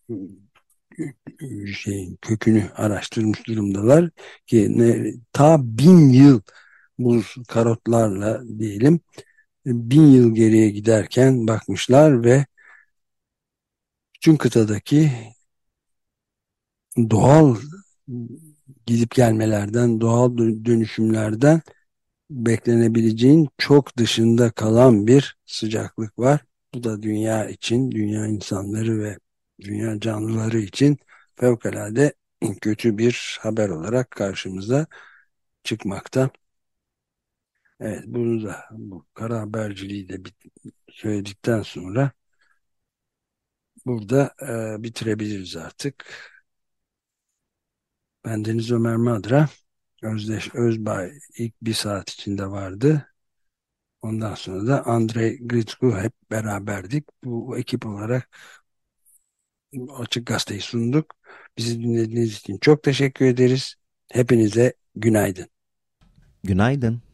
kökünü araştırmış durumdalar ki ta 1000 yıl buz karotlarla diyelim 1000 yıl geriye giderken bakmışlar ve bütün kıtadaki doğal gidip gelmelerden, doğal dönüşümlerden beklenebileceğin çok dışında kalan bir sıcaklık var. Bu da dünya için, dünya insanları ve dünya canlıları için fevkalade kötü bir haber olarak karşımıza çıkmakta. Evet, bunu da, bu kara haberciliği de söyledikten sonra burada bitirebiliriz artık. Ben Deniz Ömer Madra, Özdeş Özbay ilk 1 saat içinde vardı. Ondan sonra da Andrei Gritsku hep beraberdik. Bu ekip olarak Açık Gazete'yi sunduk. Bizi dinlediğiniz için çok teşekkür ederiz. Hepinize günaydın. Günaydın.